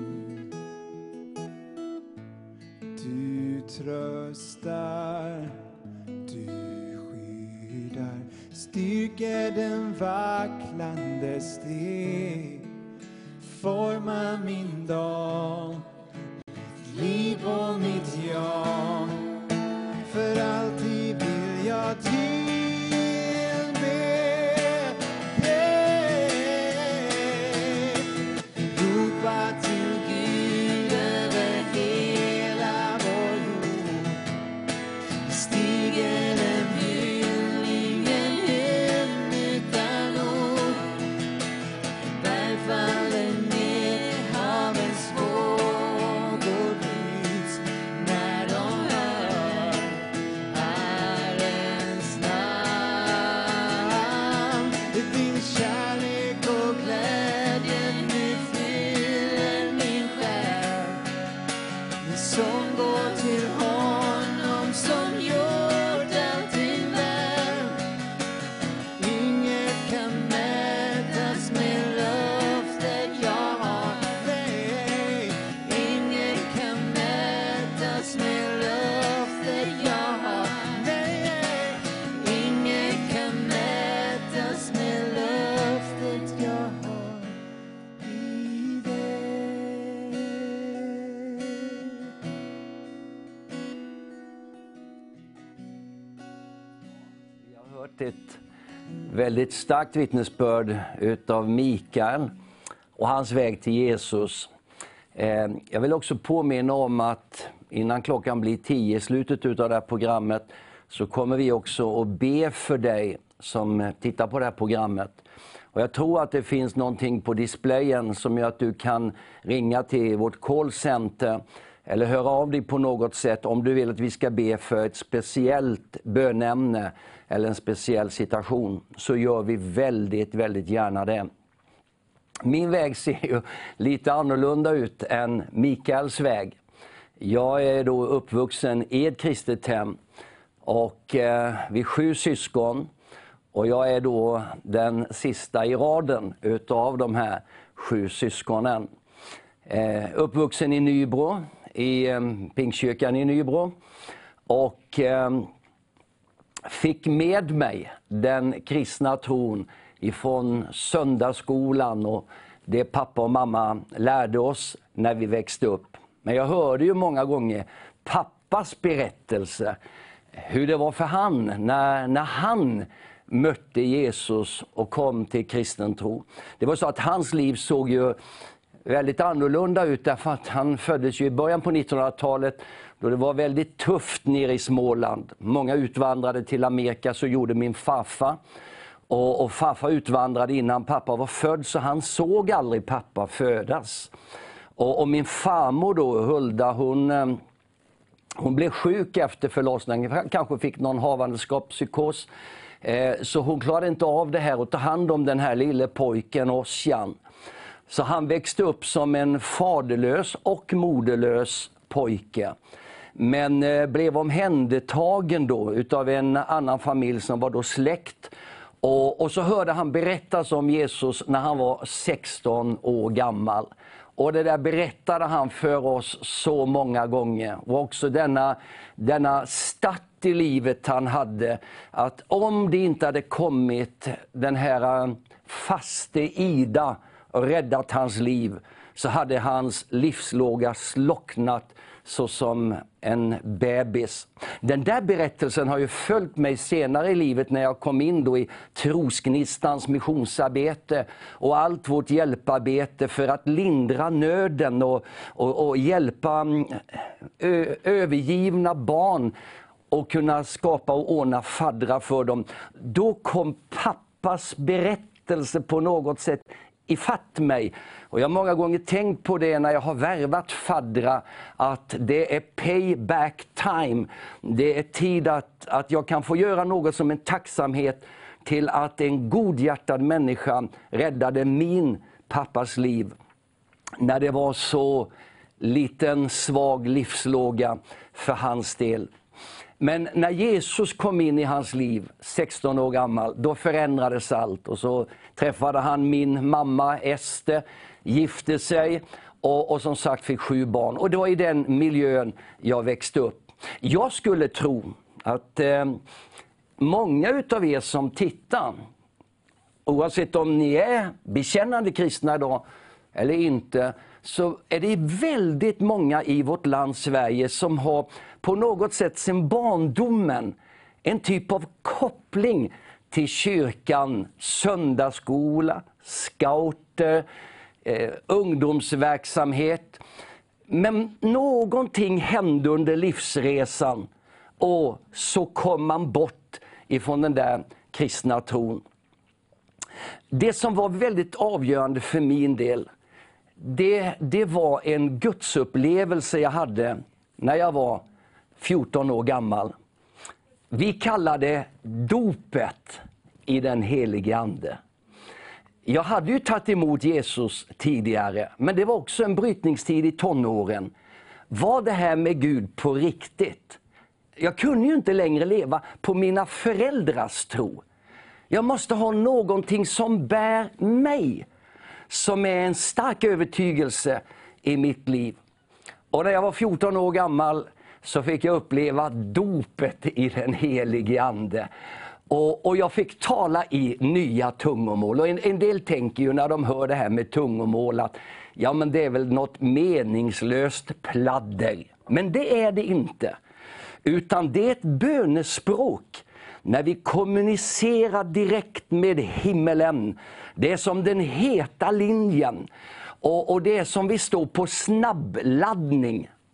Speaker 2: Du tröstar, du skyddar, styrker den vacklande steg, forma min dag, mitt liv och mitt jag. För alltid vill jag tillbe dig, ropa till Gud över hela vår jord. Stiger en hyllning, en hymn utan ord. Berg faller ner, havens vågor bryts när de hör Herrens namn. Din kärlek och glädje nu fyller min själ. Min sång går till honom som gjort allting väl. Inget kan mätas med löftet jag har. Nej, inget kan mätas med löftet jag har. Nej, inget kan mätas med löftet jag har i dig.
Speaker 6: Vi har hört ett väldigt starkt vittnesbörd utav Mikael och hans väg till Jesus. Eh, Jag vill också påminna om att innan klockan blir tio i slutet av det här programmet, så kommer vi också att be för dig som tittar på det här programmet. Och jag tror att det finns någonting på displayen som gör att du kan ringa till vårt callcenter eller höra av dig på något sätt om du vill att vi ska be för ett speciellt bönämne eller en speciell situation, så gör vi väldigt, väldigt gärna det. Min väg ser ju lite annorlunda ut än Mikaels väg. Jag är då uppvuxen i ett kristet hem och eh, vi är sju syskon. Och jag är då den sista i raden utav de här sju syskonen. Eh, uppvuxen i Nybro, i eh, Pingstkyrkan i Nybro. Och eh, fick med mig den kristna tron ifrån söndagsskolan och det pappa och mamma lärde oss när vi växte upp. Men jag hörde ju många gånger pappas berättelse, hur det var för han när, när han mötte Jesus och kom till kristen tro. Det var så att hans liv såg ju väldigt annorlunda ut, därför att han föddes ju i början på nittonhundratalet då det var väldigt tufft nere i Småland. Många utvandrade till Amerika, så gjorde min farfar. Och, och farfar utvandrade innan pappa var född, så han såg aldrig pappa födas. Och, och min farmor då, Hulda, hon... Hon blev sjuk efter förlossningen, kanske fick någon havandeskapspsykos. Eh, så hon klarade inte av det här och ta hand om den här lille pojken Ossian. Så han växte upp som en faderlös och moderlös pojke. Men eh, blev omhändertagen då utav en annan familj som var då släkt. Och, och så hörde han berättas om Jesus när han var sexton år gammal. Och det där berättade han för oss så många gånger. Och också denna, denna start i livet han hade. Att om det inte hade kommit den här faste Ida och räddat hans liv, så hade hans livslåga slocknat så som en bebis. Den där berättelsen har ju följt mig senare i livet när jag kom in då i Trosgnistans missionsarbete och allt vårt hjälparbete för att lindra nöden och, och, och hjälpa ö, övergivna barn och kunna skapa och ordna faddrar för dem. Då kom pappas berättelse på något sätt ifatt mig. Och jag har många gånger tänkt på det när jag har värvat faddra, att det är payback time. Det är tid att, att jag kan få göra något som en tacksamhet till att en godhjärtad människa räddade min pappas liv när det var så liten svag livslåga för hans del. Men när Jesus kom in i hans liv, sexton år gammal, då förändrades allt. Och så träffade han min mamma Ester, gifte sig och, och som sagt fick sju barn. Och det var i den miljön jag växte upp. Jag skulle tro att eh, många utav er som tittar, oavsett om ni är bekännande kristna idag eller inte, så är det väldigt många i vårt land Sverige som har på något sätt sen barndomen en typ av koppling till kyrkan, söndagsskola, scouter, eh, ungdomsverksamhet. Men någonting hände under livsresan och så kom man bort ifrån den där kristna tron. Det som var väldigt avgörande för min del, det, det var en gudsupplevelse jag hade när jag var fjorton år gammal. Vi kallar det dopet i den helige ande. Jag hade ju tagit emot Jesus tidigare, men det var också en brytningstid i tonåren. Var det här med Gud på riktigt? Jag kunde ju inte längre leva på mina föräldrars tro. Jag måste ha någonting som bär mig, som är en stark övertygelse i mitt liv. Och när jag var fjorton år gammal så fick jag uppleva dopet i den helige ande. Och, och jag fick tala i nya tungomål. Och en, en del tänker ju när de hör det här med tungomål att ja, men det är väl något meningslöst pladder. Men det är det inte. Utan det är ett bönespråk. När vi kommunicerar direkt med himmelen. Det är som den heta linjen. Och, och det är som vi står på snabbladdning.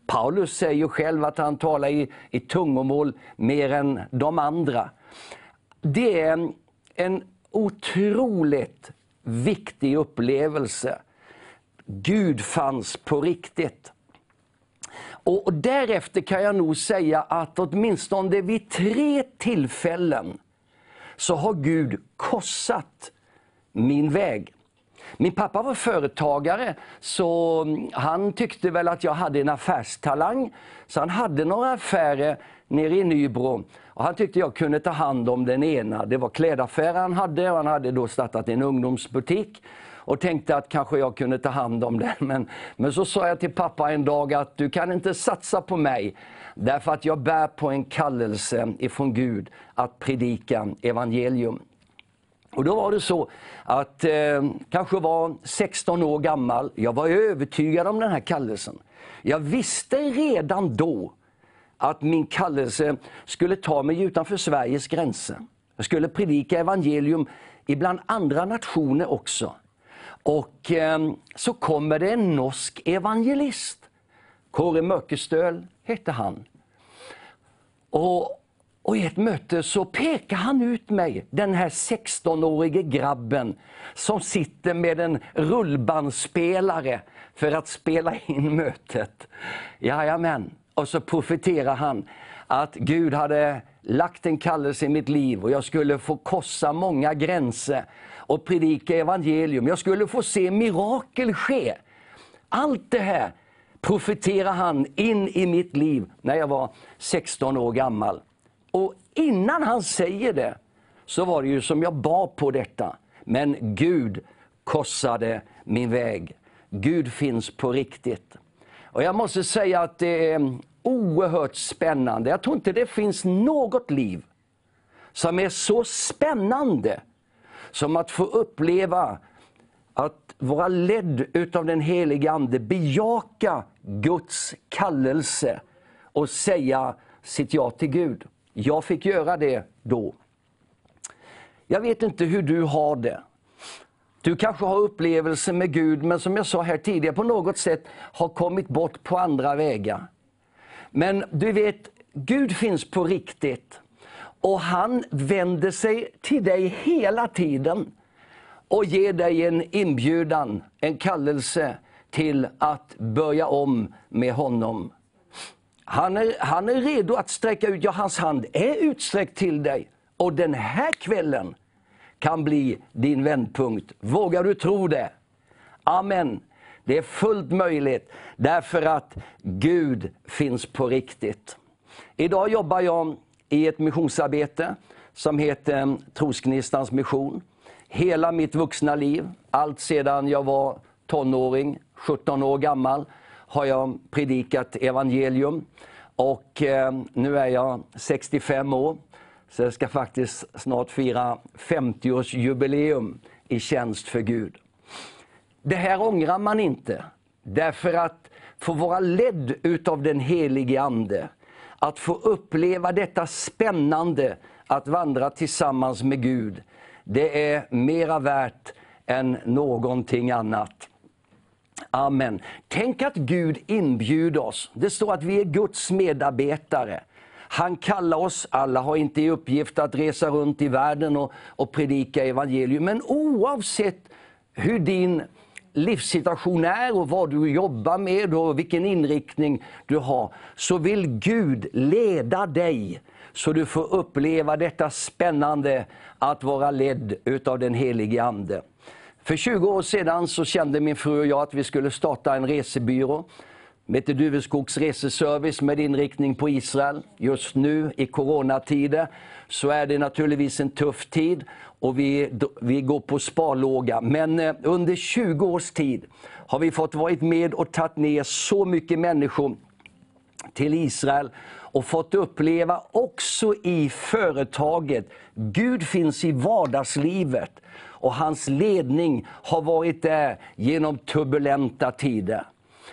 Speaker 6: Paulus säger ju själv att han talar i, i tungomål mer än de andra. Det är en, en otroligt viktig upplevelse. Gud fanns på riktigt. Och, och därefter kan jag nog säga att åtminstone vid tre tillfällen så har Gud korsat min väg. Min pappa var företagare, så han tyckte väl att jag hade en affärstalang. Så han hade några affärer nere i Nybro. Och han tyckte jag kunde ta hand om den ena. Det var klädaffärer han hade, och han hade då startat en ungdomsbutik. Och tänkte att kanske jag kunde ta hand om den. Men, men så sa jag till pappa en dag att du kan inte satsa på mig. Därför att jag bär på en kallelse ifrån Gud att predika evangelium. Och då var det så att eh, kanske var sexton år gammal. Jag var övertygad om den här kallelsen. Jag visste redan då att min kallelse skulle ta mig utanför Sveriges gränser. Jag skulle predika evangelium ibland andra nationer också. Och eh, så kommer det en norsk evangelist. Kåre Mörkestöl hette han. Och, och i ett möte så pekar han ut mig, den här sexton-årige grabben som sitter med en rullbandspelare för att spela in mötet. Jajamän. Och så profeterar han att Gud hade lagt en kallelse i mitt liv och jag skulle få korsa många gränser och predika evangelium. Jag skulle få se mirakel ske. Allt det här profeterar han in i mitt liv när jag var sexton år gammal. Och innan han säger det så var det ju som jag bad på detta. Men Gud korsade min väg. Gud finns på riktigt. Och jag måste säga att det är oerhört spännande. Jag tror inte det finns något liv som är så spännande som att få uppleva att vara ledd utav den helige Ande, bejaka Guds kallelse och säga sitt ja till Gud. Jag fick göra det då. Jag vet inte hur du har det. Du kanske har upplevelser med Gud, men som jag sa här tidigare, på något sätt har kommit bort på andra vägar. Men du vet, Gud finns på riktigt. Och han vänder sig till dig hela tiden och ger dig en inbjudan, en kallelse till att börja om med honom. Han är, han är redo att sträcka ut, ja, hans hand är utsträckt till dig. Och den här kvällen kan bli din vändpunkt. Vågar du tro det? Amen. Det är fullt möjligt därför att Gud finns på riktigt. Idag jobbar jag i ett missionsarbete som heter Trosgnistans mission. Hela mitt vuxna liv, allt sedan jag var tonåring, sjutton år gammal, har jag predikat evangelium. Och eh, nu är jag sextiofem år, så jag ska faktiskt snart fira femtioårsjubileum i tjänst för Gud. Det här ångrar man inte, därför att få vara ledd utav den helige Ande, att få uppleva detta spännande att vandra tillsammans med Gud, det är mera värt än någonting annat. Amen. Tänk att Gud inbjuder oss. Det står att vi är Guds medarbetare. Han kallar oss, alla har inte i uppgift att resa runt i världen och, och predika evangelium. Men oavsett hur din livssituation är och vad du jobbar med och vilken inriktning du har, så vill Gud leda dig så du får uppleva detta spännande att vara ledd utav den helige Ande. För tjugo år sedan så kände min fru och jag att vi skulle starta en resebyrå med heter Duveskogs reseservice med inriktning på Israel. Just nu i coronatider så är det naturligtvis en tuff tid och vi, vi går på sparlåga. Men eh, under tjugo års tid har vi fått varit med och tagit ner så mycket människor till Israel och fått uppleva också i företaget. Gud finns i vardagslivet och hans ledning har varit där genom turbulenta tider.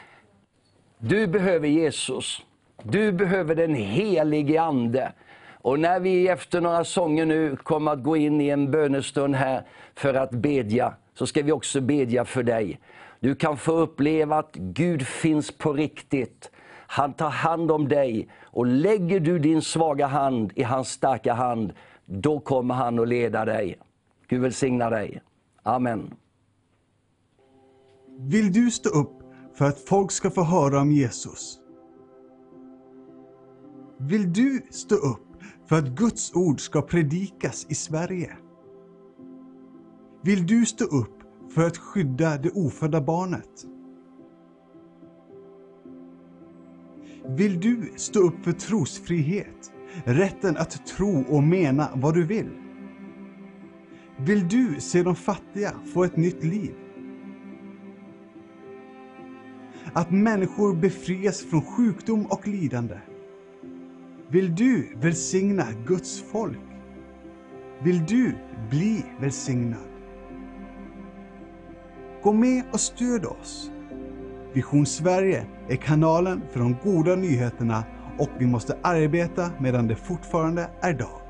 Speaker 6: Du behöver Jesus. Du behöver den helige Ande. Och när vi efter några sånger nu kommer att gå in i en bönestund här för att bedja, så ska vi också bedja för dig. Du kan få uppleva att Gud finns på riktigt. Han tar hand om dig, och lägger du din svaga hand i hans starka hand, då kommer han att leda dig. Gud välsigna dig. Amen.
Speaker 5: Vill du stå upp för att folk ska få höra om Jesus? Vill du stå upp för att Guds ord ska predikas i Sverige? Vill du stå upp för att skydda det ofödda barnet? Vill du stå upp för trosfrihet, rätten att tro och mena vad du vill? Vill du se de fattiga få ett nytt liv? Att människor befrias från sjukdom och lidande? Vill du välsigna Guds folk? Vill du bli välsignad? Gå med och stöd oss. Vision Sverige är kanalen för de goda nyheterna, och vi måste arbeta medan det fortfarande är dag.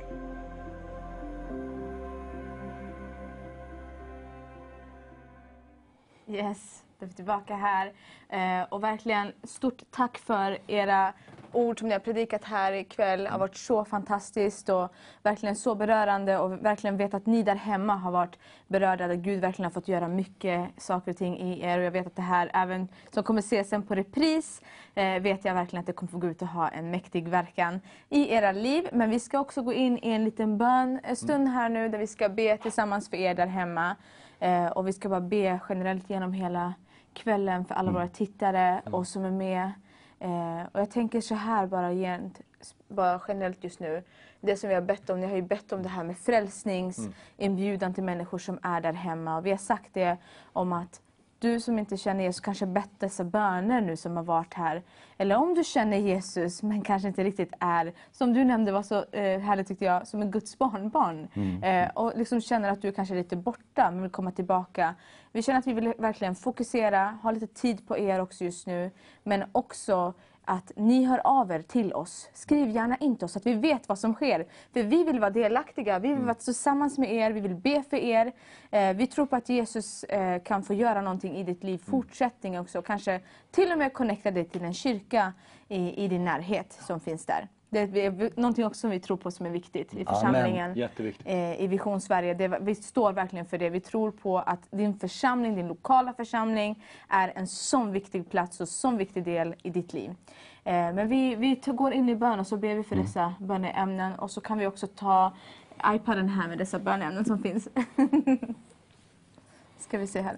Speaker 1: Yes, då är vi tillbaka här. Eh, och verkligen stort tack för era ord som ni har predikat här ikväll. Det har varit så fantastiskt och verkligen så berörande, och verkligen vet att ni där hemma har varit berörda, där Gud verkligen har fått göra mycket saker och ting i er. Och jag vet att det här, även som kommer se sen på repris, eh, vet jag verkligen att det kommer få gå ut och ha en mäktig verkan i era liv. Men vi ska också gå in i en liten bön en stund här nu, där vi ska be tillsammans för er där hemma. Eh, och vi ska bara be generellt genom hela kvällen för alla mm. våra tittare mm. och som är med. Eh, och jag tänker så här bara, igen, bara generellt just nu. Det som vi har bett om, ni har ju bett om det här med frälsningsinbjudan mm. till människor som är där hemma. Och vi har sagt det om att du som inte känner Jesus kanske bett dessa böner nu som har varit här. Eller om du känner Jesus men kanske inte riktigt är, som du nämnde var så eh, härligt tyckte jag, som en Guds barnbarn. Mm. Eh, och liksom känner att du kanske är lite borta men vill komma tillbaka. Vi känner att vi vill verkligen fokusera, ha lite tid på er också just nu. Men också att ni hör av er till oss. Skriv gärna in till oss så att vi vet vad som sker. För vi vill vara delaktiga. Vi vill vara tillsammans med er. Vi vill be för er. Eh, vi tror på att Jesus eh, kan få göra någonting i ditt liv. Fortsättning också. Kanske till och med connecta dig till en kyrka i, i din närhet som finns där. Det är någonting också som vi tror på som är viktigt i församlingen. Eh, i Vision Sverige. Det, vi står verkligen för det. Vi tror på att din församling, din lokala församling är en sån viktig plats och sån viktig del i ditt liv. Eh, men vi, vi går in i bön och så ber vi för mm. dessa böneämnen. Och så kan vi också ta iPaden här med dessa böneämnen som finns. Ska vi se här.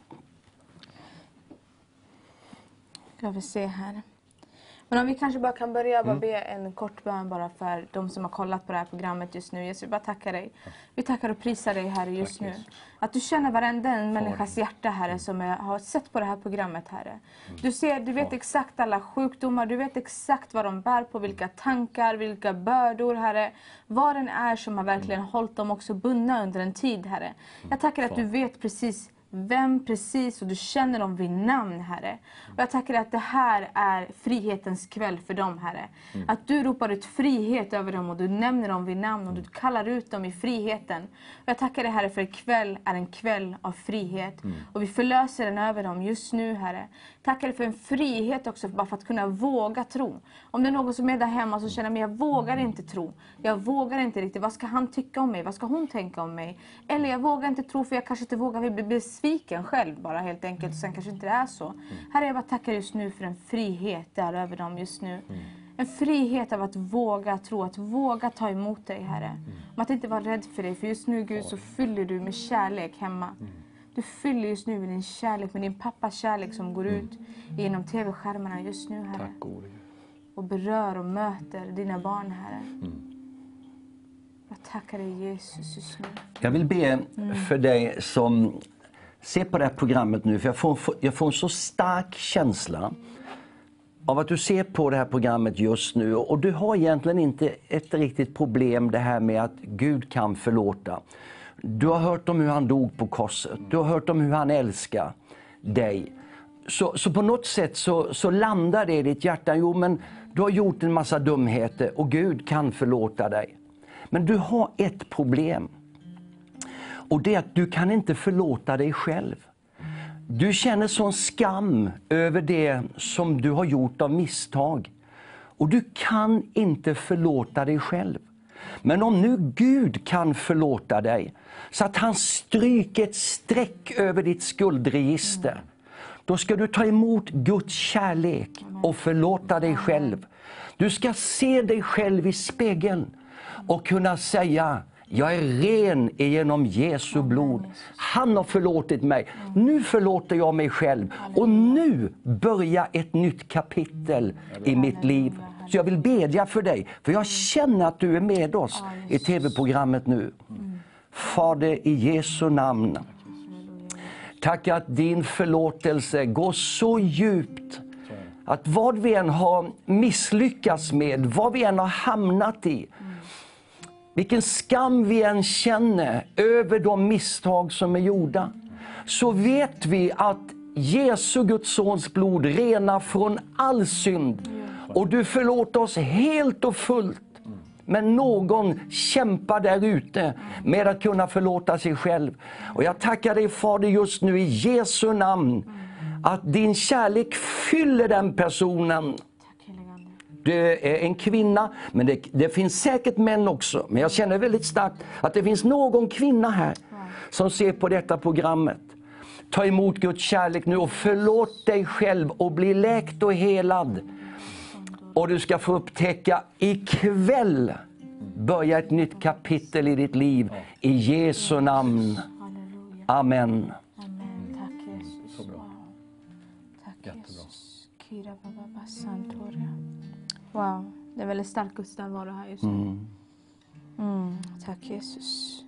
Speaker 1: Ska vi se här. Men om vi kanske bara kan börja bara be en kort bön bara för de som har kollat på det här programmet just nu. Jesus, vi bara tackar dig. Vi tackar och prisar dig, Herre, just Tack, nu. Jesus. Att du känner varenda en människas hjärta, Herre, som är, har sett på det här programmet, Herre. Du ser, du vet exakt alla sjukdomar. Du vet exakt vad de bär på, vilka tankar, vilka bördor, Herre. Vad den är som har verkligen hållit dem också bundna under en tid, Herre. Jag tackar att du vet precis vem precis, och du känner dem vid namn, Herre. Och jag tackar att det här är frihetens kväll för dem, Herre. Mm. Att du ropar ut frihet över dem och du nämner dem vid namn och du kallar ut dem i friheten. Och jag tackar dig, Herre, för ikväll är en kväll av frihet. Mm. Och vi förlöser den över dem just nu, Herre. Tackar dig för en frihet också, bara för att kunna våga tro. Om det är någon som är där hemma så känner mig, jag vågar inte tro. Jag vågar inte riktigt. Vad ska han tycka om mig? Vad ska hon tänka om mig? Eller jag vågar inte tro för jag kanske inte vågar bli besviken själv bara helt enkelt. Sen kanske inte det är så. Mm. Herre, jag bara tackar just nu för en frihet där över dem just nu. Mm. En frihet av att våga tro, att våga ta emot dig, Herre. Mm. Om att inte vara rädd för dig. För just nu, Gud, så fyller du med kärlek hemma. Mm. Du fyller just nu med din kärlek, med din pappas kärlek som går ut genom tv-skärmarna just nu, Herre.
Speaker 4: Tack, gode Gud.
Speaker 1: Och berör och möter dina barn, Herre. Mm. Jag tackar dig, Jesus, just nu.
Speaker 6: Jag vill be mm. för dig som ser på det här programmet nu, för jag får, jag får en så stark känsla av att du ser på det här programmet just nu, och du har egentligen inte ett riktigt problem det här med att Gud kan förlåta. Du har hört om hur han dog på korset. Du har hört om hur han älskar dig. Så, så på något sätt så, så landar det i ditt hjärta. Jo, men du har gjort en massa dumheter och Gud kan förlåta dig. Men du har ett problem. Och det är att du kan inte förlåta dig själv. Du känner sån skam över det som du har gjort av misstag. Och du kan inte förlåta dig själv. Men om nu Gud kan förlåta dig, så att han stryker ett streck över ditt skuldregister, då ska du ta emot Guds kärlek och förlåta dig själv. Du ska se dig själv i spegeln och kunna säga: jag är ren genom Jesu blod. Han har förlåtit mig. Nu förlåter jag mig själv. Och nu börjar ett nytt kapitel i mitt liv. Så jag vill bedja för dig. För jag känner att du är med oss i tv-programmet nu. Fader, i Jesu namn. Tack att din förlåtelse går så djupt. Att vad vi än har misslyckats med, vad vi än har hamnat i, vilken skam vi än känner över de misstag som är gjorda, så vet vi att Jesu Guds sons blod renar från all synd. Och du förlåter oss helt och fullt. Men någon kämpar där ute med att kunna förlåta sig själv. Och jag tackar dig, Fader, just nu i Jesu namn, att din kärlek fyller den personen. Det är en kvinna, men det, det finns säkert män också. Men jag känner väldigt starkt att det finns någon kvinna här som ser på detta programmet. Ta emot Guds kärlek nu och förlåt dig själv och bli läkt och helad. Och du ska få upptäcka ikväll börja ett nytt kapitel i ditt liv. I Jesu namn. Amen.
Speaker 1: Amen. Tack Jesus. Wow. Tack Jesus. Kira baba santoria. Wow, det är väldigt stark Guds närvaro här just nu. Mm. Mm. Tack Jesus.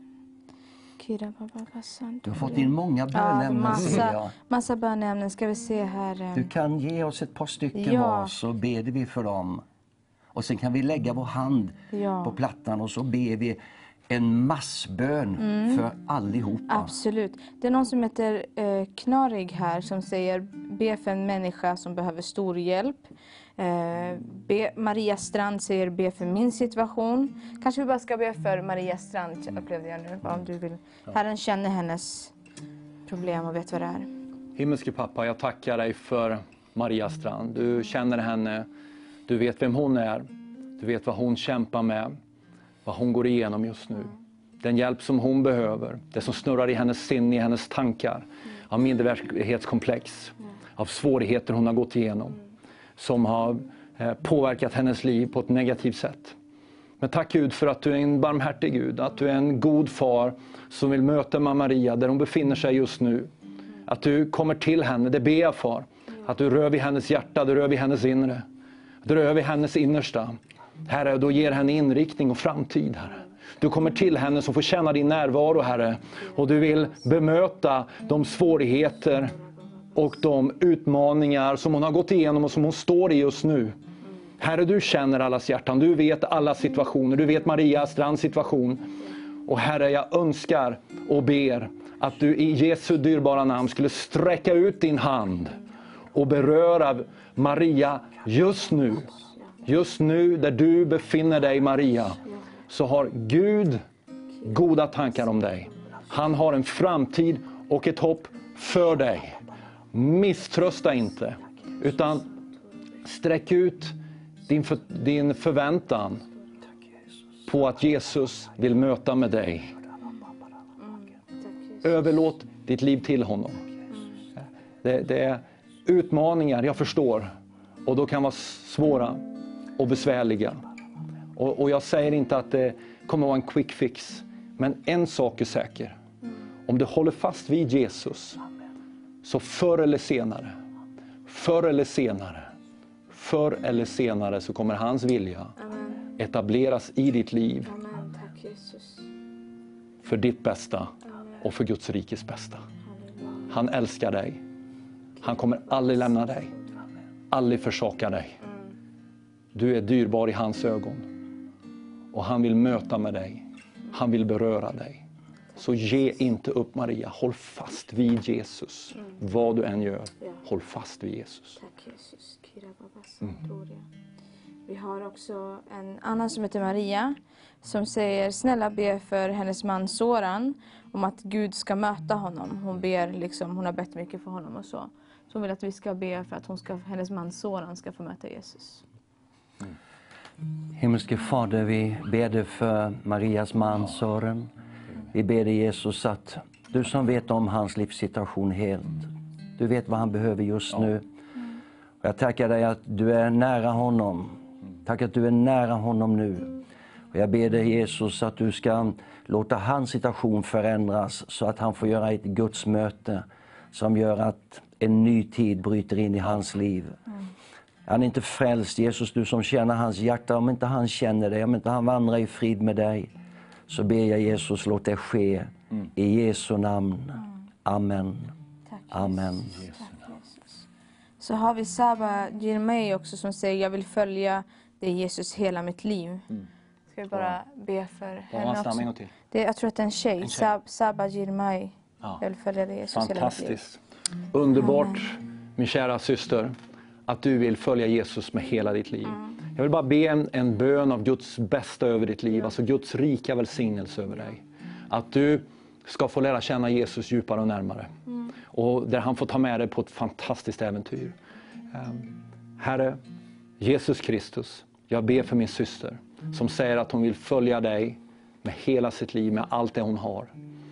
Speaker 1: Kira baba santoria.
Speaker 6: Du har fått in många bönämnen.
Speaker 1: Ja, massa, massa bönämnen. Ska vi se här.
Speaker 6: Du kan ge oss ett par stycken
Speaker 1: ja.
Speaker 6: var, så ber vi för dem. Och sen kan vi lägga vår hand
Speaker 1: ja.
Speaker 6: på plattan och så ber vi en massbön mm. för allihopa.
Speaker 1: Absolut. Det är någon som heter eh, Knarig här som säger: be för en människa som behöver stor hjälp. Eh, be, Maria Strand säger: be för min situation. Kanske vi bara ska be för Maria Strand, upplevde jag nu. Om du vill. Herren känner hennes problem och vet vad det är.
Speaker 4: Himmelske pappa, jag tackar dig för Maria Strand. Du känner henne. Du vet vem hon är. Du vet vad hon kämpar med. Vad hon går igenom just nu. Den hjälp som hon behöver. Det som snurrar i hennes sinne, i hennes tankar. Av mindervärdighetskomplex. Av svårigheter hon har gått igenom. Som har påverkat hennes liv på ett negativt sätt. Men tack Gud för att du är en barmhärtig Gud. Att du är en god far som vill möta Maria där hon befinner sig just nu. Att du kommer till henne, det ber jag för. Att du rör vid hennes hjärta, du rör vid hennes inre. Du rör vid hennes innersta. Herre, då ger henne inriktning och framtid, Herre. Du kommer till henne som får känna din närvaro, Herre. Och du vill bemöta de svårigheter och de utmaningar som hon har gått igenom och som hon står i just nu. Herre, du känner allas hjärtan. Du vet alla situationer. Du vet Maria Strands situation. Och Herre, jag önskar och ber att du i Jesu dyrbara namn skulle sträcka ut din hand och beröra Maria just nu. Just nu där du befinner dig, Maria, så har Gud goda tankar om dig. Han har en framtid och ett hopp för dig. Misströsta inte, utan sträck ut din, för, din förväntan på att Jesus vill möta med dig. Överlåt ditt liv till honom. Det, det är utmaningar, jag förstår. Och då kan vara svåra och besvärliga. Och, och jag säger inte att det kommer att vara en quick fix. Men en sak är säker. Om du håller fast vid Jesus, så förr eller senare, förr eller senare, förr eller senare så kommer hans vilja Amen. Etableras i ditt liv.
Speaker 1: Amen. Tack, Jesus.
Speaker 4: För ditt bästa Amen. Och för Guds rikes bästa. Han älskar dig. Han kommer aldrig lämna dig. Aldrig försaka dig. Du är dyrbar i hans ögon. Och han vill möta med dig. Han vill beröra dig. Så ge inte upp, Maria. Håll fast vid Jesus. Mm. Vad du än gör. Ja. Håll fast vid Jesus.
Speaker 1: Tack Jesus. Mm. Vi har också en annan som heter Maria som säger snälla be för hennes man Soran om att Gud ska möta honom. Hon ber liksom, hon har bett mycket för honom och så. Så hon vill att vi ska be för att hon ska, hennes man Soran ska få möta Jesus.
Speaker 6: Mm. Himmelske Fader, vi ber dig för Marias man Soran. Vi ber dig Jesus att du som vet om hans livssituation helt. Du vet vad han behöver just nu. Och jag tackar dig att du är nära honom. Tack att du är nära honom nu. Och jag ber dig Jesus att du ska låta hans situation förändras så att han får göra ett Guds möte som gör att en ny tid bryter in i hans liv. Han är inte frälst, Jesus, du som känner hans hjärta. Om inte han känner dig, om inte han vandrar i frid med dig, så ber jag Jesus, låt det ske i Jesu namn. Amen.
Speaker 1: Tack,
Speaker 6: Amen.
Speaker 1: Jesus. Tack, Jesus. Så har vi Saba Jirmei också som säger jag vill följa dig Jesus hela mitt liv. Mm. Ska vi bara be för henne också. Till? Det, jag tror att det är en tjej, en tjej. Sab, Saba Jirmei. Ja. Jag vill följa dig Jesus hela mitt liv.
Speaker 4: Fantastiskt. Underbart, Amen. Min kära syster, att du vill följa Jesus med hela ditt liv. Mm. Jag vill bara be en, en bön av Guds bästa över ditt liv, alltså Guds rika välsignelse över dig. Att du ska få lära känna Jesus djupare och närmare. Mm. Och där han får ta med dig på ett fantastiskt äventyr. Um, Herre, Jesus Kristus, jag ber för min syster som säger att hon vill följa dig med hela sitt liv, med allt det hon har.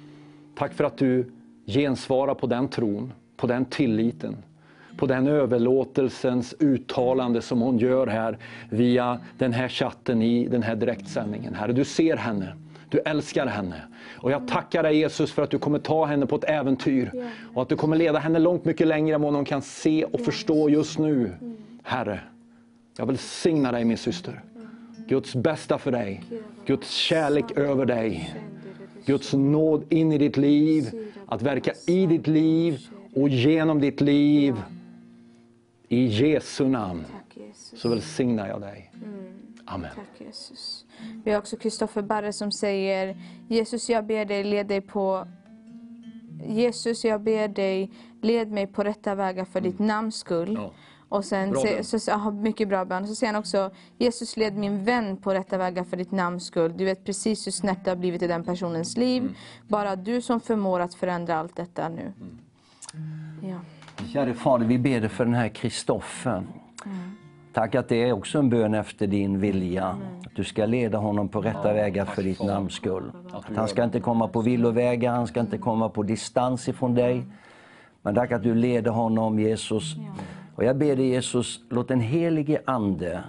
Speaker 4: Tack för att du gensvarar på den tron, på den tilliten, på den överlåtelsens uttalande som hon gör här via den här chatten i den här direktsändningen. Herre, du ser henne. Du älskar henne. Och jag tackar dig Jesus för att du kommer ta henne på ett äventyr. Och att du kommer leda henne långt mycket längre än vad hon kan se och förstå just nu. Herre, jag vill signa dig min syster. Guds bästa för dig. Guds kärlek över dig. Guds nåd in i ditt liv. Att verka i ditt liv och genom ditt liv. I Jesu namn. Så välsignar jag dig. Amen.
Speaker 1: Tack Jesus. Vi har också Kristoffer Barre som säger Jesus, jag ber dig led dig på Jesus, jag ber dig led mig på rätta vägar för ditt namns skull. Ja. Och sen se, så, så, mycket bra bön. Så säger han också Jesus, led min vän på rätta vägar för ditt namns skull. Du vet precis hur snett det har blivit i den personens liv. Mm. Bara du som förmår att förändra allt detta nu. Mm. Ja.
Speaker 6: Kära Fader, vi ber dig för den här Kristoffer. Mm. Tack att det är också en bön efter din vilja. Mm. Att du ska leda honom på rätta ja, vägar för ditt namns skull. Att han ska inte komma på villovägar, han ska inte komma på distans ifrån dig. Men tack att du leder honom, Jesus. Ja. Och jag ber dig, Jesus, låt den helige ande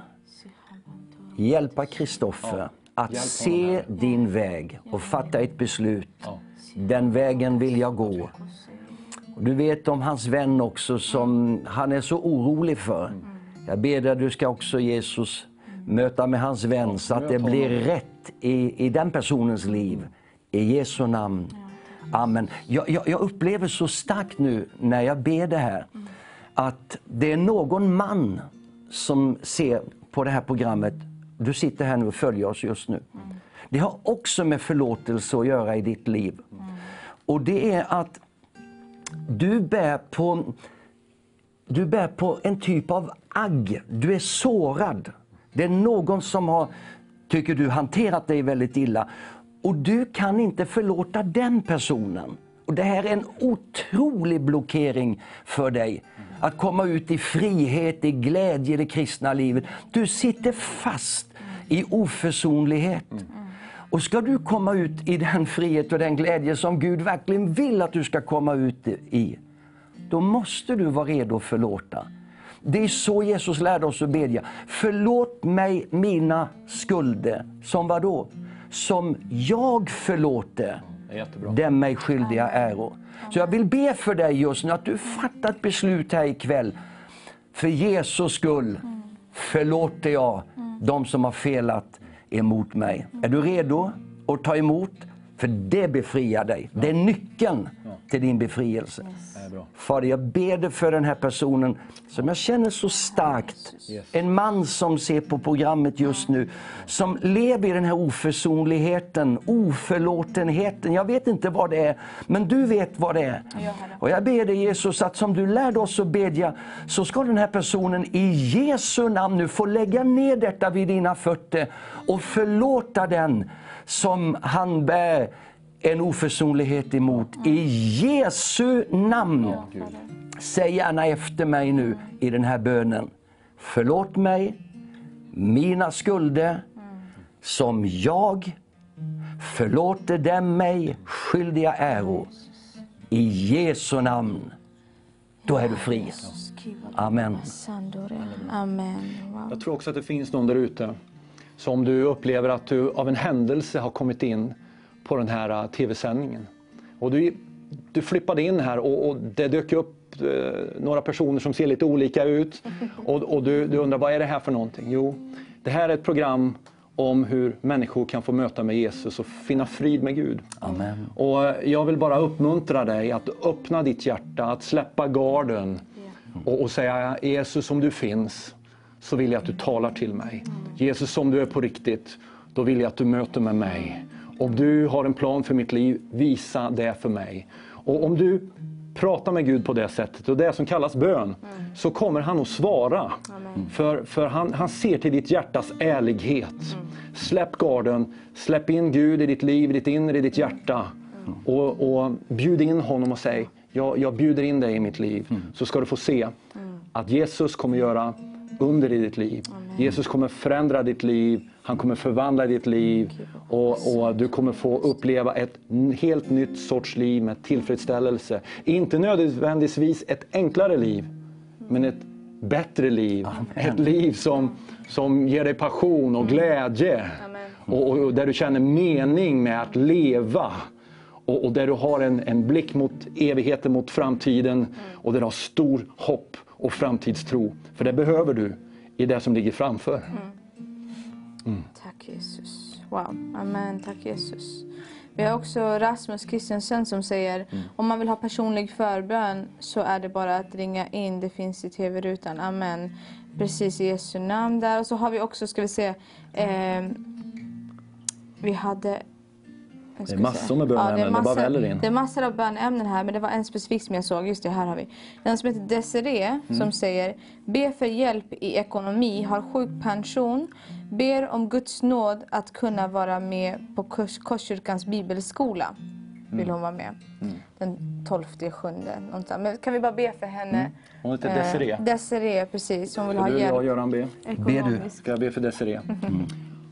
Speaker 6: hjälpa Kristoffer ja. att Hjälp se din väg och fatta ett beslut. Ja. Den vägen vill jag gå. Du vet om hans vän också som han är så orolig för. Jag ber dig att du ska också, Jesus, möta med hans vän så att det blir rätt i, i den personens liv. I Jesu namn. Amen. Jag, jag, jag upplever så starkt nu när jag ber det här att det är någon man som ser på det här programmet. Du sitter här nu och följer oss just nu. Det har också med förlåtelse att göra i ditt liv. Och det är att du bär på, du bär på en typ av agg. Du är sårad. Det är någon som har, tycker du, hanterat dig väldigt illa. Och du kan inte förlåta den personen. Och det här är en otrolig blockering för dig. Att komma ut i frihet, i glädje i det kristna livet. Du sitter fast i oförsonlighet. Och ska du komma ut i den frihet och den glädje som Gud verkligen vill att du ska komma ut i, då måste du vara redo att förlåta. Det är så Jesus lärde oss att bedja. Förlåt mig mina skulder. Som vad då? Som jag förlåter den mig skyldiga äro. Så jag vill be för dig just nu att du fattar ett beslut här ikväll. För Jesus skull förlåter jag de som har felat emot mig. Är du redo att ta emot? För det befriar dig. Det är nyckeln till din befrielse. Fader, jag ber dig för den här personen som jag känner så starkt. En man som ser på programmet just nu, som lever i den här oförsonligheten, oförlåtenheten. Jag vet inte vad det är, men du vet vad det är. Och jag ber dig, Jesus, att som du lärde oss att bedja, så ska den här personen i Jesu namn nu få lägga ner detta vid dina fötter och förlåta den som han bär en oförsonlighet emot. I Jesu namn. Säg gärna efter mig nu i den här bönen. Förlåt mig mina skulder som jag förlåter dem mig skyldiga äro. I Jesu namn. Då är du fri. Amen.
Speaker 1: Amen. Wow.
Speaker 4: Jag tror också att det finns någon där ute som du upplever att du av en händelse har kommit in på den här tv-sändningen. Och du, du flippade in här och, och det dök upp eh, några personer som ser lite olika ut. Och, och du, du undrar, vad är det här för någonting? Jo, det här är ett program om hur människor kan få möta med Jesus och finna frid med Gud.
Speaker 6: Amen.
Speaker 4: Och jag vill bara uppmuntra dig att öppna ditt hjärta, att släppa garden och, och säga, Jesus, om du finns så vill jag att du talar till mig. Jesus, om du är på riktigt, då vill jag att du möter med mig. Om du har en plan för mitt liv, visa det för mig. Och om du pratar med Gud på det sättet, och det som kallas bön, mm. så kommer han att svara. Amen. För, för han, han ser till ditt hjärtas ärlighet. Mm. Släpp garden, släpp in Gud i ditt liv, i ditt inre, i ditt hjärta. Mm. Och, och bjud in honom och säg, jag, jag bjuder in dig i mitt liv. Mm. Så ska du få se mm. att Jesus kommer göra under i ditt liv. Amen. Jesus kommer förändra ditt liv. Han kommer förvandla ditt liv. Och, och du kommer få uppleva ett helt nytt sorts liv med tillfredsställelse. Inte nödvändigtvis ett enklare liv, men ett bättre liv. Amen. Ett liv som, som ger dig passion och glädje. Och, och där du känner mening med att leva. Och, och där du har en, en blick mot evigheten, mot framtiden. Mm. Och där du har stor hopp och framtidstro. För det behöver du i det som ligger framför. Mm.
Speaker 1: Mm. Tack Jesus. Wow. Amen. Tack Jesus. Vi har också Rasmus Kristiansen som säger, mm. om man vill ha personlig förbön så är det bara att ringa in. Det finns i tv-rutan. Amen. Precis i Jesu namn där. Och så har vi också, ska vi se, eh, vi hade...
Speaker 4: Det är massor med bönämnen, ja, det, det bara väller in.
Speaker 1: Det är massor av bönämnen här, men det var en specifik som jag såg. Just det, här har vi. Den som heter Desiree mm. som säger, be för hjälp i ekonomi, har sjukpension, ber om Guds nåd att kunna vara med på kurs, Korskyrkans bibelskola. Vill hon vara med? Mm. Den tolfte sjunde någonstans. Men kan vi bara be för henne? Mm.
Speaker 4: Hon heter Desiree.
Speaker 1: Eh, Desiree, precis. Hon vill
Speaker 4: Ska
Speaker 1: ha
Speaker 4: du
Speaker 1: hjälp.
Speaker 4: och Göran be?
Speaker 6: Be du.
Speaker 4: Ska jag be för Desiree? Mm.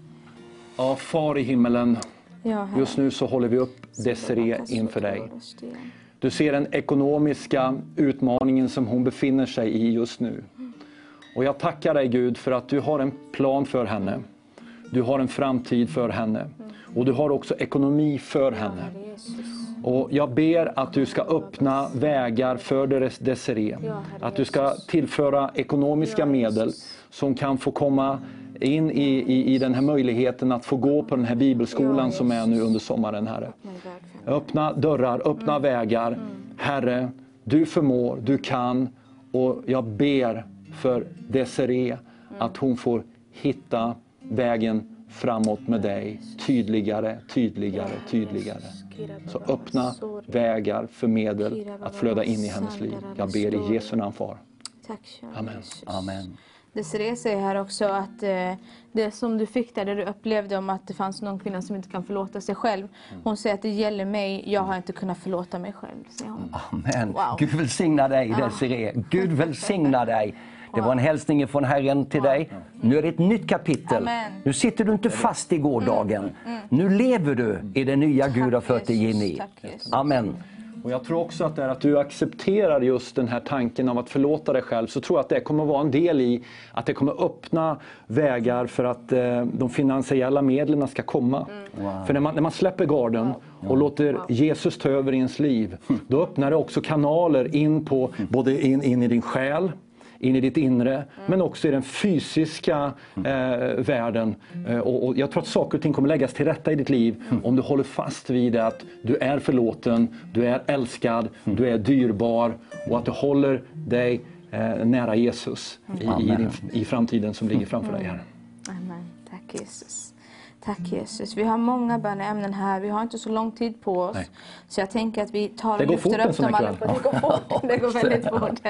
Speaker 4: Ja, far i himmelen.
Speaker 1: Ja,
Speaker 4: just nu så håller vi upp Desiree inför dig. Du ser den ekonomiska utmaningen som hon befinner sig i just nu. Och jag tackar dig Gud för att du har en plan för henne. Du har en framtid för henne. Och du har också ekonomi för henne. Och jag ber att du ska öppna vägar för Desiree. Att du ska tillföra ekonomiska medel som kan få komma in i, i, i den här möjligheten att få gå på den här bibelskolan som är nu under sommaren, Herre. Öppna dörrar, öppna mm. vägar. Mm. Herre, du förmår, du kan. Och jag ber för Desiree mm. att hon får hitta vägen framåt med dig. Tydligare, tydligare, tydligare. Så öppna vägar för medel att flöda in i hennes liv. Jag ber i Jesu namn, far. Amen.
Speaker 6: Amen.
Speaker 1: Desiree säger här också att eh, det som du fick där, där du upplevde om att det fanns någon kvinna som inte kan förlåta sig själv. Hon säger att det gäller mig, jag har inte kunnat förlåta mig själv, säger hon.
Speaker 6: Amen.
Speaker 1: Wow.
Speaker 6: Gud välsigna dig, Desiree. Gud välsigna dig. Det var en hälsning från Herren till wow. dig. Nu är det ett nytt kapitel. Amen. Nu sitter du inte fast i gårdagen. Mm. Mm. Nu lever du i det nya Gud har fört dig in i. Amen.
Speaker 4: Och jag tror också att det är att du accepterar just den här tanken av att förlåta dig själv. Så tror jag att det kommer vara en del i att det kommer öppna vägar för att eh, de finansiella medlen ska komma. Mm. Wow. För när man, när man släpper garden wow. och låter wow. Jesus ta över ens liv. Mm. Då öppnar det också kanaler in, på, mm. både in, in i din själ, in i ditt inre, mm. men också i den fysiska eh, världen. Eh, och, och jag tror att saker och ting kommer läggas till rätta i ditt liv mm. om du håller fast vid att du är förlåten, du är älskad, mm. du är dyrbar och att du håller dig eh, nära Jesus mm. i, i, din, i framtiden som ligger framför dig här.
Speaker 1: Amen. Tack Jesus. Tack Jesus. Vi har många böneämnen här. Vi har inte så lång tid på oss. Nej. Så jag tänker att vi tar och lyfter upp dem alla. Det går fort. Det går väldigt fort.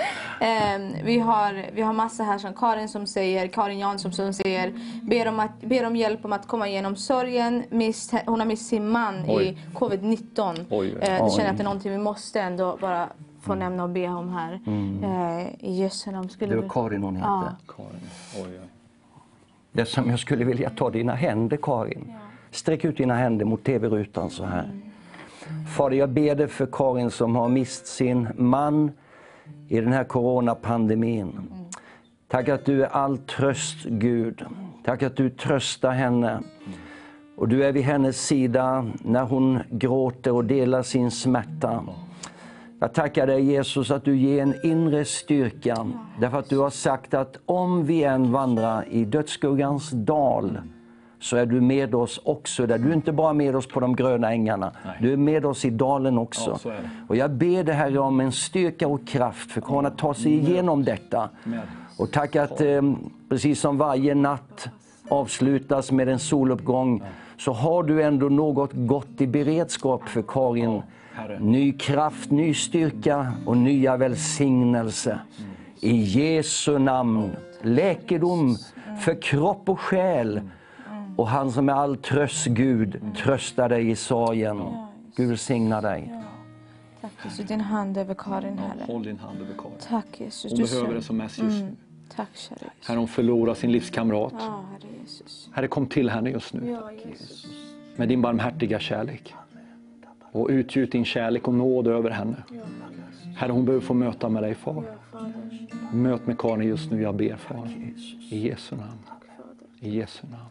Speaker 1: um, vi, har, vi har massa här som Karin som säger, Karin Jansson som säger, ber om, att, ber om hjälp om att komma igenom sorgen. Mist, hon har mist sin man Oj. i covid nitton. Oj. Uh, det känner att det är någonting vi måste ändå bara få mm. nämna och be om här. Mm. Uh, I Jesu namn.
Speaker 6: Skulle det var Karin hon hette. Ja.
Speaker 4: Karin. Oj, oj.
Speaker 6: Det som jag skulle vilja ta dina händer, Karin. Ja. Sträck ut dina händer mot tv-rutan så här. Mm. Fader, jag ber dig för Karin som har mist sin man i den här coronapandemin. Mm. Tack att du är all tröst, Gud. Tack att du tröstar henne. Mm. Och du är vid hennes sida när hon gråter och delar sin smärta. Mm. Jag tackar dig Jesus att du ger en inre styrka. Därför att du har sagt att om vi än vandrar i dödsskuggans dal så är du med oss också. Där. Du är inte bara med oss på de gröna ängarna. Nej. Du är med oss i dalen också. Ja, och jag ber dig Herre om en styrka och kraft för att kunna ta sig igenom detta. Och tack att eh, precis som varje natt avslutas med en soluppgång så har du ändå något gott i beredskap för Karin. Ny kraft, ny styrka och nya välsignelse. I Jesu namn. Läkedom för kropp och själ. Och han som är all tröst, Gud, tröstar dig i sorgen. Gud välsigna dig.
Speaker 1: Tack Jesus, din hand över Karin, Herre.
Speaker 4: Håll din hand över Karin.
Speaker 1: Tack Jesus.
Speaker 4: Hon behöver det som mest just nu.
Speaker 1: Mm. Tack, kära Jesus.
Speaker 4: Herre, hon förlorar sin livskamrat.
Speaker 1: Ja, Herre Jesus.
Speaker 4: Herre, kom till henne just nu.
Speaker 1: Ja, Jesus.
Speaker 4: Med din barmhärtiga kärlek. Och utgjut din kärlek och nåd över henne. Herre, hon behöver få möta med dig, far. Möt med Karin just nu, jag ber, far. I Jesu namn. I Jesu namn.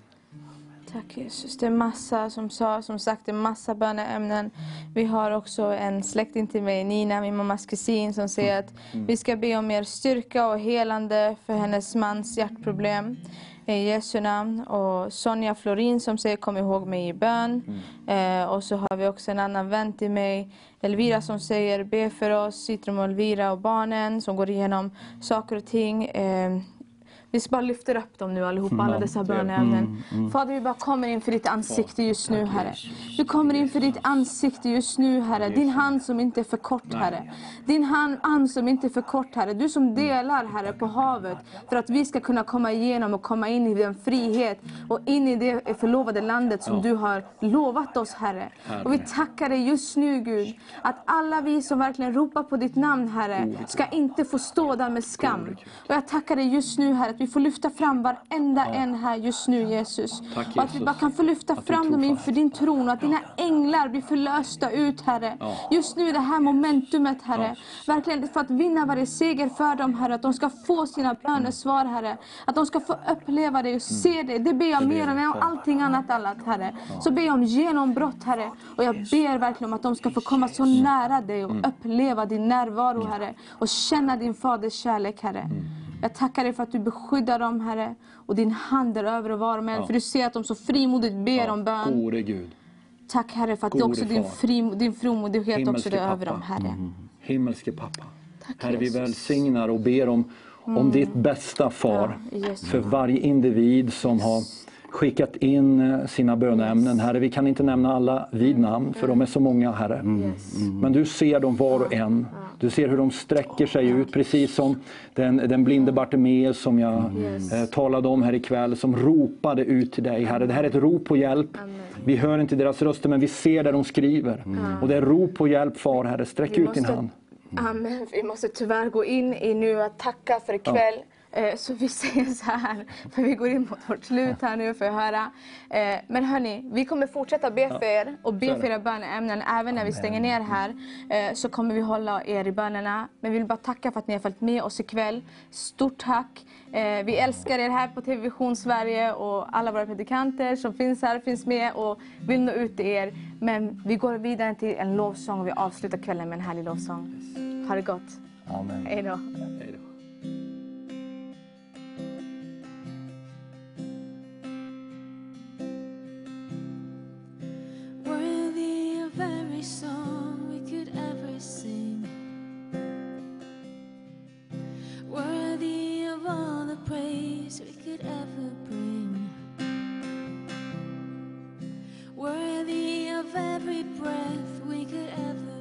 Speaker 1: Tack Jesus. Det är massa, som, sa, som sagt, det är massa böneämnen. Vi har också en släkting till mig, Nina, min mammas kusin, som säger att vi ska be om mer styrka och helande för hennes mans hjärtproblem. I Jesu namn. Och Sonja Florin som säger kom ihåg mig i bön. Mm. Eh, och så har vi också en annan vän till mig, Elvira, som säger be för oss, Citrum och Elvira och barnen som går igenom saker och ting. Eh, Vi ska bara lyfta upp dem nu allihopa, mm. alla dessa böneämnen. Mm, mm. Fader, vi bara kommer inför ditt ansikte just nu, Herre. Vi kommer inför ditt ansikte just nu, Herre. Din hand som inte är för kort, Herre. Din hand, hand som inte är för kort, Herre. Du som delar, Herre, på havet. För att vi ska kunna komma igenom och komma in i den frihet. Och in i det förlovade landet som du har lovat oss, Herre. Och vi tackar dig just nu, Gud. Att alla vi som verkligen ropar på ditt namn, Herre, ska inte få stå där med skam. Och jag tackar dig just nu, Herre. Vi får lyfta fram varenda ja. en här just nu, Jesus.
Speaker 4: Tack, Jesus.
Speaker 1: Och att vi bara kan få lyfta att fram dem inför din tron. Och att dina änglar blir förlösta ut, Herre. Ja. Just nu i det här momentumet, Herre. Ja. Verkligen för att vinna varje seger för dem, Herre. Att de ska få sina bönesvar, Herre. Att de ska få uppleva det och se det. Det ber jag mer än om allting annat, annat, Herre. Ja. Så ber jag om genombrott, Herre. Och jag ber verkligen om att de ska få komma så nära dig och uppleva din närvaro, Herre. Och känna din faders kärlek, Herre. Jag tackar dig för att du beskyddar dem, Herre. Och din hand är över och var med. Ja. För du ser att de så frimodigt ber ja. om bön.
Speaker 4: Gode Gud.
Speaker 1: Tack, Herre, för att det också din, fri, din fromodighet också är över dem, Herre.
Speaker 4: Mm. Himmelske pappa. Tack, Herre, Jesus. Vi välsignar och ber om, mm. om ditt bästa, far. Ja, för varje individ som har skickat in sina böneämnen. Herre, vi kan inte nämna alla vid namn, för de är så många, Herre. Mm. Men du ser dem var och en. Du ser hur de sträcker sig ut, precis som den, den blinde Bartimeus som jag yes. eh, talade om här ikväll, som ropade ut till dig, Herre. Det här är ett rop på hjälp. Amen. Vi hör inte deras röster, men vi ser där de skriver. Mm. Och det är rop på hjälp, far, Herre. Sträck vi ut måste, din hand.
Speaker 1: Amen. Vi måste tyvärr gå in i nu att tacka för ikväll. Ja. Så vi säger så här, för vi går in mot vårt slut här nu för att höra. Men hörni, vi kommer fortsätta be för er och be för era böneämnen. Även när vi stänger ner här så kommer vi hålla er i bönerna. Men vi vill bara tacka för att ni har följt med oss ikväll. Stort tack. Vi älskar er här på T V Vision Sverige och alla våra predikanter som finns här finns med och vill nå ut till er. Men vi går vidare till en lovsång och vi avslutar kvällen med en härlig lovsång. Ha det gott.
Speaker 6: Amen.
Speaker 1: Hej då.
Speaker 4: Hej då.
Speaker 7: of every breath we could ever